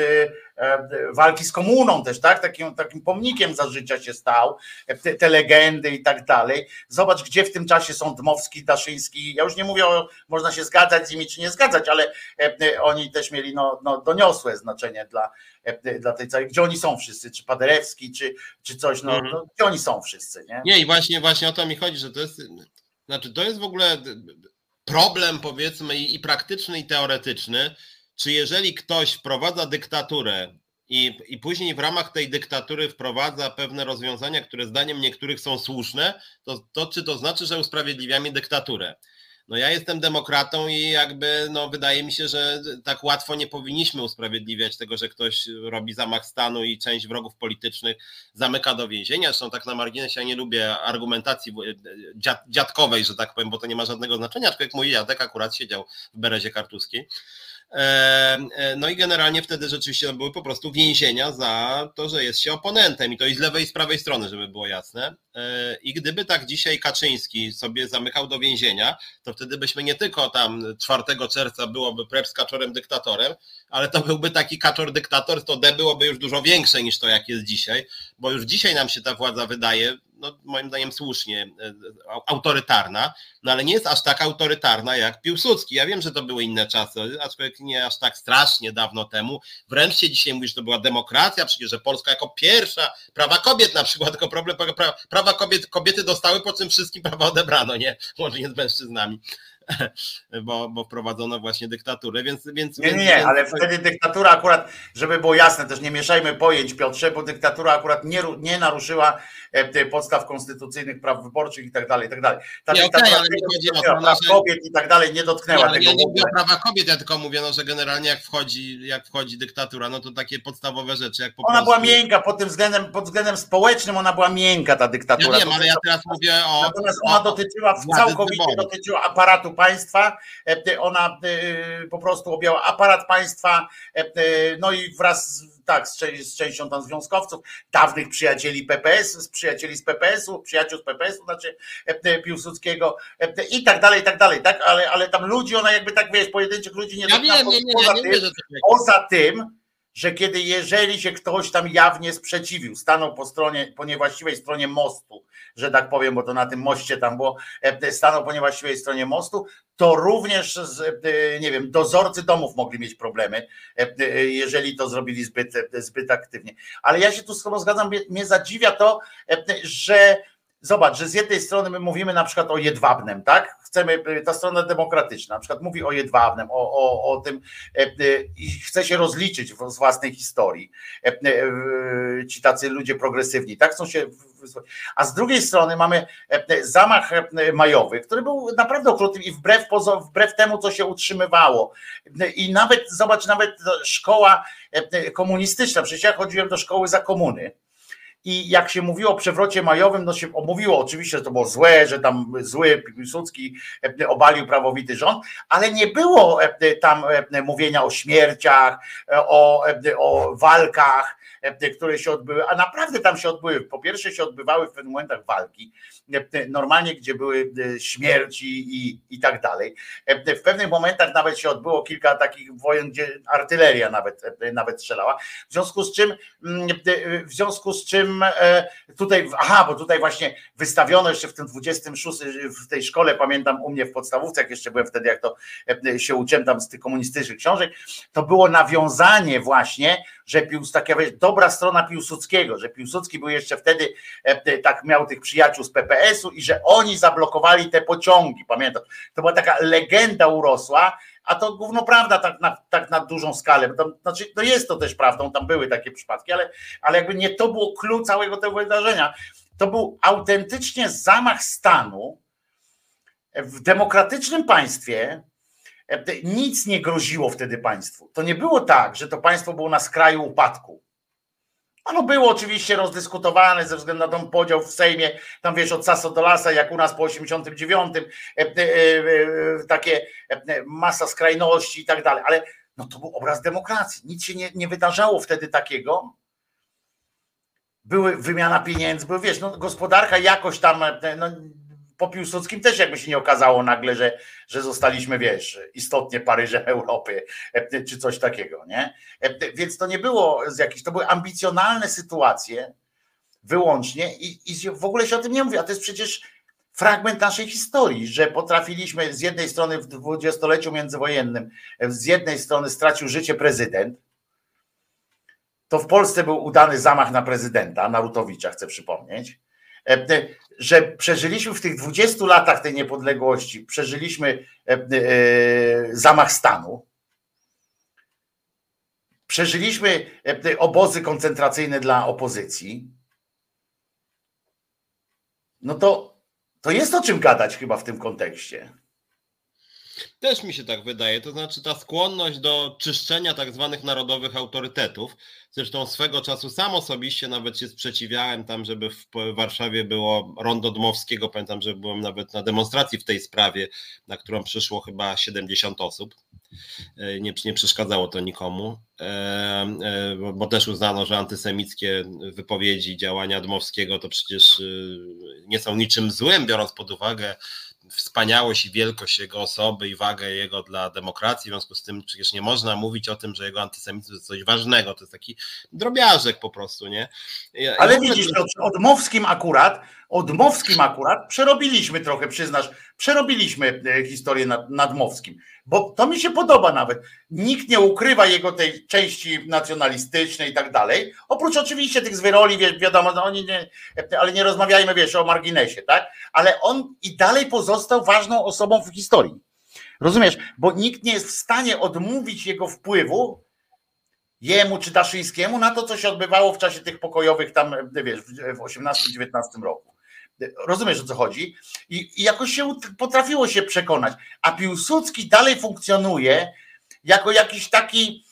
Speaker 1: walki z komuną też, tak? Takim, takim pomnikiem za życia się stał, te, te legendy i tak dalej. Zobacz, gdzie w tym czasie są Dmowski, Daszyński. Ja już nie mówię o, można się zgadzać z nimi czy nie zgadzać, ale oni też mieli no, no, doniosłe znaczenie dla, dla tej całej, gdzie oni są wszyscy, czy Paderewski, czy, czy coś, no, no gdzie oni są wszyscy, nie?
Speaker 2: Nie, i właśnie, właśnie o to mi chodzi, że to jest, znaczy to jest w ogóle problem, powiedzmy, i, i praktyczny, i teoretyczny. Czy jeżeli ktoś wprowadza dyktaturę i, i później w ramach tej dyktatury wprowadza pewne rozwiązania, które zdaniem niektórych są słuszne, to, to czy to znaczy, że usprawiedliwiamy dyktaturę? No ja jestem demokratą i jakby no wydaje mi się, że tak łatwo nie powinniśmy usprawiedliwiać tego, że ktoś robi zamach stanu i część wrogów politycznych zamyka do więzienia. Zresztą tak na marginesie ja nie lubię argumentacji dziadkowej, że tak powiem, bo to nie ma żadnego znaczenia, aczkolwiek mój dziadek akurat siedział w Berezie Kartuskiej. No i generalnie wtedy rzeczywiście były po prostu więzienia za to, że jest się oponentem i to i z lewej i z prawej strony, żeby było jasne. I gdyby tak dzisiaj Kaczyński sobie zamykał do więzienia, to wtedy byśmy nie tylko tam czwartego czerwca byłoby Prep z kaczorem dyktatorem, ale to byłby taki kaczor dyktator, to D byłoby już dużo większe niż to, jak jest dzisiaj, bo już dzisiaj nam się ta władza wydaje, no moim zdaniem słusznie, autorytarna, no ale nie jest aż tak autorytarna jak Piłsudski. Ja wiem, że to były inne czasy, aczkolwiek nie aż tak strasznie dawno temu. Wręcz się dzisiaj mówi, że to była demokracja, przecież że Polska jako pierwsza, prawa kobiet na przykład, tylko problem, prawa kobiet, kobiety dostały, po czym wszystkim prawa odebrano, nie? Łącznie z mężczyznami. bo, bo wprowadzono właśnie dyktaturę, więc... więc
Speaker 1: nie, nie, nie,
Speaker 2: więc...
Speaker 1: ale wtedy dyktatura akurat, żeby było jasne, też nie mieszajmy pojęć, Piotrze, bo dyktatura akurat nie, nie naruszyła podstaw konstytucyjnych, praw wyborczych i tak dalej, i tak dalej. Ta
Speaker 2: nie,
Speaker 1: dyktatura
Speaker 2: okay, ale nie chodzi o to,
Speaker 1: praw
Speaker 2: że...
Speaker 1: kobiet i tak dalej nie dotknęła
Speaker 2: nie,
Speaker 1: tego
Speaker 2: ja nie
Speaker 1: w ogóle.
Speaker 2: mówię o prawa kobiet, ja tylko mówię, no, że generalnie jak wchodzi, jak wchodzi dyktatura, no to takie podstawowe rzeczy, jak po
Speaker 1: Ona
Speaker 2: prostu...
Speaker 1: była miękka pod tym względem, pod względem społecznym, ona była miękka, ta dyktatura.
Speaker 2: Ja wiem, ale ja teraz mówię o...
Speaker 1: Natomiast ona
Speaker 2: o,
Speaker 1: dotyczyła, całkowicie dotyczyła aparatu państwa, ona po prostu objęła aparat państwa, no i wraz tak, z, z częścią tam związkowców, dawnych przyjacieli P P S, z przyjacieli z P P S-u, przyjaciół z P P S-u, znaczy Piłsudskiego i tak dalej, i tak dalej, tak, ale, ale tam ludzi, ona jakby tak, wiesz, pojedynczych ludzi nie dotknęła.
Speaker 2: Ja wiem, nie, nie,
Speaker 1: poza,
Speaker 2: nie,
Speaker 1: tym,
Speaker 2: nie, że
Speaker 1: poza tym, że kiedy jeżeli się ktoś tam jawnie sprzeciwił, stanął po stronie, po niewłaściwej stronie mostu, że tak powiem, bo to na tym moście tam było, stanął po niewłaściwej stronie mostu, to również, nie wiem, dozorcy domów mogli mieć problemy, jeżeli to zrobili zbyt, zbyt aktywnie. Ale ja się tu z tobą zgadzam, mnie, mnie zadziwia to, że zobacz, że z jednej strony my mówimy na przykład o Jedwabnem, tak? Chcemy, ta strona demokratyczna na przykład mówi o Jedwabnem, o, o, o tym i chce się rozliczyć z własnej historii. Ci tacy ludzie progresywni, tak? Chcą się... A z drugiej strony mamy zamach majowy, który był naprawdę okrutny i wbrew, wbrew temu, co się utrzymywało. I nawet, zobacz, nawet szkoła komunistyczna, przecież ja chodziłem do szkoły za komuny. I jak się mówiło o przewrocie majowym, no się mówiło oczywiście, że to było złe, że tam zły Piłsudski obalił prawowity rząd, ale nie było tam mówienia o śmierciach, o, o walkach, które się odbyły, a naprawdę tam się odbyły. Po pierwsze się odbywały w pewnych momentach walki, normalnie, gdzie były śmierci i, i tak dalej. W pewnych momentach nawet się odbyło kilka takich wojen, gdzie artyleria nawet, nawet strzelała. W związku z czym, w związku z czym tutaj, aha, bo tutaj właśnie wystawiono jeszcze w tym dwudziestym szóstym, w tej szkole, pamiętam u mnie w podstawówce, jak jeszcze byłem wtedy, jak to się uczyłem tam z tych komunistycznych książek, to było nawiązanie właśnie, że Piłsudski, taka wiesz, dobra strona Piłsudskiego, że Piłsudski był jeszcze wtedy, tak miał tych przyjaciół z P P S-u i że oni zablokowali te pociągi, pamiętam. To była taka legenda urosła, a to gówno prawda tak na, tak na dużą skalę. Tam, znaczy, no jest to też prawdą, tam były takie przypadki, ale, ale jakby nie to było klucz całego tego wydarzenia. To był autentycznie zamach stanu w demokratycznym państwie. Nic nie groziło wtedy państwu. To nie było tak, że to państwo było na skraju upadku. Ono było oczywiście rozdyskutowane ze względu na ten podział w Sejmie, tam wiesz, od Saso do Lasa, jak u nas po osiemdziesiątym dziewiątym, takie masa skrajności i tak dalej, ale no to był obraz demokracji. Nic się nie, nie wydarzało wtedy takiego. Były wymiana pieniędzy, były, wiesz, no gospodarka jakoś tam, no, po Piłsudskim też jakby się nie okazało nagle, że, że zostaliśmy, wiesz, istotnie Paryżem Europy, czy coś takiego, nie? Więc to nie było z jakichś, to były ambicjonalne sytuacje wyłącznie i, i w ogóle się o tym nie mówi, a to jest przecież fragment naszej historii, że potrafiliśmy z jednej strony w dwudziestoleciu międzywojennym, z jednej strony stracił życie prezydent, to w Polsce był udany zamach na prezydenta, Narutowicza, chcę przypomnieć, że przeżyliśmy w tych dwudziestu latach tej niepodległości, przeżyliśmy zamach stanu, przeżyliśmy obozy koncentracyjne dla opozycji, no to, to jest o czym gadać chyba w tym kontekście.
Speaker 2: Też mi się tak wydaje, to znaczy ta skłonność do czyszczenia tak zwanych narodowych autorytetów, zresztą swego czasu sam osobiście nawet się sprzeciwiałem tam, żeby w Warszawie było rondo Dmowskiego, pamiętam, że byłem nawet na demonstracji w tej sprawie, na którą przyszło chyba siedemdziesiąt osób, nie, nie przeszkadzało to nikomu, bo też uznano, że antysemickie wypowiedzi, działania Dmowskiego to przecież nie są niczym złym, biorąc pod uwagę wspaniałość i wielkość jego osoby i wagę jego dla demokracji, w związku z tym przecież nie można mówić o tym, że jego antysemityzm jest coś ważnego, to jest taki drobiażek po prostu, nie? Ja,
Speaker 1: ale
Speaker 2: ja
Speaker 1: widzisz, to o Dmowskim akurat, o Dmowskim akurat przerobiliśmy trochę, przyznasz, przerobiliśmy historię nad, nad Dmowskim, bo to mi się podoba nawet. Nikt nie ukrywa jego tej części nacjonalistycznej i tak dalej, oprócz oczywiście tych zwyroli, wiadomo, no oni nie, ale nie rozmawiajmy, wiesz, o marginesie, tak? Ale on i dalej pozostał ważną osobą w historii. Rozumiesz? Bo nikt nie jest w stanie odmówić jego wpływu, jemu czy Daszyńskiemu, na to, co się odbywało w czasie tych pokojowych tam, wiesz, w osiemnastym dziewiętnastym roku. Rozumiesz, o co chodzi? I, I jakoś się potrafiło się przekonać. A Piłsudski dalej funkcjonuje jako jakiś taki,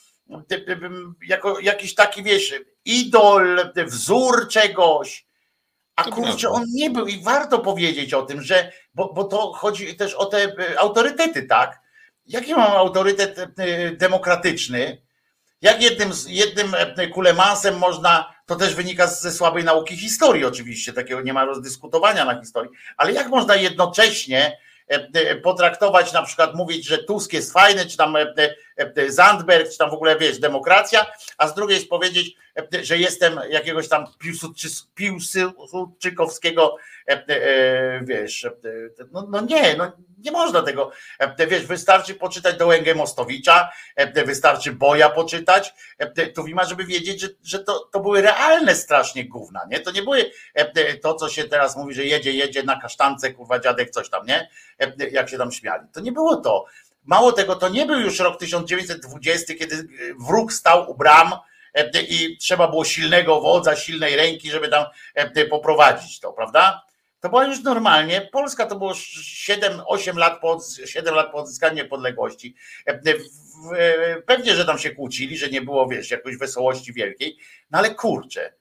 Speaker 1: jako jakiś taki, wiesz, idol, wzór czegoś. A
Speaker 2: To
Speaker 1: kurczę,
Speaker 2: prawda.
Speaker 1: on nie był i warto powiedzieć o tym, że, bo, bo to chodzi też o te autorytety, tak? Jaki mam autorytet demokratyczny? Jak jednym, jednym kulemansem można, to też wynika ze słabej nauki historii oczywiście, takiego nie ma rozdyskutowania na historii, ale jak można jednocześnie potraktować, na przykład mówić, że Tusk jest fajny, czy tam Zandberg, czy tam w ogóle, wiesz, demokracja, a z drugiej powiedzieć, że jestem jakiegoś tam piłsudczykowskiego, wiesz, no, no nie, no nie można tego, wiesz, wystarczy poczytać Dołęgę Mostowicza, wystarczy Boja poczytać, Tuwima, żeby wiedzieć, że, że to, to były realne strasznie gówna, nie? To nie były to, co się teraz mówi, że jedzie, jedzie na kasztance, kurwa dziadek, coś tam, nie? Jak się tam śmiali. To nie było to. Mało tego, to nie był już rok tysiąc dziewięćset dwudziesty, kiedy wróg stał u bram i trzeba było silnego wodza, silnej ręki, żeby tam poprowadzić to, prawda? To była już normalnie. Polska to było siedem osiem lat po, siedem lat po odzyskaniu niepodległości. Pewnie, że tam się kłócili, że nie było, wiesz, jakiejś wesołości wielkiej, no ale kurczę.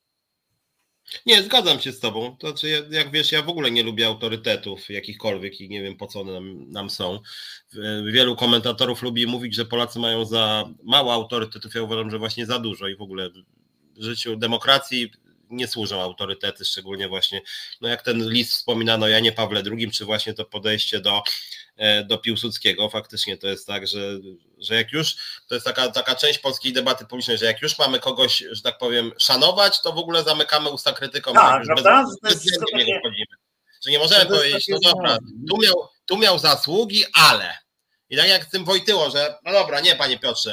Speaker 2: Nie, zgadzam się z tobą. To znaczy, jak wiesz, ja w ogóle nie lubię autorytetów jakichkolwiek i nie wiem, po co one nam, nam są. Wielu komentatorów lubi mówić, że Polacy mają za mało autorytetów. Ja uważam, że właśnie za dużo i w ogóle w życiu demokracji nie służą autorytety, szczególnie właśnie, no jak ten list wspominano Janie Pawle drugim, czy właśnie to podejście do, do Piłsudskiego. Faktycznie to jest tak, że, że jak już, to jest taka, taka część polskiej debaty publicznej, że jak już mamy kogoś, że tak powiem, szanować, to w ogóle zamykamy usta krytykom.
Speaker 1: Tak,
Speaker 2: już bez, bez nie wchodzimy. Że nie możemy powiedzieć, no dobra, tu miał, tu miał zasługi, ale. I tak jak z tym Wojtyło, że no dobra, nie, panie Piotrze,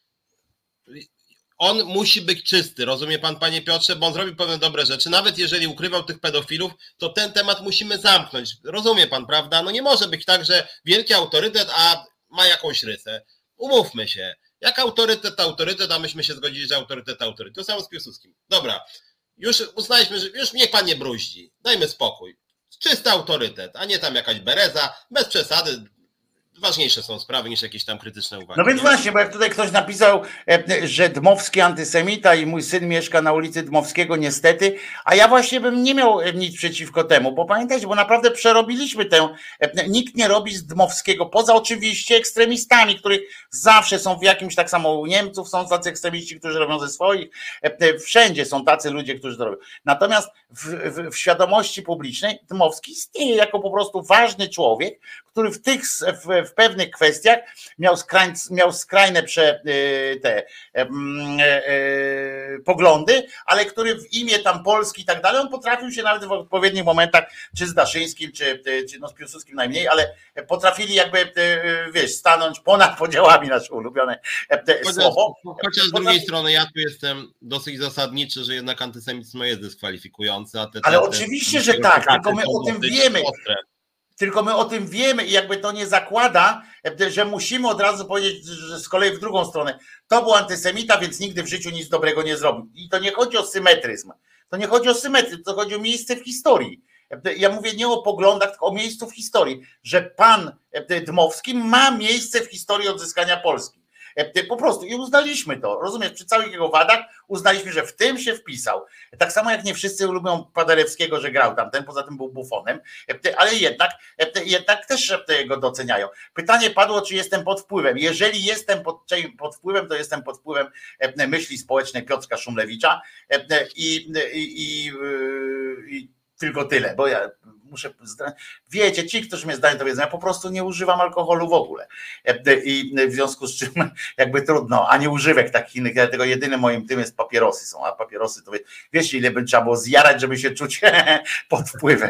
Speaker 2: on musi być czysty, rozumie pan, panie Piotrze, bo on zrobił pewne dobre rzeczy, nawet jeżeli ukrywał tych pedofilów, to ten temat musimy zamknąć, rozumie pan, prawda? No nie może być tak, że wielki autorytet, a ma jakąś rysę. Umówmy się, jak autorytet, autorytet, a myśmy się zgodzili, że autorytet, autorytet. To samo z Piłsudskim. Dobra, już uznaliśmy, że już niech pan nie bruździ, dajmy spokój. Czysty autorytet, a nie tam jakaś bereza, bez przesady. Ważniejsze są sprawy niż jakieś tam krytyczne uwagi.
Speaker 1: No więc właśnie, bo jak tutaj ktoś napisał, że Dmowski antysemita i mój syn mieszka na ulicy Dmowskiego niestety, a ja właśnie bym nie miał nic przeciwko temu, bo pamiętajcie, bo naprawdę przerobiliśmy tę, nikt nie robi z Dmowskiego, poza oczywiście ekstremistami, których zawsze są w jakimś, tak samo u Niemców są tacy ekstremiści, którzy robią ze swoich, wszędzie są tacy ludzie, którzy to robią. Natomiast w, w, w świadomości publicznej Dmowski istnieje jako po prostu ważny człowiek, który w tych w, w pewnych kwestiach miał, skrań, miał skrajne prze, te e, e, poglądy, ale który w imię tam Polski i tak dalej, on potrafił się nawet w odpowiednich momentach, czy z Daszyńskim, czy, czy no z Piłsudskim najmniej, ale potrafili jakby, wiesz, stanąć ponad podziałami, nasze ulubione
Speaker 2: chociaż,
Speaker 1: słowo.
Speaker 2: Chociaż z drugiej strony ja tu jestem dosyć zasadniczy, że jednak antysemityzm jest dyskwalifikujący. A te,
Speaker 1: ale
Speaker 2: te,
Speaker 1: oczywiście,
Speaker 2: te,
Speaker 1: że tak, tylko my
Speaker 2: są
Speaker 1: o tym
Speaker 2: dosyć
Speaker 1: wiemy.
Speaker 2: ostre.
Speaker 1: Tylko my o tym wiemy i jakby to nie zakłada, że musimy od razu powiedzieć, że z kolei w drugą stronę. To był antysemita, więc nigdy w życiu nic dobrego nie zrobił. I to nie chodzi o symetryzm. To nie chodzi o symetryzm, to chodzi o miejsce w historii. Ja mówię nie o poglądach, tylko o miejscu w historii, że pan Dmowski ma miejsce w historii odzyskania Polski. Po prostu i uznaliśmy to, rozumiesz, przy całych jego wadach uznaliśmy, że w tym się wpisał. Tak samo jak nie wszyscy lubią Paderewskiego, że grał tamten, poza tym był bufonem, ale jednak, jednak też go doceniają. Pytanie padło, czy jestem pod wpływem. Jeżeli jestem pod, pod wpływem, to jestem pod wpływem myśli społecznej Piotrka Szumlewicza i, i, i, i tylko tyle, bo ja muszę, wiecie, ci, którzy mnie zdają, to wiedzą, ja po prostu nie używam alkoholu w ogóle i w związku z czym jakby trudno, a nie używek takich innych, dlatego jedynym moim tym jest papierosy są, a papierosy to wiesz, ile by trzeba było zjarać, żeby się czuć pod wpływem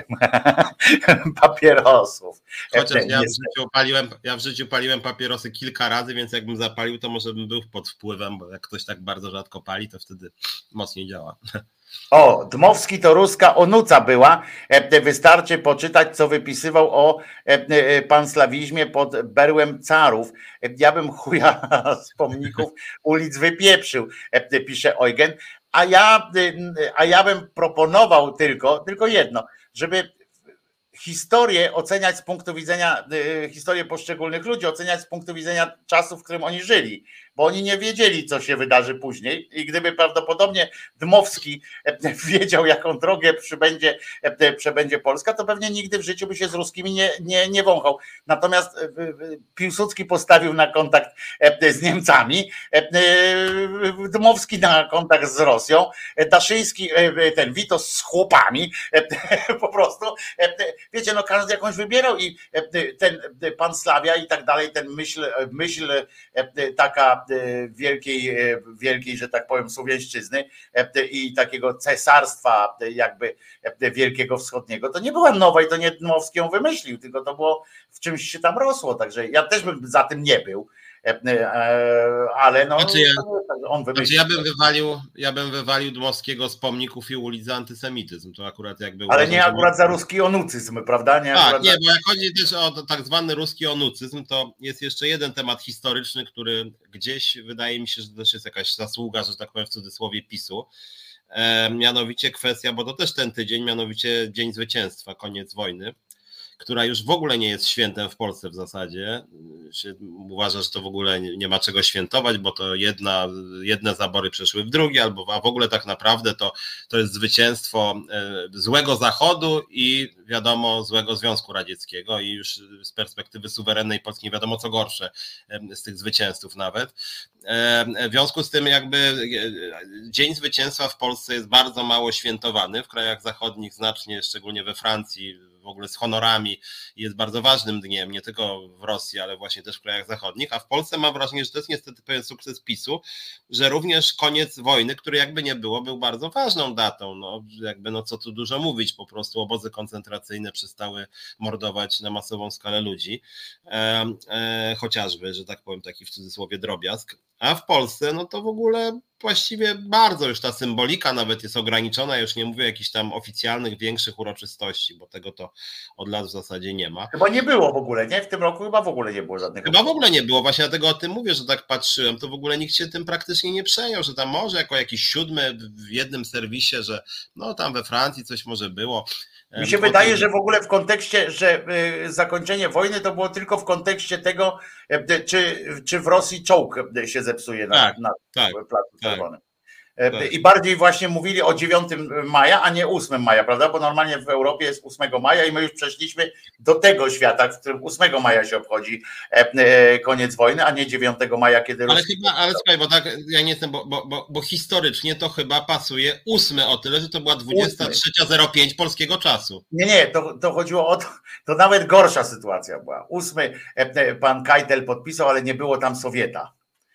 Speaker 1: papierosów.
Speaker 2: Chociaż ja w, życiu paliłem, ja w życiu paliłem papierosy kilka razy, więc jakbym zapalił, to może bym był pod wpływem, bo jak ktoś tak bardzo rzadko pali, to wtedy mocniej działa.
Speaker 1: O, Dmowski to ruska onuca była. Wystarczy poczytać, co wypisywał o panslawizmie pod berłem carów. Ja bym chuja z pomników ulic wypieprzył, pisze Eugen. A ja, a ja bym proponował tylko, tylko jedno, żeby historię oceniać z punktu widzenia, historię poszczególnych ludzi oceniać z punktu widzenia czasu, w którym oni żyli, bo oni nie wiedzieli, co się wydarzy później i gdyby prawdopodobnie Dmowski wiedział, jaką drogę przybędzie, przebędzie Polska, to pewnie nigdy w życiu by się z ruskimi nie, nie, nie wąchał. Natomiast Piłsudski postawił na kontakt z Niemcami, Dmowski na kontakt z Rosją, Daszyński, ten Witos z chłopami, po prostu, wiecie, no każdy jakąś wybierał i ten pan Sławia i tak dalej, ten myśl, myśl taka wielkiej, wielkiej, że tak powiem, Słowiańszczyzny i takiego cesarstwa jakby wielkiego wschodniego, to nie była nowa i to nie Dmowski ją wymyślił, tylko to było w czymś się tam rosło, także ja też bym za tym nie był, ale no
Speaker 2: znaczy ja,
Speaker 1: on wymyślił.
Speaker 2: Znaczy ja bym wywalił, ja bym wywalił Dmowskiego z pomników i ulic za antysemityzm, to akurat jakby...
Speaker 1: Ale nie akurat za ruski onucyzm, prawda? Nie
Speaker 2: tak,
Speaker 1: akurat
Speaker 2: nie,
Speaker 1: za...
Speaker 2: bo jak chodzi też o tak zwany ruski onucyzm, to jest jeszcze jeden temat historyczny, który gdzieś wydaje mi się, że też jest jakaś zasługa, że tak powiem w cudzysłowie PiSu, e, mianowicie kwestia, bo to też ten tydzień, mianowicie Dzień Zwycięstwa, koniec wojny, która już w ogóle nie jest świętem w Polsce w zasadzie. Się uważa, że to w ogóle nie ma czego świętować, bo to jedna, jedne zabory przeszły w drugie, albo a w ogóle tak naprawdę to, to jest zwycięstwo złego Zachodu i wiadomo złego Związku Radzieckiego i już z perspektywy suwerennej Polski nie wiadomo co gorsze z tych zwycięstw nawet. W związku z tym jakby Dzień Zwycięstwa w Polsce jest bardzo mało świętowany, w krajach zachodnich znacznie, szczególnie we Francji, w ogóle z honorami, jest bardzo ważnym dniem, nie tylko w Rosji, ale właśnie też w krajach zachodnich, a w Polsce mam wrażenie, że to jest niestety pewien sukces PiSu, że również koniec wojny, który jakby nie było, był bardzo ważną datą, no jakby no co tu dużo mówić, po prostu obozy koncentracyjne przestały mordować na masową skalę ludzi, e, e, chociażby, że tak powiem, taki w cudzysłowie drobiazg, a w Polsce no to w ogóle właściwie bardzo już ta symbolika nawet jest ograniczona, już nie mówię o jakichś tam oficjalnych, większych uroczystości, bo tego to od lat w zasadzie nie ma.
Speaker 1: Chyba nie było w ogóle, nie? W tym roku chyba w ogóle nie było żadnych.
Speaker 2: Chyba w ogóle nie było, właśnie dlatego o tym mówię, że tak patrzyłem, to w ogóle nikt się tym praktycznie nie przejął, że tam może jako jakiś siódmy w jednym serwisie, że no tam we Francji coś może było.
Speaker 1: Mi się wydaje, że w ogóle w kontekście, że zakończenie wojny to było tylko w kontekście tego, czy, czy w Rosji czołg się zepsuje na, tak, na tak, Placu Czerwonym. Tak. I bardziej właśnie mówili o dziewiątego maja, a nie ósmego maja, prawda? Bo normalnie w Europie jest ósmego maja i my już przeszliśmy do tego świata, w którym ósmego maja się obchodzi koniec wojny, a nie dziewiątego maja, kiedy...
Speaker 2: Ale Ruski... chyba, ale słuchaj, bo tak, ja nie jestem, bo, bo, bo, bo historycznie to chyba pasuje ósmy o tyle, że to była dwudziesta trzecia zero pięć polskiego czasu.
Speaker 1: Nie, nie, to, to chodziło o to, to nawet gorsza sytuacja była. Ósmy pan Keitel podpisał, ale nie było tam Sowieta.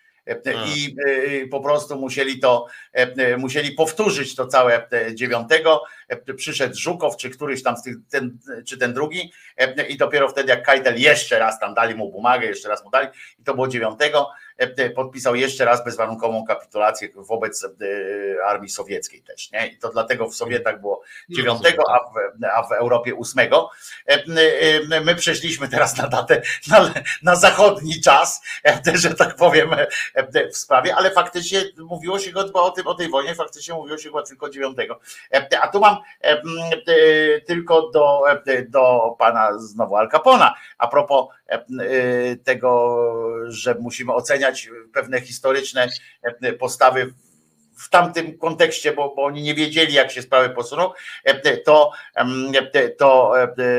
Speaker 1: I po prostu musieli to, musieli powtórzyć to całe dziewiątego. Przyszedł Żukow, czy któryś tam z tych, ten, czy ten drugi, i dopiero wtedy, jak Keitel jeszcze raz tam dali mu bumagę, jeszcze raz mu dali, i to było dziewiątego, podpisał jeszcze raz bezwarunkową kapitulację wobec armii sowieckiej też, nie? I to dlatego w Sowietach było dziewiątego, a w, a w Europie ósmego. My przeszliśmy teraz na datę, na, na zachodni czas, że tak powiem, w sprawie, ale faktycznie mówiło się chyba o tym, o tej wojnie, faktycznie mówiło się chyba tylko dziewiątego. A tu mam tylko do, do pana znowu Al Capona, a propos tego, że musimy oceniać pewne historyczne postawy w tamtym kontekście, bo, bo oni nie wiedzieli, jak się sprawy posuną, to, to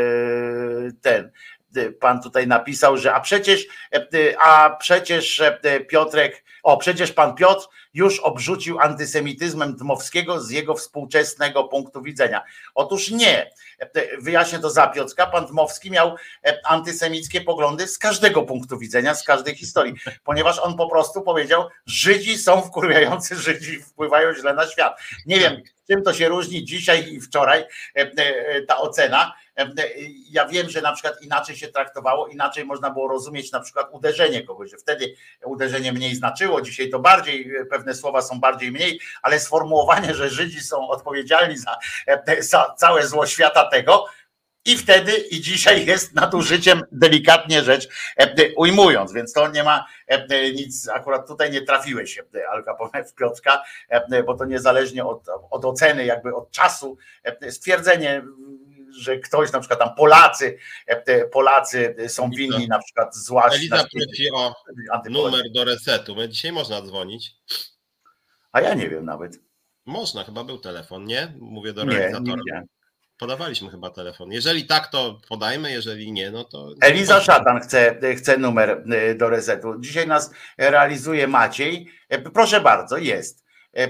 Speaker 1: ten pan tutaj napisał, że a przecież, a przecież Piotrek, o przecież pan Piotr już obrzucił antysemityzmem Dmowskiego z jego współczesnego punktu widzenia. Otóż nie. Wyjaśnię to za Piotrka. Pan Dmowski miał antysemickie poglądy z każdego punktu widzenia, z każdej historii, ponieważ on po prostu powiedział, Żydzi są wkurwiający, Żydzi wpływają źle na świat. Nie wiem, czym to się różni dzisiaj i wczoraj ta ocena, Ja wiem, że na przykład inaczej się traktowało, inaczej można było rozumieć na przykład uderzenie kogoś, że wtedy uderzenie mniej znaczyło, dzisiaj to bardziej, pewne słowa są bardziej mniej, ale sformułowanie, że Żydzi są odpowiedzialni za, za całe zło świata tego, i wtedy i dzisiaj jest nadużyciem, delikatnie rzecz ujmując, więc to nie ma nic, akurat tutaj nie trafiłeś się, Al Capone, w Piotrka, bo to niezależnie od, od oceny, jakby od czasu, stwierdzenie, że ktoś, na przykład tam Polacy, Polacy są winni na przykład zła.
Speaker 2: Eliza prosi o numer do resetu, my dzisiaj można dzwonić.
Speaker 1: A ja nie wiem nawet.
Speaker 2: Można, chyba był telefon, nie? Mówię do realizatora. Nie, nie. Podawaliśmy chyba telefon. Jeżeli tak, to podajmy, jeżeli nie, no to...
Speaker 1: Eliza Szatan chce, chce numer do resetu. Dzisiaj nas realizuje Maciej. Proszę bardzo, jest.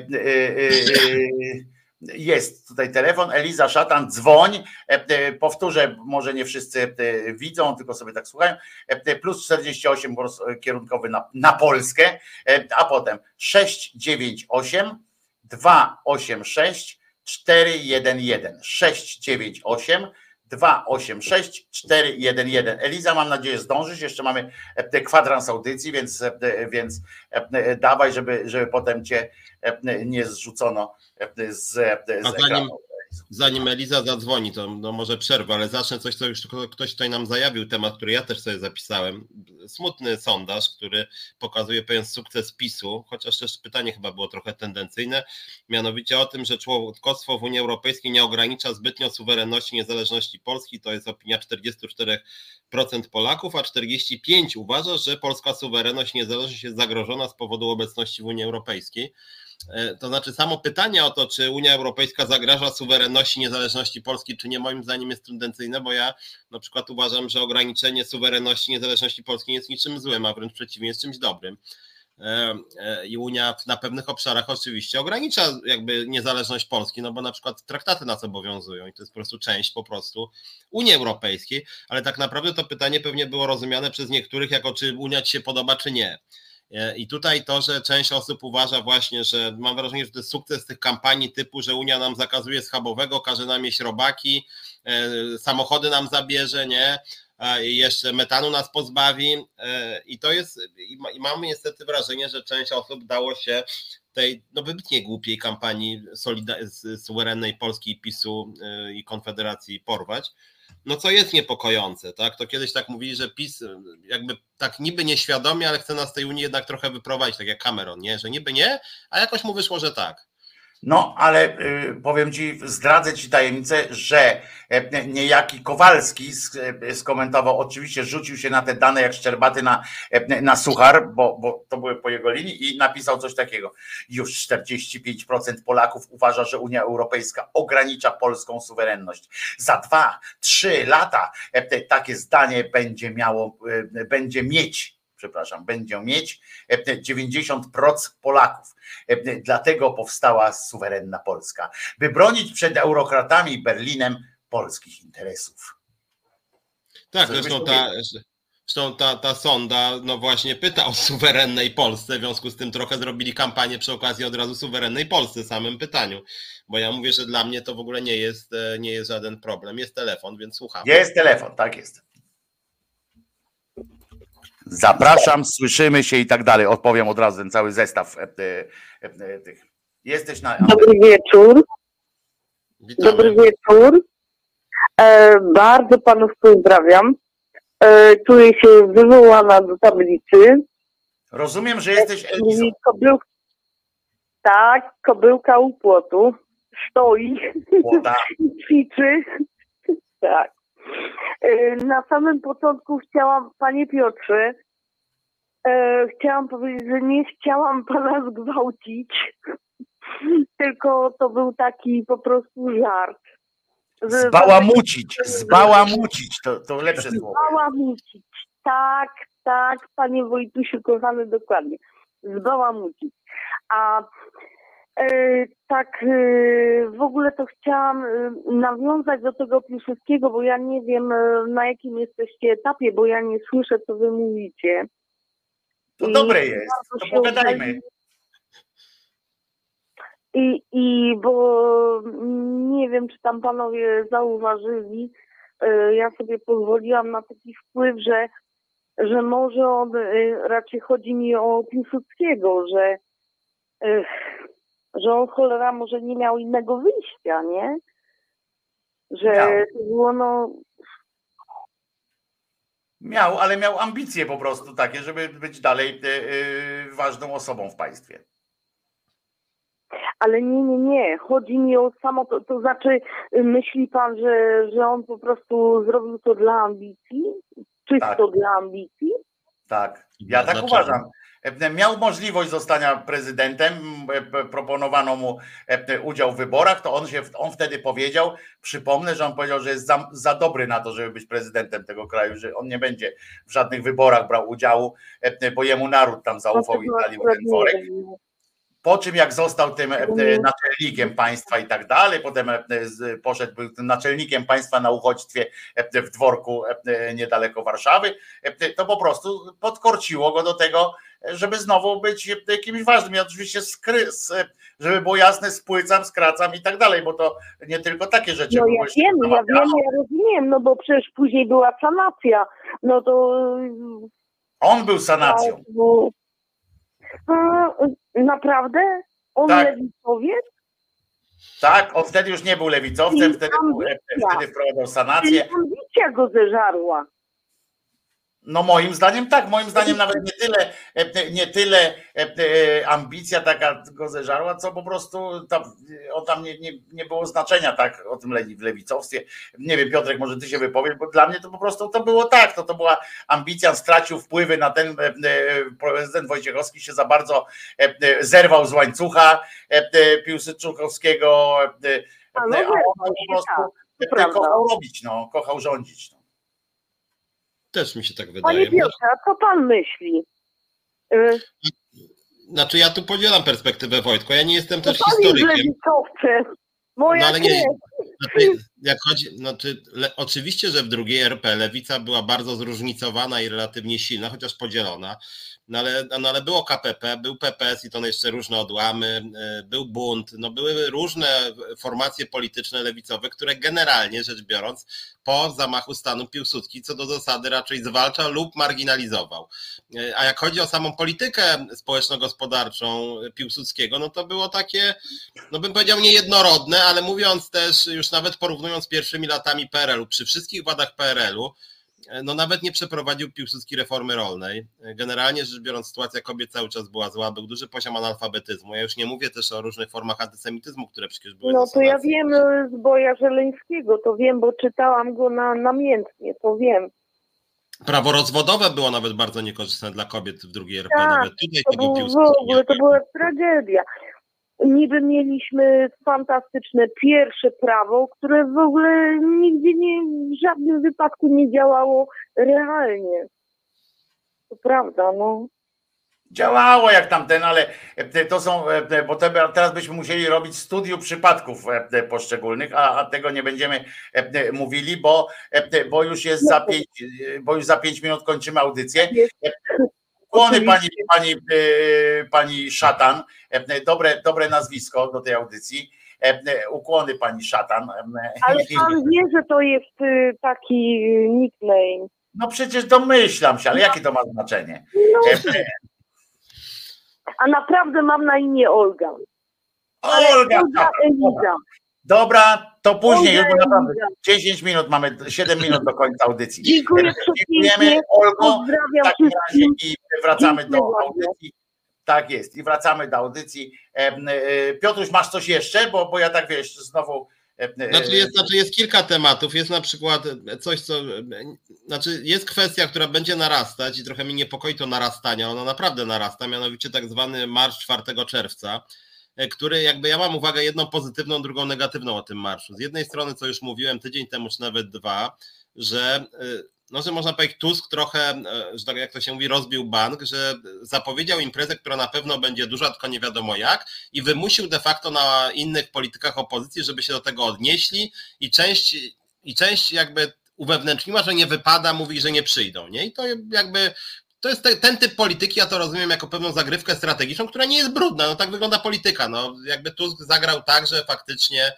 Speaker 1: Jest tutaj telefon. Eliza Szatan, dzwoń. Powtórzę, może nie wszyscy widzą, tylko sobie tak słuchają. Plus czterdzieści osiem kierunkowy na, na Polskę, a potem sześć dziewięć osiem dwa osiem sześć cztery jeden jeden sześć dziewięć osiem dwa osiem sześć cztery jeden jeden. Eliza, mam nadzieję, zdążysz. Jeszcze mamy kwadrans audycji, więc, więc dawaj, żeby, żeby potem cię nie zrzucono z, z
Speaker 2: A zanim, zanim Eliza zadzwoni, to no może przerwę, ale zacznę coś, co już ktoś tutaj nam zajawił, temat, który ja też sobie zapisałem. Smutny sondaż, który pokazuje pewien sukces PiSu, chociaż też pytanie chyba było trochę tendencyjne, mianowicie o tym, że członkostwo w Unii Europejskiej nie ogranicza zbytnio suwerenności i niezależności Polski. To jest opinia czterdzieści cztery procent Polaków, a czterdzieści pięć procent uważa, że polska suwerenność i niezależność jest zagrożona z powodu obecności w Unii Europejskiej. To znaczy samo pytanie o to, czy Unia Europejska zagraża suwerenności i niezależności Polski, czy nie, moim zdaniem jest tendencyjne, bo ja na przykład uważam, że ograniczenie suwerenności i niezależności Polski nie jest niczym złym, a wręcz przeciwnie, jest czymś dobrym. I Unia na pewnych obszarach oczywiście ogranicza jakby niezależność Polski, no bo na przykład traktaty nas obowiązują i to jest po prostu część po prostu Unii Europejskiej, ale tak naprawdę to pytanie pewnie było rozumiane przez niektórych jako czy Unia ci się podoba, czy nie. I tutaj to, że część osób uważa właśnie, że mam wrażenie, że to jest sukces tych kampanii typu, że Unia nam zakazuje schabowego, każe nam jeść robaki, samochody nam zabierze, nie? I jeszcze metanu nas pozbawi i to jest, i mamy niestety wrażenie, że część osób dało się tej no wybitnie głupiej kampanii solida- suwerennej Polski, PiSu i Konfederacji porwać. No co jest niepokojące, tak? To kiedyś tak mówili, że PiS jakby tak niby nieświadomie, ale chce nas z tej Unii jednak trochę wyprowadzić, tak jak Cameron, nie? Że niby nie, a jakoś mu wyszło, że tak.
Speaker 1: No, ale y, powiem ci, zdradzę ci tajemnicę, że y, niejaki Kowalski y, skomentował, oczywiście rzucił się na te dane jak szczerbaty na, y, na suchar, bo, bo to były po jego linii i napisał coś takiego. Już czterdzieści pięć procent Polaków uważa, że Unia Europejska ogranicza polską suwerenność. Za dwa, trzy lata y, takie zdanie będzie miało, y, będzie mieć przepraszam, będzie mieć dziewięćdziesiąt procent Polaków. Dlatego powstała suwerenna Polska, by bronić przed eurokratami i Berlinem polskich interesów.
Speaker 2: Tak, zresztą ta, zresztą ta, ta sonda no właśnie pyta o suwerennej Polsce, w związku z tym trochę zrobili kampanię przy okazji od razu suwerennej Polsce, samym pytaniu, bo ja mówię, że dla mnie to w ogóle nie jest, nie jest żaden problem. Jest telefon, więc słucham.
Speaker 1: Jest telefon, tak jest. Zapraszam, słyszymy się i tak dalej. Odpowiem od razu ten cały zestaw tych. Jesteś na...
Speaker 4: Dobry wieczór.
Speaker 2: Witamy.
Speaker 4: Dobry wieczór. E, bardzo panów pozdrawiam. E, czuję się wywołana do tablicy.
Speaker 1: Rozumiem, że jesteś Elizą.
Speaker 4: Kobył... Tak, kobyłka u płotu. Stoi i ćwiczy. Tak. Na samym początku chciałam, panie Piotrze, e, chciałam powiedzieć, że nie chciałam pana zgwałcić, tylko to był taki po prostu żart.
Speaker 1: Zbałamucić, zbałamucić, to, to lepsze słowo.
Speaker 4: Zbałamucić, tak, tak, panie Wojtusiu, kochany, dokładnie. Zbałamucić. A E, tak, e, w ogóle to chciałam e, nawiązać do tego Piłsudskiego, bo ja nie wiem, e, na jakim jesteście etapie, bo ja nie słyszę, co wy mówicie.
Speaker 1: To I dobre jest, to pogadajmy.
Speaker 4: I, I bo nie wiem, czy tam panowie zauważyli, ja sobie pozwoliłam na taki wpływ, że, że może on, raczej chodzi mi o Piłsudskiego, że, że on cholera może nie miał innego wyjścia, nie? Że
Speaker 1: Miał.
Speaker 4: to było no...
Speaker 1: Miał, ale miał ambicje po prostu takie, żeby być dalej yy, ważną osobą w państwie.
Speaker 4: Ale nie, nie, nie. Chodzi mi o samo to, to znaczy myśli pan, że, że on po prostu zrobił to dla ambicji? Czysto
Speaker 1: Tak.
Speaker 4: dla ambicji?
Speaker 1: Tak, ja tak
Speaker 2: Dlaczego?
Speaker 1: uważam. Miał możliwość zostania prezydentem, proponowano mu udział w wyborach, to on się on wtedy powiedział, przypomnę, że on powiedział, że jest za, za dobry na to, żeby być prezydentem tego kraju, że on nie będzie w żadnych wyborach brał udziału, bo jemu naród tam zaufał i dali mu ten worek. Po czym jak został tym naczelnikiem państwa i tak dalej, potem poszedł, był tym naczelnikiem państwa na uchodźstwie w dworku niedaleko Warszawy, to po prostu podkorciło go do tego, żeby znowu być kimś ważnym. Ja oczywiście skry, żeby było jasne, spłycam, skracam i tak dalej, bo to nie tylko takie rzeczy.
Speaker 4: No ja wiem, ja wiem, ja rozumiem, no bo przecież później była sanacja, no to...
Speaker 1: On był sanacją.
Speaker 4: Bo... A, naprawdę? On
Speaker 1: Tak.
Speaker 4: lewicowiec?
Speaker 1: Tak, on wtedy już nie był lewicowcem, wtedy, był, wtedy wprowadzał sanację.
Speaker 4: Ambicja go zeżarła.
Speaker 1: No moim zdaniem tak, moim zdaniem nawet nie tyle, nie tyle ambicja taka go zeżarła, co po prostu tam, o tam nie, nie, nie było znaczenia tak o tym w lewicowstwie. Nie wiem, Piotrek, może ty się wypowiesz, bo dla mnie to po prostu to było tak, to, to była ambicja, stracił wpływy na ten, prezydent Wojciechowski się za bardzo zerwał z łańcucha Piłsudczykowskiego, a on po prostu kochał robić, no, kochał rządzić. No.
Speaker 2: Też mi się tak wydaje.
Speaker 4: Panie Piotrze, a co pan myśli?
Speaker 2: Znaczy ja tu podzielam perspektywę Wojtka, ja nie jestem też
Speaker 4: pan
Speaker 2: historykiem.
Speaker 4: Jest lewicowcem. Moja
Speaker 2: No ale nie, znaczy, jak chodzi, znaczy, le, oczywiście, że w drugiej R P lewica była bardzo zróżnicowana i relatywnie silna, chociaż podzielona, no ale, no ale było K P P, był P P S i to jeszcze różne odłamy, był bunt, no były różne formacje polityczne lewicowe, które generalnie rzecz biorąc po zamachu stanu Piłsudski co do zasady raczej zwalczał lub marginalizował. A jak chodzi o samą politykę społeczno-gospodarczą Piłsudskiego, no to było takie, no bym powiedział niejednorodne, ale mówiąc też, już nawet porównując z pierwszymi latami P R L u, przy wszystkich wadach P R L u, no nawet nie przeprowadził Piłsudski reformy rolnej. Generalnie rzecz biorąc sytuacja kobiet cały czas była zła, był duży poziom analfabetyzmu. Ja już nie mówię też o różnych formach antysemityzmu, które przecież były.
Speaker 4: No to ja wiem z Boja Żeleńskiego, to wiem, bo czytałam go na, namiętnie, to wiem.
Speaker 2: Prawo rozwodowe było nawet bardzo niekorzystne dla kobiet w drugiej R P.
Speaker 4: Tak,
Speaker 2: nawet tutaj
Speaker 4: to,
Speaker 2: tego
Speaker 4: był,
Speaker 2: Piłsudski
Speaker 4: w ogóle, to była tragedia. Niby mieliśmy fantastyczne pierwsze prawo, które w ogóle nigdzie nie, w żadnym wypadku nie działało realnie. To prawda, no.
Speaker 1: Działało jak tamten, ale to są, bo teraz byśmy musieli robić studium przypadków poszczególnych, a, a tego nie będziemy mówili, bo, bo już jest za pięć, bo już za pięć minut kończymy audycję. Ukłony pani, pani, pani Szatan, dobre, dobre nazwisko do tej audycji. Ukłony pani Szatan.
Speaker 4: Ale pan wie, że to jest taki nickname.
Speaker 1: No przecież domyślam się, ale jakie to ma znaczenie?
Speaker 4: No. A naprawdę mam na imię Olga.
Speaker 1: Olga!
Speaker 4: Olga Eliza.
Speaker 1: Dobra, to później, już
Speaker 4: Olga
Speaker 1: naprawdę
Speaker 4: Eliza.
Speaker 1: dziesięć minut, mamy siedem minut do końca audycji.
Speaker 4: Dziękuję
Speaker 1: Dziękujemy, Olgo.
Speaker 4: Pozdrawiam
Speaker 1: W takim razie
Speaker 4: wszystkich.
Speaker 1: i wracamy
Speaker 4: Dziękuję
Speaker 1: do
Speaker 4: bardzo.
Speaker 1: audycji. Tak jest, i wracamy do audycji. Piotruś, masz coś jeszcze? Bo, bo ja tak wiesz, znowu.
Speaker 2: Znaczy jest, znaczy jest kilka tematów, jest na przykład coś, co, znaczy jest kwestia, która będzie narastać i trochę mnie niepokoi to narastanie, ona naprawdę narasta, mianowicie tak zwany marsz czwartego czerwca, który jakby ja mam uwagę jedną pozytywną, drugą negatywną o tym marszu. Z jednej strony, co już mówiłem tydzień temu, czy nawet dwa, że no, że można powiedzieć, Tusk trochę, że tak jak to się mówi, rozbił bank, że zapowiedział imprezę, która na pewno będzie duża, tylko nie wiadomo jak, i wymusił de facto na innych politykach opozycji, żeby się do tego odnieśli, i część, i część jakby uwewnętrzniła, że nie wypada, mówi, że nie przyjdą, nie? I to jakby to jest te, ten typ polityki, ja to rozumiem jako pewną zagrywkę strategiczną, która nie jest brudna, no tak wygląda polityka, no jakby Tusk zagrał tak, że faktycznie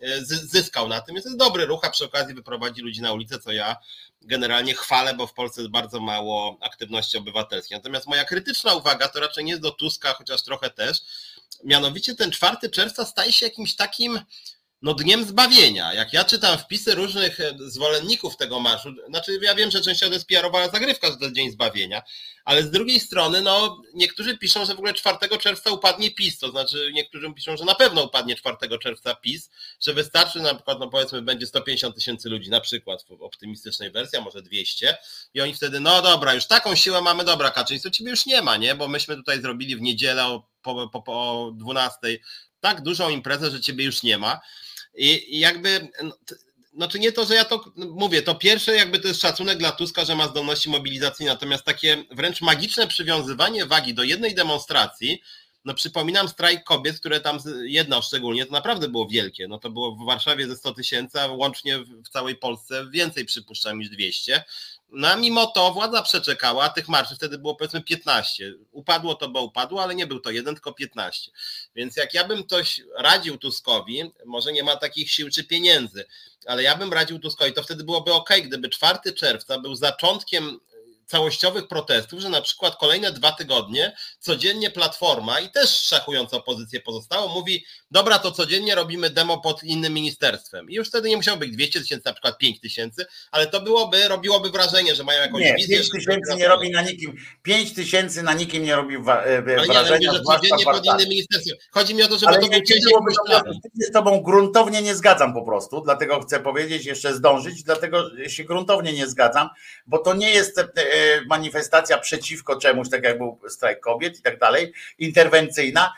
Speaker 2: zyskał na tym, jest to dobry ruch, a przy okazji wyprowadzi ludzi na ulicę, co ja generalnie chwalę, bo w Polsce jest bardzo mało aktywności obywatelskiej. Natomiast moja krytyczna uwaga to raczej nie jest do Tuska, chociaż trochę też, mianowicie ten czwartego czerwca staje się jakimś takim no dniem zbawienia. Jak ja czytam wpisy różnych zwolenników tego marszu, znaczy ja wiem, że częściowo to jest P R-owa zagrywka, że to jest dzień zbawienia, ale z drugiej strony no niektórzy piszą, że w ogóle czwartego czerwca upadnie PiS, to znaczy niektórzy piszą, że na pewno upadnie czwartego czerwca PiS, że wystarczy na przykład, no powiedzmy będzie sto pięćdziesiąt tysięcy ludzi na przykład w optymistycznej wersji, a może dwieście i oni wtedy, no dobra, już taką siłę mamy, dobra Kaczyński, to ciebie już nie ma, nie, bo myśmy tutaj zrobili w niedzielę po, po, po dwunastej tak dużą imprezę, że ciebie już nie ma. I, i jakby, znaczy nie to, że ja to mówię, to pierwsze jakby to jest szacunek dla Tuska, że ma zdolności mobilizacyjne, natomiast takie wręcz magiczne przywiązywanie wagi do jednej demonstracji, no przypominam strajk kobiet, które tam, jedno szczególnie, to naprawdę było wielkie, no to było w Warszawie ze sto tysięcy, a łącznie w całej Polsce więcej przypuszczam niż dwieście. No a mimo to władza przeczekała, a tych marszy wtedy było powiedzmy piętnaście. Upadło to, bo upadło, ale nie był to jeden, tylko piętnaście. Więc jak ja bym coś radził Tuskowi, może nie ma takich sił czy pieniędzy, ale ja bym radził Tuskowi, to wtedy byłoby okej, gdyby czwartego czerwca był zaczątkiem całościowych protestów, że na przykład kolejne dwa tygodnie codziennie Platforma i też szachująca opozycję pozostało mówi, dobra, to codziennie robimy demo pod innym ministerstwem. I już wtedy nie musiało być dwieście tysięcy, na przykład pięć tysięcy, ale to byłoby, robiłoby wrażenie, że mają jakąś
Speaker 1: nie,
Speaker 2: wizję.
Speaker 1: pięć tysięcy nie robi na nikim, pięć tysięcy na nikim nie robi wa-
Speaker 2: ale
Speaker 1: wrażenia.
Speaker 2: Nie, ale że codziennie pod innym ministerstwem. Chodzi mi o to, żeby
Speaker 1: ale
Speaker 2: to był ciężki
Speaker 1: się z tobą gruntownie nie zgadzam po prostu, dlatego chcę powiedzieć, jeszcze zdążyć, dlatego się gruntownie nie zgadzam, bo to nie jest manifestacja przeciwko czemuś, tak jak był strajk kobiet i tak dalej, interwencyjna.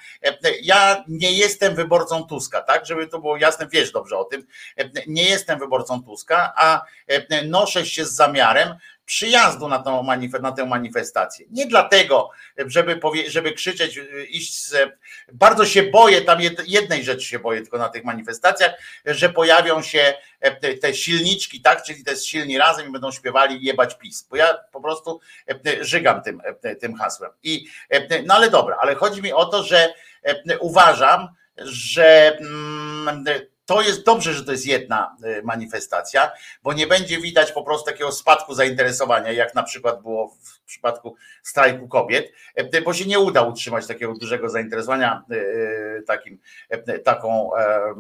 Speaker 1: Ja nie jestem wyborcą Tuska, tak, żeby to było jasne, wiesz dobrze o tym, nie jestem wyborcą Tuska, a noszę się z zamiarem przyjazdu na, tą manif- na tę manifestację. Nie dlatego, żeby, powie- żeby krzyczeć, iść z... Bardzo się boję, tam jed- jednej rzeczy się boję tylko na tych manifestacjach, że pojawią się te silniczki, tak, czyli te silni razem i będą śpiewali jebać PiS, bo ja po prostu żygam tym, tym hasłem. I, no ale dobra, ale chodzi mi o to, że uważam, że to jest dobrze, że to jest jedna manifestacja, bo nie będzie widać po prostu takiego spadku zainteresowania, jak na przykład było w przypadku strajku kobiet, bo się nie uda utrzymać takiego dużego zainteresowania takim, taką,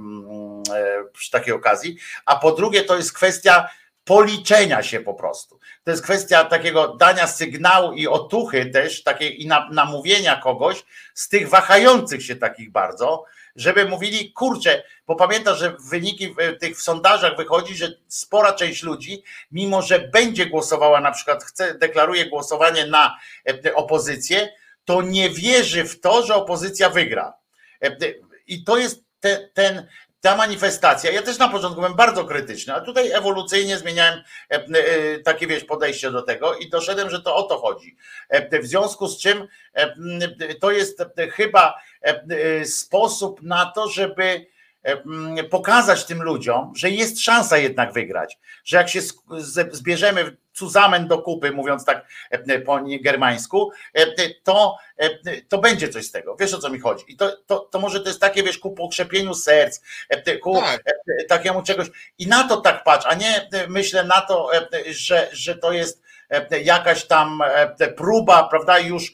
Speaker 1: przy takiej okazji. A po drugie, to jest kwestia policzenia się po prostu. To jest kwestia takiego dania sygnału i otuchy też, takiej i namówienia kogoś z tych wahających się takich bardzo, żeby mówili, kurczę, bo pamiętasz, że wyniki w tych w sondażach wychodzi, że spora część ludzi, mimo że będzie głosowała, na przykład chce, deklaruje głosowanie na opozycję, to nie wierzy w to, że opozycja wygra. I to jest te, ten, ta manifestacja. Ja też na początku byłem bardzo krytyczny, a tutaj ewolucyjnie zmieniałem takie, wiesz, podejście do tego i doszedłem, że to o to chodzi. W związku z czym to jest chyba sposób na to, żeby pokazać tym ludziom, że jest szansa jednak wygrać, że jak się zbierzemy zusammen do kupy, mówiąc tak po germańsku, to, to będzie coś z tego. Wiesz, o co mi chodzi. I to, to, to może to jest takie, wiesz, ku pokrzepieniu serc, ku tak. takiemu czegoś. I na to tak patrz, a nie myślę na to, że, że to jest jakaś tam próba, prawda, już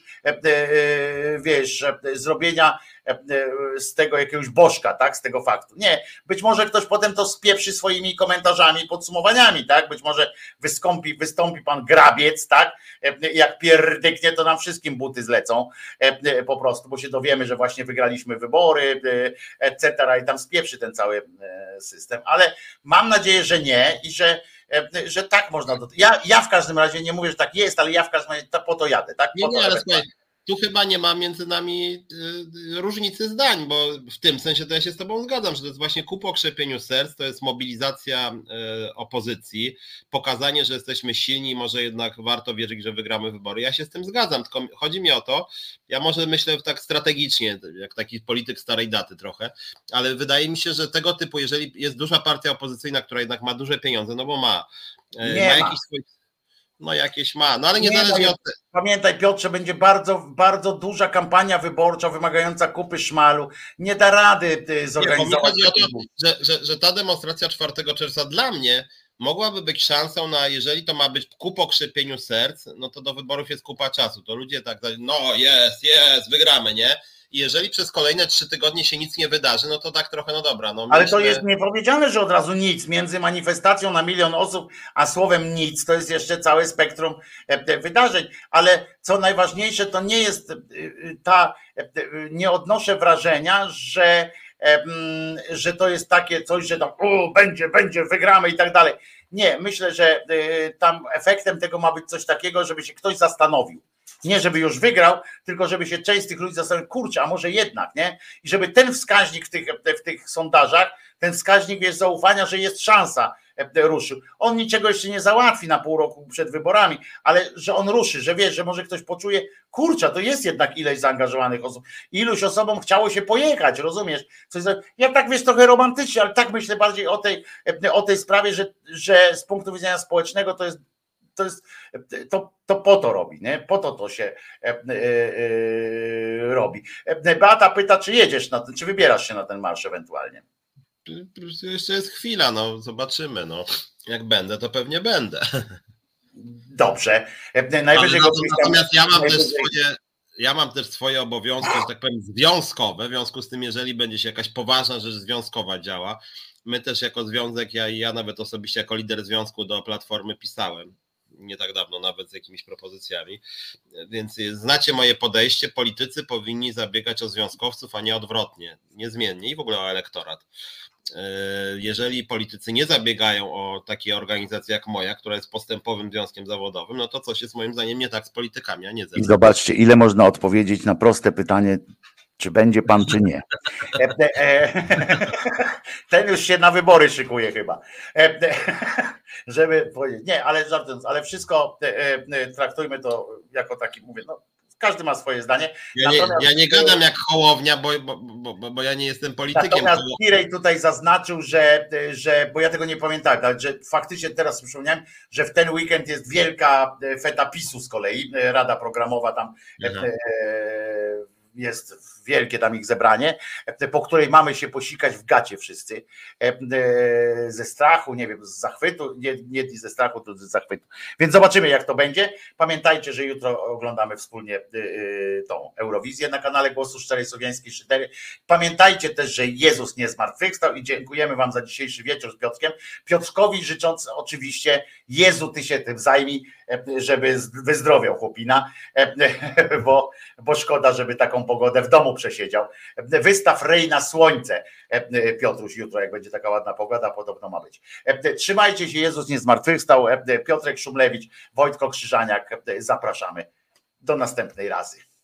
Speaker 1: wiesz, zrobienia z tego jakiegoś bożka, tak, z tego faktu. Nie, być może ktoś potem to spieprzy swoimi komentarzami, podsumowaniami, tak, być może wystąpi, wystąpi pan Grabiec, tak, jak pierdyknie, to nam wszystkim buty zlecą po prostu, bo się dowiemy, że właśnie wygraliśmy wybory, et cetera i tam spieprzy ten cały system, ale mam nadzieję, że nie i że że tak można. Do... Ja, ja w każdym razie nie mówię, że tak jest, ale ja w każdym razie po to jadę, tak? Po
Speaker 2: nie, nie,
Speaker 1: to
Speaker 2: ale słuchaj, tu chyba nie ma między nami różnicy zdań, bo w tym sensie to ja się z tobą zgadzam, że to jest właśnie ku pokrzepieniu serc, to jest mobilizacja opozycji, pokazanie, że jesteśmy silni i może jednak warto wierzyć, że wygramy wybory. Ja się z tym zgadzam, tylko chodzi mi o to, ja może myślę tak strategicznie, jak taki polityk starej daty trochę, ale wydaje mi się, że tego typu, jeżeli jest duża partia opozycyjna, która jednak ma duże pieniądze, no bo ma,
Speaker 1: nie
Speaker 2: ma
Speaker 1: ma.
Speaker 2: jakiś swój... No jakieś ma, no ale
Speaker 1: Nie,
Speaker 2: niezależnie
Speaker 1: no,
Speaker 2: od...
Speaker 1: Pamiętaj, Piotrze, będzie bardzo, bardzo duża kampania wyborcza wymagająca kupy szmalu. Nie da rady ty, zorganizować.
Speaker 2: Nie, bo mi chodzi o to, że, że, że ta demonstracja czwartego czerwca dla mnie mogłaby być szansą na, jeżeli to ma być ku pokrzepieniu serc, no to do wyborów jest kupa czasu. To ludzie tak, no jest, jest, wygramy, nie? I jeżeli przez kolejne trzy tygodnie się nic nie wydarzy, no to tak trochę, no dobra. No
Speaker 1: Ale
Speaker 2: myślę...
Speaker 1: to jest niepowiedziane, że od razu nic. Między manifestacją na milion osób, a słowem nic, to jest jeszcze całe spektrum wydarzeń. Ale co najważniejsze, to nie jest ta, nie odnoszę wrażenia, że, że to jest takie coś, że tam o, będzie, będzie, wygramy i tak dalej. Nie, myślę, że tam efektem tego ma być coś takiego, żeby się ktoś zastanowił. Nie żeby już wygrał, tylko żeby się część z tych ludzi zastanowił, kurczę, a może jednak, nie? I żeby ten wskaźnik w tych, w tych sondażach, ten wskaźnik wiesz, zaufania, że jest szansa, ruszył. On niczego jeszcze nie załatwi na pół roku przed wyborami, ale że on ruszy, że wiesz, że może ktoś poczuje, kurczę, to jest jednak ileś zaangażowanych osób. Iluś osobom chciało się pojechać, rozumiesz? Coś za... Ja tak wiesz, trochę romantycznie, ale tak myślę bardziej o tej, o tej sprawie, że, że z punktu widzenia społecznego to jest To, jest, to, to po to robi, nie? Po to to się e, e, e, robi. Beata pyta, czy jedziesz na ten, czy wybierasz się na ten marsz ewentualnie?
Speaker 2: Jeszcze jest chwila, no zobaczymy, no. Jak będę, to pewnie będę.
Speaker 1: Dobrze. Najwyżej
Speaker 2: Ale
Speaker 1: go
Speaker 2: natomiast ja mam najwyżej... też swoje, ja mam też swoje obowiązki, że tak powiem, związkowe, w związku z tym, jeżeli będzie się jakaś poważna rzecz związkowa działa, my też jako związek, ja i ja nawet osobiście jako lider związku do Platformy pisałem. Nie tak dawno nawet z jakimiś propozycjami, więc znacie moje podejście, politycy powinni zabiegać o związkowców, a nie odwrotnie, niezmiennie i w ogóle o elektorat. Jeżeli politycy nie zabiegają o takie organizacje jak moja, która jest postępowym związkiem zawodowym, no to coś jest moim zdaniem nie tak z politykami, a nie ze.
Speaker 5: I zobaczcie, ile można odpowiedzieć na proste pytanie, czy będzie pan, czy nie.
Speaker 1: Ten już się na wybory szykuje chyba. Żeby powiedzieć, nie, ale żartując, ale wszystko traktujmy to jako taki, mówię, no każdy ma swoje zdanie.
Speaker 2: Ja nie, ja nie gadam jak Hołownia, bo, bo, bo, bo ja nie jestem politykiem.
Speaker 1: Natomiast Kirej tutaj zaznaczył, że, że, bo ja tego nie pamiętałem, ale że faktycznie teraz przypomniałem, że w ten weekend jest wielka feta PiSu z kolei, Rada Programowa tam mhm. jest wielkie tam ich zebranie, po której mamy się posikać w gacie wszyscy ze strachu, nie wiem, z zachwytu, nie, nie ze strachu, to z zachwytu. Więc zobaczymy, jak to będzie. Pamiętajcie, że jutro oglądamy wspólnie tą Eurowizję na kanale Głosu Szczerej Słowiańskiej cztery. Pamiętajcie też, że Jezus nie zmartwychwstał i dziękujemy wam za dzisiejszy wieczór z Piotrkiem. Piotrkowi życząc oczywiście, Jezu, ty się tym zajmij, żeby wyzdrowiał chłopina, bo, bo szkoda, żeby taką pogodę w domu przesiedział. Wystaw rej na słońce, Piotruś, jutro, jak będzie taka ładna pogoda, podobno ma być. Trzymajcie się, Jezus nie zmartwychwstał. Piotrek Szumlewicz, Wojtko Krzyżaniak, zapraszamy do następnej razy.